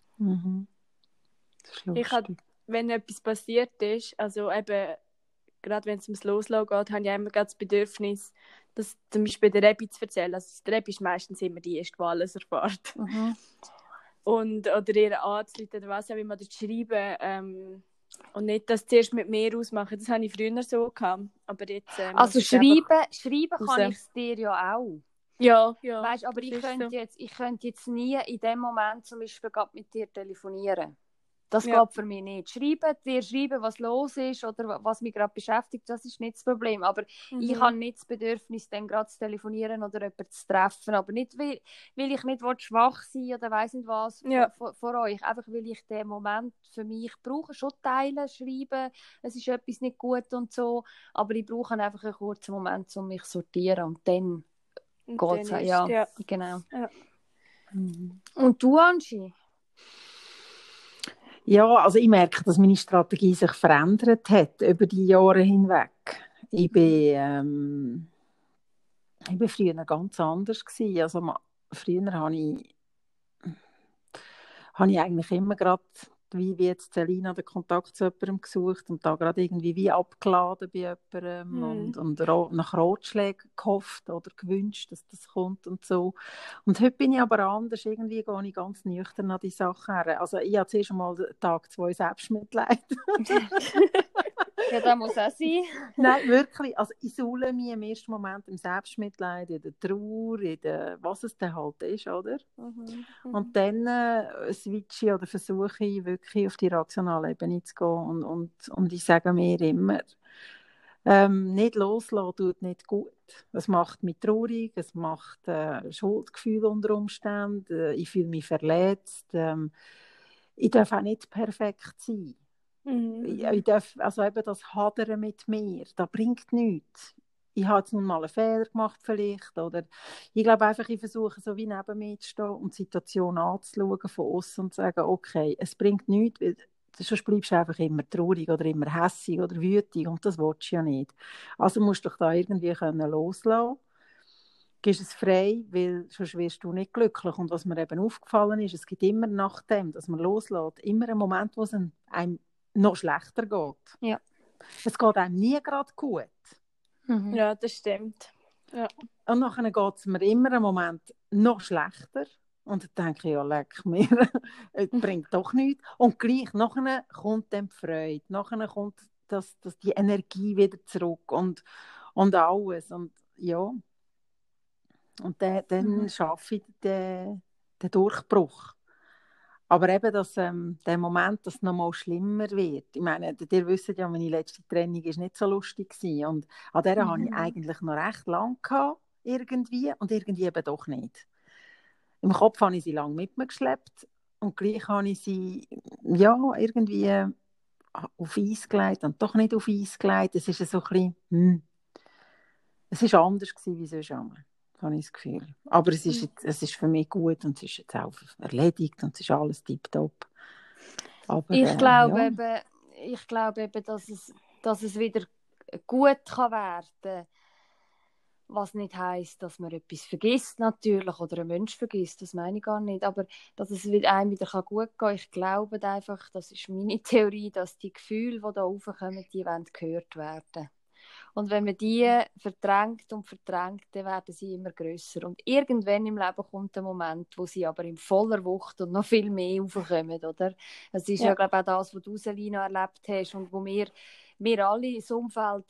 S2: Das ist lustig.
S1: Ich habe, wenn etwas passiert ist, also eben, gerade wenn es ums Loslassen geht, habe ich immer das Bedürfnis, das zum Beispiel der Rebi zu erzählen. Also der Rebi ist meistens immer die erste, die alles erfährt. Oder ihr anzuleiten oder was auch immer, oder zu schreiben. Und nicht das zuerst mit mir ausmachen. Das habe ich früher so gehabt. Aber jetzt,
S3: also schreiben kann ich es dir ja auch.
S1: Ja.
S3: Weißt, aber ich könnte jetzt nie in dem Moment zum Beispiel gerade mit dir telefonieren. Das geht für mich nicht. Dir schreiben, was los ist oder was mich gerade beschäftigt, das ist nicht das Problem. Aber ich habe nicht das Bedürfnis, dann gerade zu telefonieren oder jemanden zu treffen. Aber nicht, weil ich nicht schwach sein oder weiss nicht was vor euch. Einfach, weil ich den Moment für mich brauche. Schon teilen, schreiben, es ist etwas nicht gut und so. Aber ich brauche einfach einen kurzen Moment, um mich zu sortieren. Und dann geht es. Ja, genau.
S1: Ja.
S3: Und du, Angie?
S2: Ja, also ich merke, dass meine Strategie sich verändert hat über die Jahre hinweg. Ich bin früher ganz anders gewesen. Also früher habe ich eigentlich immer gerade, wie jetzt Selina, den Kontakt zu jemandem gesucht und da gerade irgendwie wie abgeladen bei jemandem und nach Ratschlägen gehofft oder gewünscht, dass das kommt und so. Und heute bin ich aber anders. Irgendwie gehe ich ganz nüchtern an die Sachen her. Also ich habe zuerst einmal Tag 2 Selbstmitleid.
S3: Ja, das muss auch sein.
S2: Nein, wirklich. Also ich suhle mich im ersten Moment im Selbstmitleid, in der Trauer, was es dann halt ist, oder? Und dann switche ich oder versuche ich wirklich auf die rationale Ebene zu gehen und ich sage mir immer, nicht loslassen tut nicht gut. Es macht mich traurig, es macht Schuldgefühl unter Umständen, ich fühle mich verletzt, ich darf auch nicht perfekt sein. Ich darf, also eben das Hadern mit mir, das bringt nichts. Ich habe jetzt nun mal einen Fehler gemacht vielleicht, oder ich glaube einfach, ich versuche so wie neben mir zu stehen und die Situation anzuschauen von außen und zu sagen, okay, es bringt nichts, weil sonst bleibst du einfach immer traurig oder immer hässig oder wütig und das willst du ja nicht. Also musst du dich da irgendwie loslassen. Gibst es frei, weil sonst wirst du nicht glücklich. Und was mir eben aufgefallen ist, es gibt immer nach dem, dass man loslässt, immer einen Moment, wo es einem noch schlechter geht.
S3: Ja.
S2: Es geht einem nie gerade gut.
S1: Ja, das stimmt. Ja.
S2: Und nachher geht es mir immer einen Moment noch schlechter. Und dann denke ich, ja, leck mir, es bringt doch nichts. Und gleich, nachher kommt dann die Freude, nachher kommt die Energie wieder zurück und alles. Und ja, und dann schaffe ich den Durchbruch. Aber eben, dass der Moment, dass es noch mal schlimmer wird. Ich meine, ihr wisst ja, meine letzte Trennung war nicht so lustig gewesen. Und an der hatte ich eigentlich noch recht lang gehabt, irgendwie, und irgendwie eben doch nicht. Im Kopf habe ich sie lange mit mir geschleppt und gleich habe ich sie ja, irgendwie auf Eis gelegt und doch nicht auf Eis gelegt. Es ist so ein bisschen, es ist anders gewesen wie sonst einmal. Habe ich das Gefühl. Aber es ist für mich gut und es ist jetzt auch erledigt und es ist alles tipptopp. Aber,
S3: ich glaube eben, dass es wieder gut kann werden, was nicht heisst, dass man etwas vergisst natürlich oder einen Mensch vergisst, das meine ich gar nicht, aber dass es einem wieder gut gehen kann. Ich glaube einfach, das ist meine Theorie, dass die Gefühle, die da raufkommen, die wollen gehört werden. Und wenn man die verdrängt und verdrängt, dann werden sie immer grösser. Und irgendwann im Leben kommt der Moment, wo sie aber in voller Wucht und noch viel mehr raufkommen, oder? Das ist ja, glaube ich, auch das, was du, Selina, erlebt hast und wo wir alle ins Umfeld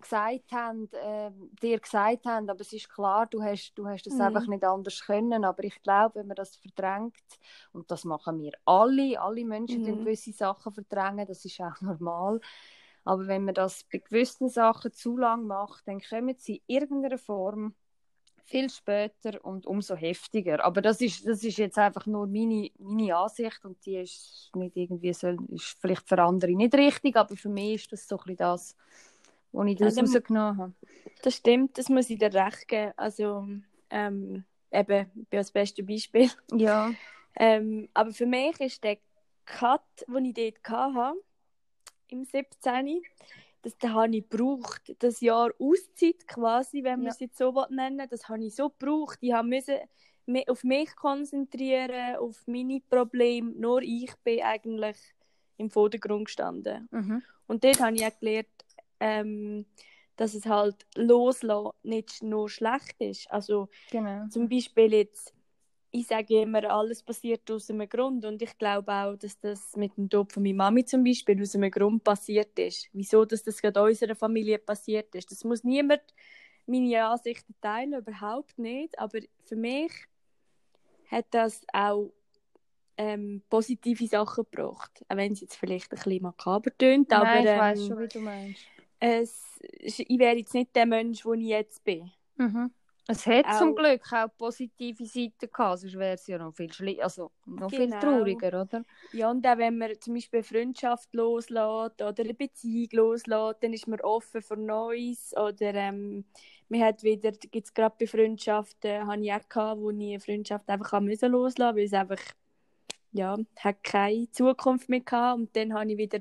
S3: dir gesagt haben, aber es ist klar, du hast das einfach nicht anders können, aber ich glaube, wenn man das verdrängt, und das machen wir alle Menschen, die gewisse Sachen verdrängen, das ist auch normal, aber wenn man das bei gewissen Sachen zu lang macht, dann kommen sie in irgendeiner Form viel später und umso heftiger. Aber das ist jetzt einfach nur meine Ansicht und die ist nicht irgendwie ist vielleicht für andere nicht richtig, aber für mich ist das so ein bisschen das, wo ich das rausgenommen habe.
S1: Das stimmt, das muss ich dir recht geben. Also, eben, ich bin das beste Beispiel.
S3: Ja.
S1: Aber für mich ist der Cut, den ich dort hatte, im 17. Den habe ich gebraucht. Das Jahr Auszeit quasi, wenn man es jetzt so nennen will, das habe ich so gebraucht. Ich musste mich auf mich konzentrieren, auf meine Probleme. Nur ich bin eigentlich im Vordergrund gestanden. Und dort habe ich auch gelernt, dass es halt loslassen nicht nur schlecht ist. Also zum Beispiel jetzt, ich sage immer, alles passiert aus einem Grund und ich glaube auch, dass das mit dem Tod von meiner Mami zum Beispiel aus einem Grund passiert ist. Wieso, dass das gerade unserer Familie passiert ist. Das muss niemand meine Ansichten teilen, überhaupt nicht, aber für mich hat das auch positive Sachen gebracht, auch wenn es jetzt vielleicht ein bisschen makaber tönt.
S3: Nein,
S1: aber
S3: ich weiss schon, wie du meinst.
S1: Ich wäre jetzt nicht der Mensch, der ich jetzt bin.
S3: Es hat zum Glück auch positive Seiten gehabt, sonst wäre es ja noch viel viel trauriger, oder?
S1: Ja, und auch wenn man zum Beispiel eine Freundschaft loslässt oder eine Beziehung loslässt, dann ist man offen für Neues. Oder man hat wieder, gibt es gerade bei Freundschaften, habe ich auch gehabt, wo ich eine Freundschaft einfach loslassen musste, weil es einfach, hat keine Zukunft mehr gehabt. Und dann habe ich wieder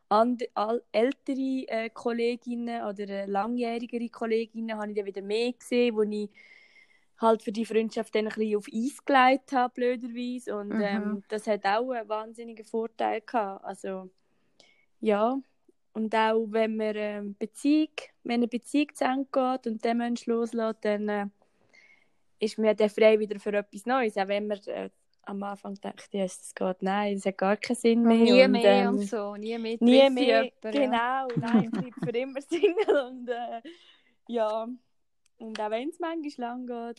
S1: ältere Kolleginnen oder langjährigere Kolleginnen habe ich dann wieder mehr gesehen, wo ich halt für die Freundschaft dann ein bisschen auf Eis gelegt habe, blöderweise. Und das hat auch einen wahnsinnigen Vorteil gehabt. Also, ja. Und auch wenn man wenn eine Beziehung zu Ende geht und der Mensch loslässt, dann ist man dann frei wieder für etwas Neues. Auch wenn man am Anfang denkt, ja, das geht, nein, das hat gar keinen Sinn mehr.
S3: Nie mehr und so, nie mehr.
S1: Nie mehr, genau. Nein, ich bleibe für immer Single und ja. Und auch wenn es manchmal lang geht,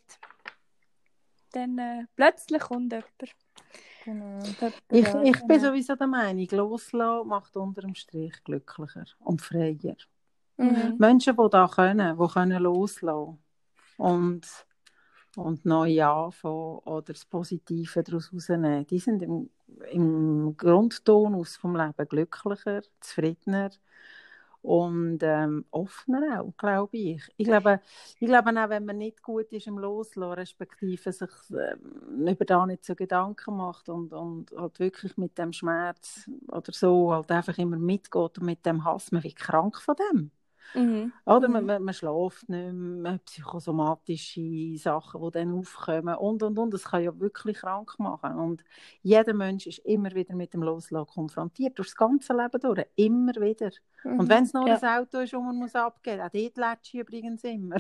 S1: dann plötzlich kommt jemand.
S2: Genau. Ich bin sowieso der Meinung, loslassen macht unter dem Strich glücklicher und freier. Menschen, die da können loslassen und neu anfangen oder das Positive daraus rausnehmen, die sind im Grundtonus vom Leben glücklicher, zufriedener und offener auch, glaube ich. Ich glaube auch, wenn man nicht gut ist im Loslassen, respektive sich über da nicht so Gedanken macht und halt wirklich mit dem Schmerz oder so halt einfach immer mitgeht und mit dem Hass, man wird krank von dem. Oder man schläft nicht mehr, psychosomatische Sachen, die dann aufkommen und. Das kann ja wirklich krank machen. Und jeder Mensch ist immer wieder mit dem Loslassen konfrontiert, durch das ganze Leben durch, immer wieder. Und wenn es nur ein Auto ist, das man muss abgeben muss, auch dort lätsche ich übrigens immer.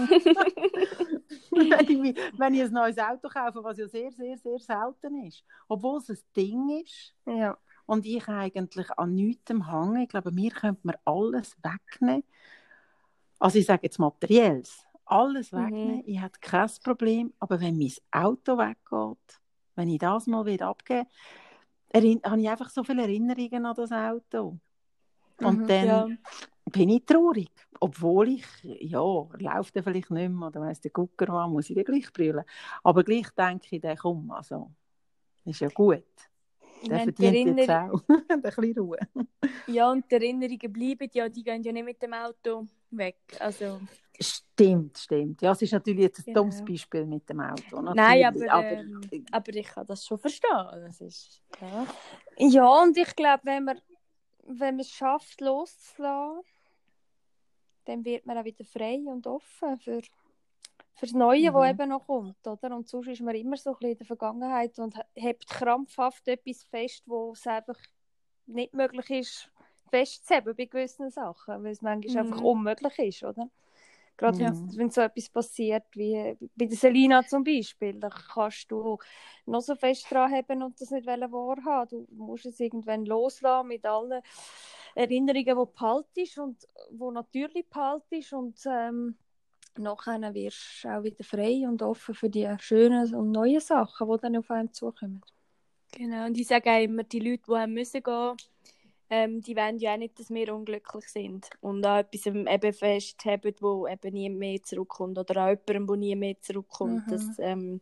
S2: wenn ich ein neues Auto kaufe, was ja sehr, sehr, sehr selten ist, obwohl es ein Ding ist.
S3: Ja.
S2: Und ich eigentlich an nichts hänge. Ich glaube, mir könnte man alles wegnehmen. Also ich sage jetzt Materielles. Alles wegnehmen. Ich habe kein Problem. Aber wenn mein Auto weggeht, wenn ich das mal wieder abgebe, habe ich einfach so viele Erinnerungen an das Auto. Und dann bin ich traurig. Obwohl ich, läuft er vielleicht nicht mehr, oder weiss der Gucker was, muss ich dann gleich brüllen. Aber gleich denke ich, komm, also, ist ja gut. Der verdient jetzt auch ein bisschen Ruhe.
S1: Ja, und die Erinnerungen bleiben ja, die gehen ja nicht mit dem Auto weg. Also.
S2: Stimmt. Ja, es ist natürlich jetzt ein dummes Beispiel mit dem Auto.
S1: Nein, aber ich kann das schon verstehen. Das ist klar.
S3: Ja, und ich glaube, wenn man es schafft, loszulassen, dann wird man auch wieder frei und offen für das Neue, das eben noch kommt. Oder? Und sonst ist man immer so ein bisschen in der Vergangenheit und hebt krampfhaft etwas fest, wo es einfach nicht möglich ist, festzuhalten bei gewissen Sachen, weil es manchmal einfach unmöglich ist, oder? Gerade wenn so etwas passiert, wie bei der Selina zum Beispiel, da kannst du noch so fest dran haben und das nicht wahrhaben. Du musst es irgendwann loslassen mit allen Erinnerungen, die du behaltest und die natürlich behaltest und nachher wirst du auch wieder frei und offen für die schönen und neuen Sachen, die dann auf einen zukommen.
S1: Genau, und ich sage auch immer, die Leute, die haben müssen gehen, die wollen ja auch nicht, dass wir unglücklich sind und an etwas eben festhalten, wo eben nie mehr zurückkommt oder an jemandem, wo nie mehr zurückkommt. Das,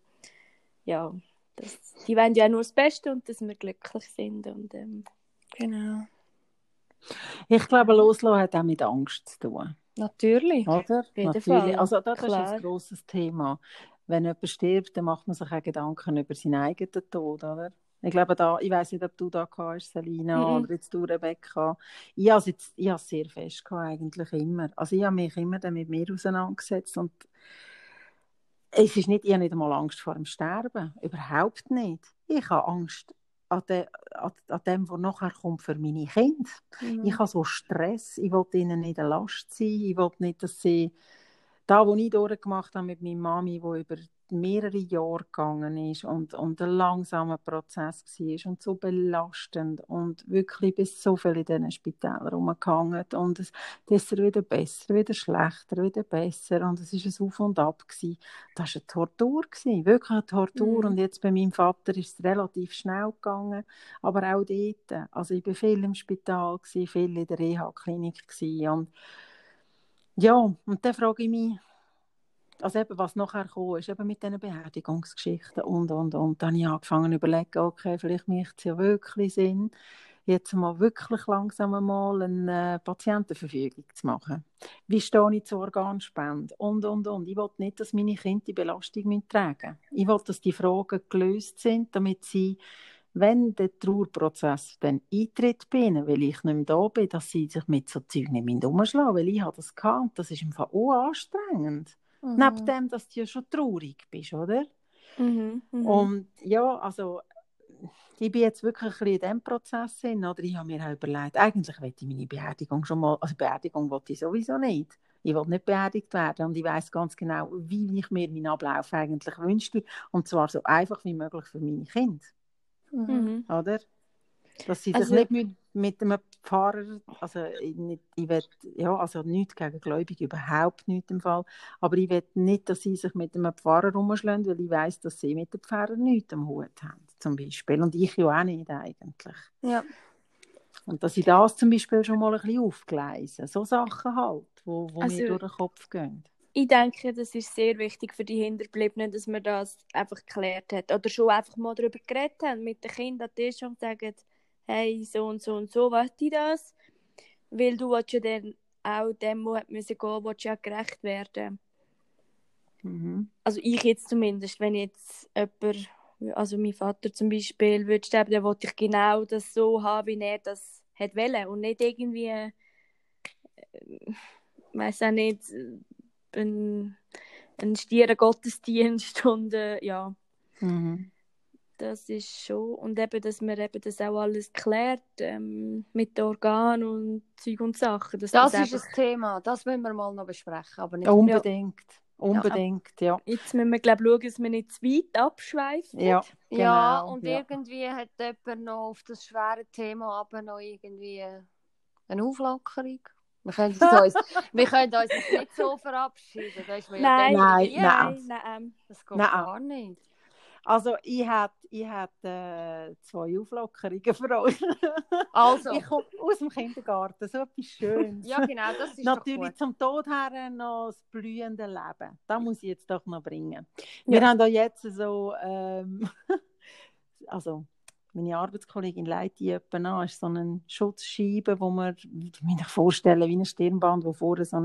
S1: die wollen ja auch nur das Beste und dass wir glücklich sind. Und,
S3: genau.
S2: Ich glaube, Loslassen hat auch mit Angst zu tun.
S3: Natürlich.
S2: Oder?
S1: Auf jeden
S2: Natürlich.
S1: Fall.
S2: Also das ist
S1: Klar.
S2: ein grosses Thema. Wenn jemand stirbt, dann macht man sich auch Gedanken über seinen eigenen Tod, oder? Ich glaube, ich weiss nicht, ob du da hast, Selina, oder jetzt du, Rebecca. Ich habe es sehr fest gehabt, eigentlich immer. Also ich habe mich immer dann mit mir auseinandergesetzt und ich habe nicht einmal Angst vor dem Sterben. Überhaupt nicht. Ich habe Angst an dem, was nachher kommt für meine Kinder. Ich habe so Stress. Ich will ihnen nicht eine Last sein. Ich will nicht, dass sie da, was ich durchgemacht habe mit meiner Mami, die über mehrere Jahre gegangen ist und ein langsamer Prozess war und so belastend und wirklich bis so viel in diesen Spitälern rumgehangen und das ist wieder besser, wieder schlechter, wieder besser und es war ein Auf und Ab gewesen. Das war eine Tortur gewesen, wirklich eine Tortur und jetzt bei meinem Vater ist es relativ schnell gegangen, aber auch dort, also ich war viel im Spital gewesen, viel in der Reha-Klinik gewesen und ja, und dann frage ich mich, also eben, was nachher kam, ist eben mit diesen Beerdigungsgeschichten und. Dann habe ich angefangen zu überlegen, okay, vielleicht macht es ja wirklich Sinn, jetzt mal wirklich langsam mal eine Patientenverfügung zu machen. Wie stehe ich zur Organspende? Und. Ich will nicht, dass meine Kinder die Belastung tragen müssen. Ich will, dass die Fragen gelöst sind, damit sie, wenn der Trauerprozess dann eintritt bei ihnen, weil ich nicht mehr da bin, dass sie sich mit so Zeug nicht umschlagen müssen, weil ich habe das gehabt und das ist im Fall auch anstrengend. Neben dem, dass du ja schon traurig bist, oder? Und ja, also ich bin jetzt wirklich ein bisschen in diesem Prozess hin, oder ich habe mir auch überlegt, eigentlich will ich meine Beerdigung schon mal, also Beerdigung will ich sowieso nicht. Ich will nicht beerdigt werden und ich weiss ganz genau, wie ich mir meinen Ablauf eigentlich wünschte und zwar so einfach wie möglich für meine Kinder. Oder? Dass sie sich nicht mit einem Pfarrer, also ich will, ja, also nichts gegen Gläubige, überhaupt nicht im Fall, aber ich will nicht, dass sie sich mit einem Pfarrer rumschlagen, weil ich weiss, dass sie mit dem Pfarrer nichts am Hut haben, zum Beispiel. Und ich ja auch nicht eigentlich.
S3: Ja.
S2: Und dass ich das zum Beispiel schon mal ein bisschen aufgleise. So Sachen halt, wo mir durch den Kopf gehen.
S1: Ich denke, das ist sehr wichtig für die Hinterbliebenen, dass man das einfach geklärt hat. Oder schon einfach mal darüber geredet haben mit den Kindern und sagen, hey, so und so und so wollte ich das. Weil du willst ja dann auch dem, der gehen willst ja gerecht werden. Also ich jetzt zumindest, wenn jetzt jemand, also mein Vater zum Beispiel, würde sterben, dann wollte ich genau das so haben, wie er das hat wollen. Und nicht irgendwie, weiss auch nicht, ein stieren Gottesdienst und ja. Das ist schon, und eben, dass man eben das auch alles klärt mit den Organen und Zeug und Sachen.
S3: Das ist einfach ein Thema, das müssen wir mal noch besprechen. Aber nicht
S2: unbedingt, unbedingt, ja.
S1: Jetzt müssen wir, glaube ich, schauen, dass wir nicht zu weit abschweifen.
S2: Ja, genau,
S3: ja, und irgendwie hat jemand noch auf das schwere Thema aber noch irgendwie eine Auflockerung. Wir können uns jetzt nicht so verabschieden. Da ist
S2: Nein.
S3: Das geht gar nicht.
S2: Also ich hätte 2 Auflockerungen für euch.
S3: Also.
S2: Ich komme aus dem Kindergarten, so etwas Schönes.
S3: Ja, genau, das ist
S2: natürlich
S3: doch gut.
S2: zum Tod her noch das blühende Leben. Das muss ich jetzt doch noch bringen. Wir haben da jetzt so, also meine Arbeitskollegin leitet die an, ist so eine Schutzscheibe, wo man, ich mir vorstellen, wie ein Stirnband, wo vorne so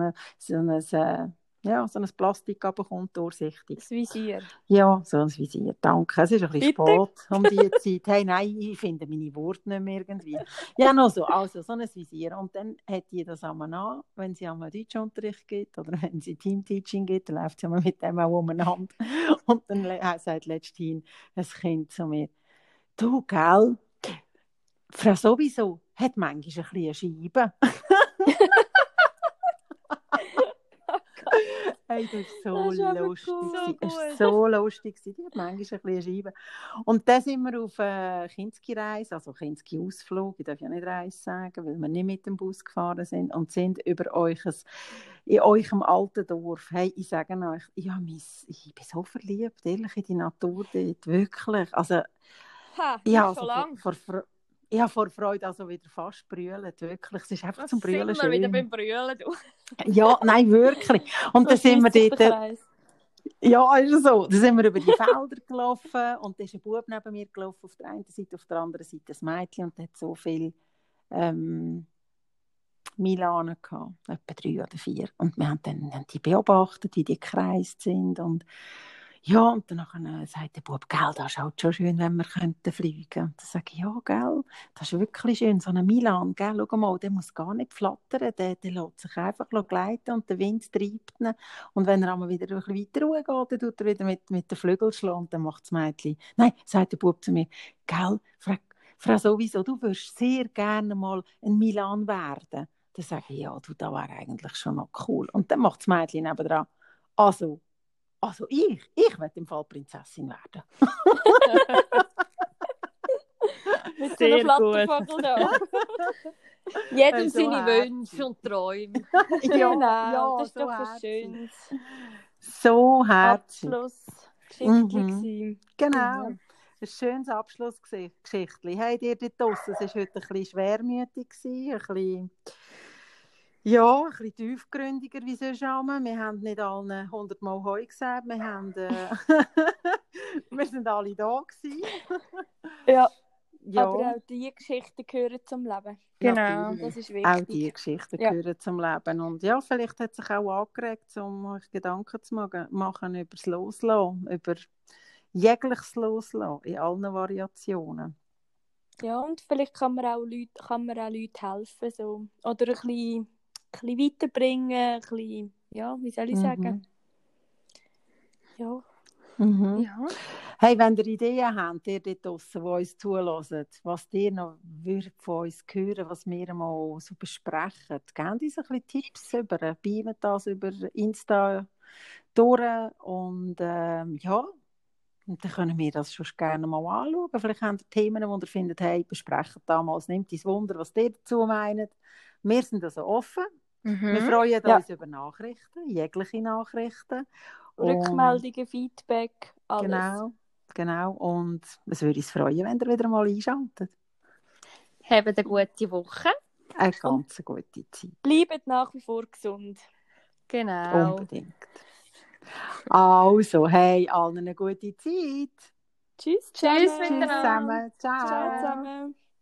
S2: ein Plastik abkommt, durchsichtig.
S1: Das Visier.
S2: Ja, so ein Visier, danke. Es ist ein bisschen spät um diese Zeit. Hey, nein, ich finde meine Worte nicht mehr irgendwie. Ja, noch so, also so ein Visier. Und dann hat die das einmal an, wenn sie einmal Deutschunterricht gibt oder wenn sie Teamteaching gibt, dann läuft sie einmal mit dem auch umeinander. Und dann sagt letzthin ein Kind zu mir, du, gell, Frau sowieso hat manchmal ein bisschen eine Scheibe. Hey, das war so
S1: Das ist aber
S2: lustig.
S1: cool.
S2: gewesen.
S1: So
S2: Es war
S1: gut.
S2: so lustig. Die hat manchmal ein bisschen eine Scheibe. Und dann sind wir auf Kinski-Reise, also Kinski-Ausflug, ich darf ja nicht Reise sagen, weil wir nicht mit dem Bus gefahren sind, und sind über in eurem alten Dorf. Hey, ich sage euch, ich bin so verliebt, ehrlich, in die Natur dort, wirklich. Also,
S1: Ha,
S2: ich
S1: nicht
S2: habe
S1: schon
S2: also
S1: lange.
S2: ich habe vor Freude also wieder fast brüllt, wirklich. Es ist einfach
S1: Das
S2: zum Brüllen
S1: sind wir wieder
S2: schön.
S1: beim Brüllen. Du.
S2: Ja, nein, wirklich. Und dann
S1: So
S2: sind wir
S1: schließt sich der
S2: dort...
S1: Kreis.
S2: Ja, ist so. Dann sind wir über die Felder gelaufen und da ist ein Bub neben mir gelaufen, auf der einen Seite, auf der anderen Seite ein Mädchen, und der hat so viel Milanen gehabt, etwa 3 oder 4. Und wir haben dann die beobachtet, wie die gekreist sind, und ja, und dann sagt der Bub, gell, das ist halt schon schön, wenn wir könnten fliegen. Und dann sage ich, ja, gell, das ist wirklich schön, so ein Milan, gell, schau mal, der muss gar nicht flattern, der lässt sich einfach gleiten und der Wind treibt ihn. Und wenn er einmal wieder ein bisschen weiter ruhig geht, dann tut er wieder mit den Flügeln schlagen, und dann macht das Mädchen. Nein, sagt der Bub zu mir, gell, Frau sowieso, du würdest sehr gerne mal ein Milan werden. Dann sage ich, ja, du, das wäre eigentlich schon noch cool. Und dann macht das Mädchen nebenan, also ich will im Fall Prinzessin werden.
S1: Mit so einem
S3: Sehr
S1: Flattervogel da. Jedem
S2: Hey, so
S1: seine
S2: herzig.
S1: Wünsche und Träume.
S2: Ja,
S1: Genau,
S2: ja,
S1: das ist
S2: so
S1: doch ein
S2: herzig.
S1: schönes
S2: So herzig.
S1: Abschlussgeschichtchen.
S2: Mhm. Genau. Ein schönes Abschlussgeschichtchen. Hey, dir dort draussen, es war heute ein bisschen schwermütig, ein bisschen tiefgründiger wie sonst einmal. Wir haben nicht allen 100 Mal Heu gesagt. Wir sind alle da gewesen.
S1: Ja,
S2: Ja,
S1: aber auch diese Geschichten gehören zum Leben.
S3: Genau.
S2: natürlich.
S1: Das ist
S2: Auch
S1: wichtig.
S2: diese Geschichten
S1: Ja.
S2: gehören zum Leben. Und ja, vielleicht hat sich auch angeregt, um euch Gedanken zu machen über das Loslassen, über jegliches Loslassen in allen Variationen.
S1: Ja, und vielleicht kann man auch Leuten helfen. So. Oder ein bisschen weiterbringen. Ein bisschen, ja, wie soll ich sagen? Ja.
S2: Mhm.
S3: Ja.
S2: Hey, wenn ihr Ideen habt, ihr dort draussen, die uns zulassen, was ihr noch würdet von uns hören, was wir mal so besprechen, gebt uns ein bisschen Tipps über, beamt das über Insta durch, und ja, und dann können wir das schon gerne mal anschauen. Vielleicht habt ihr Themen, wo ihr findet, hey, besprechen damals, nimmt uns Wunder, was ihr dazu meint. Wir sind also offen. Wir freuen uns über Nachrichten, jegliche Nachrichten.
S1: Rückmeldungen, Feedback, alles.
S2: Genau. Und es würde uns freuen, wenn ihr wieder mal einschaltet.
S3: Habt eine gute Woche.
S2: Eine ganz gute Zeit.
S1: Bleibt nach wie vor gesund.
S3: Genau.
S2: Unbedingt. Also, hey, allen eine gute Zeit.
S1: Tschüss
S3: Tschüss
S1: zusammen.
S3: miteinander.
S2: Tschüss zusammen. Ciao.
S1: Ciao zusammen.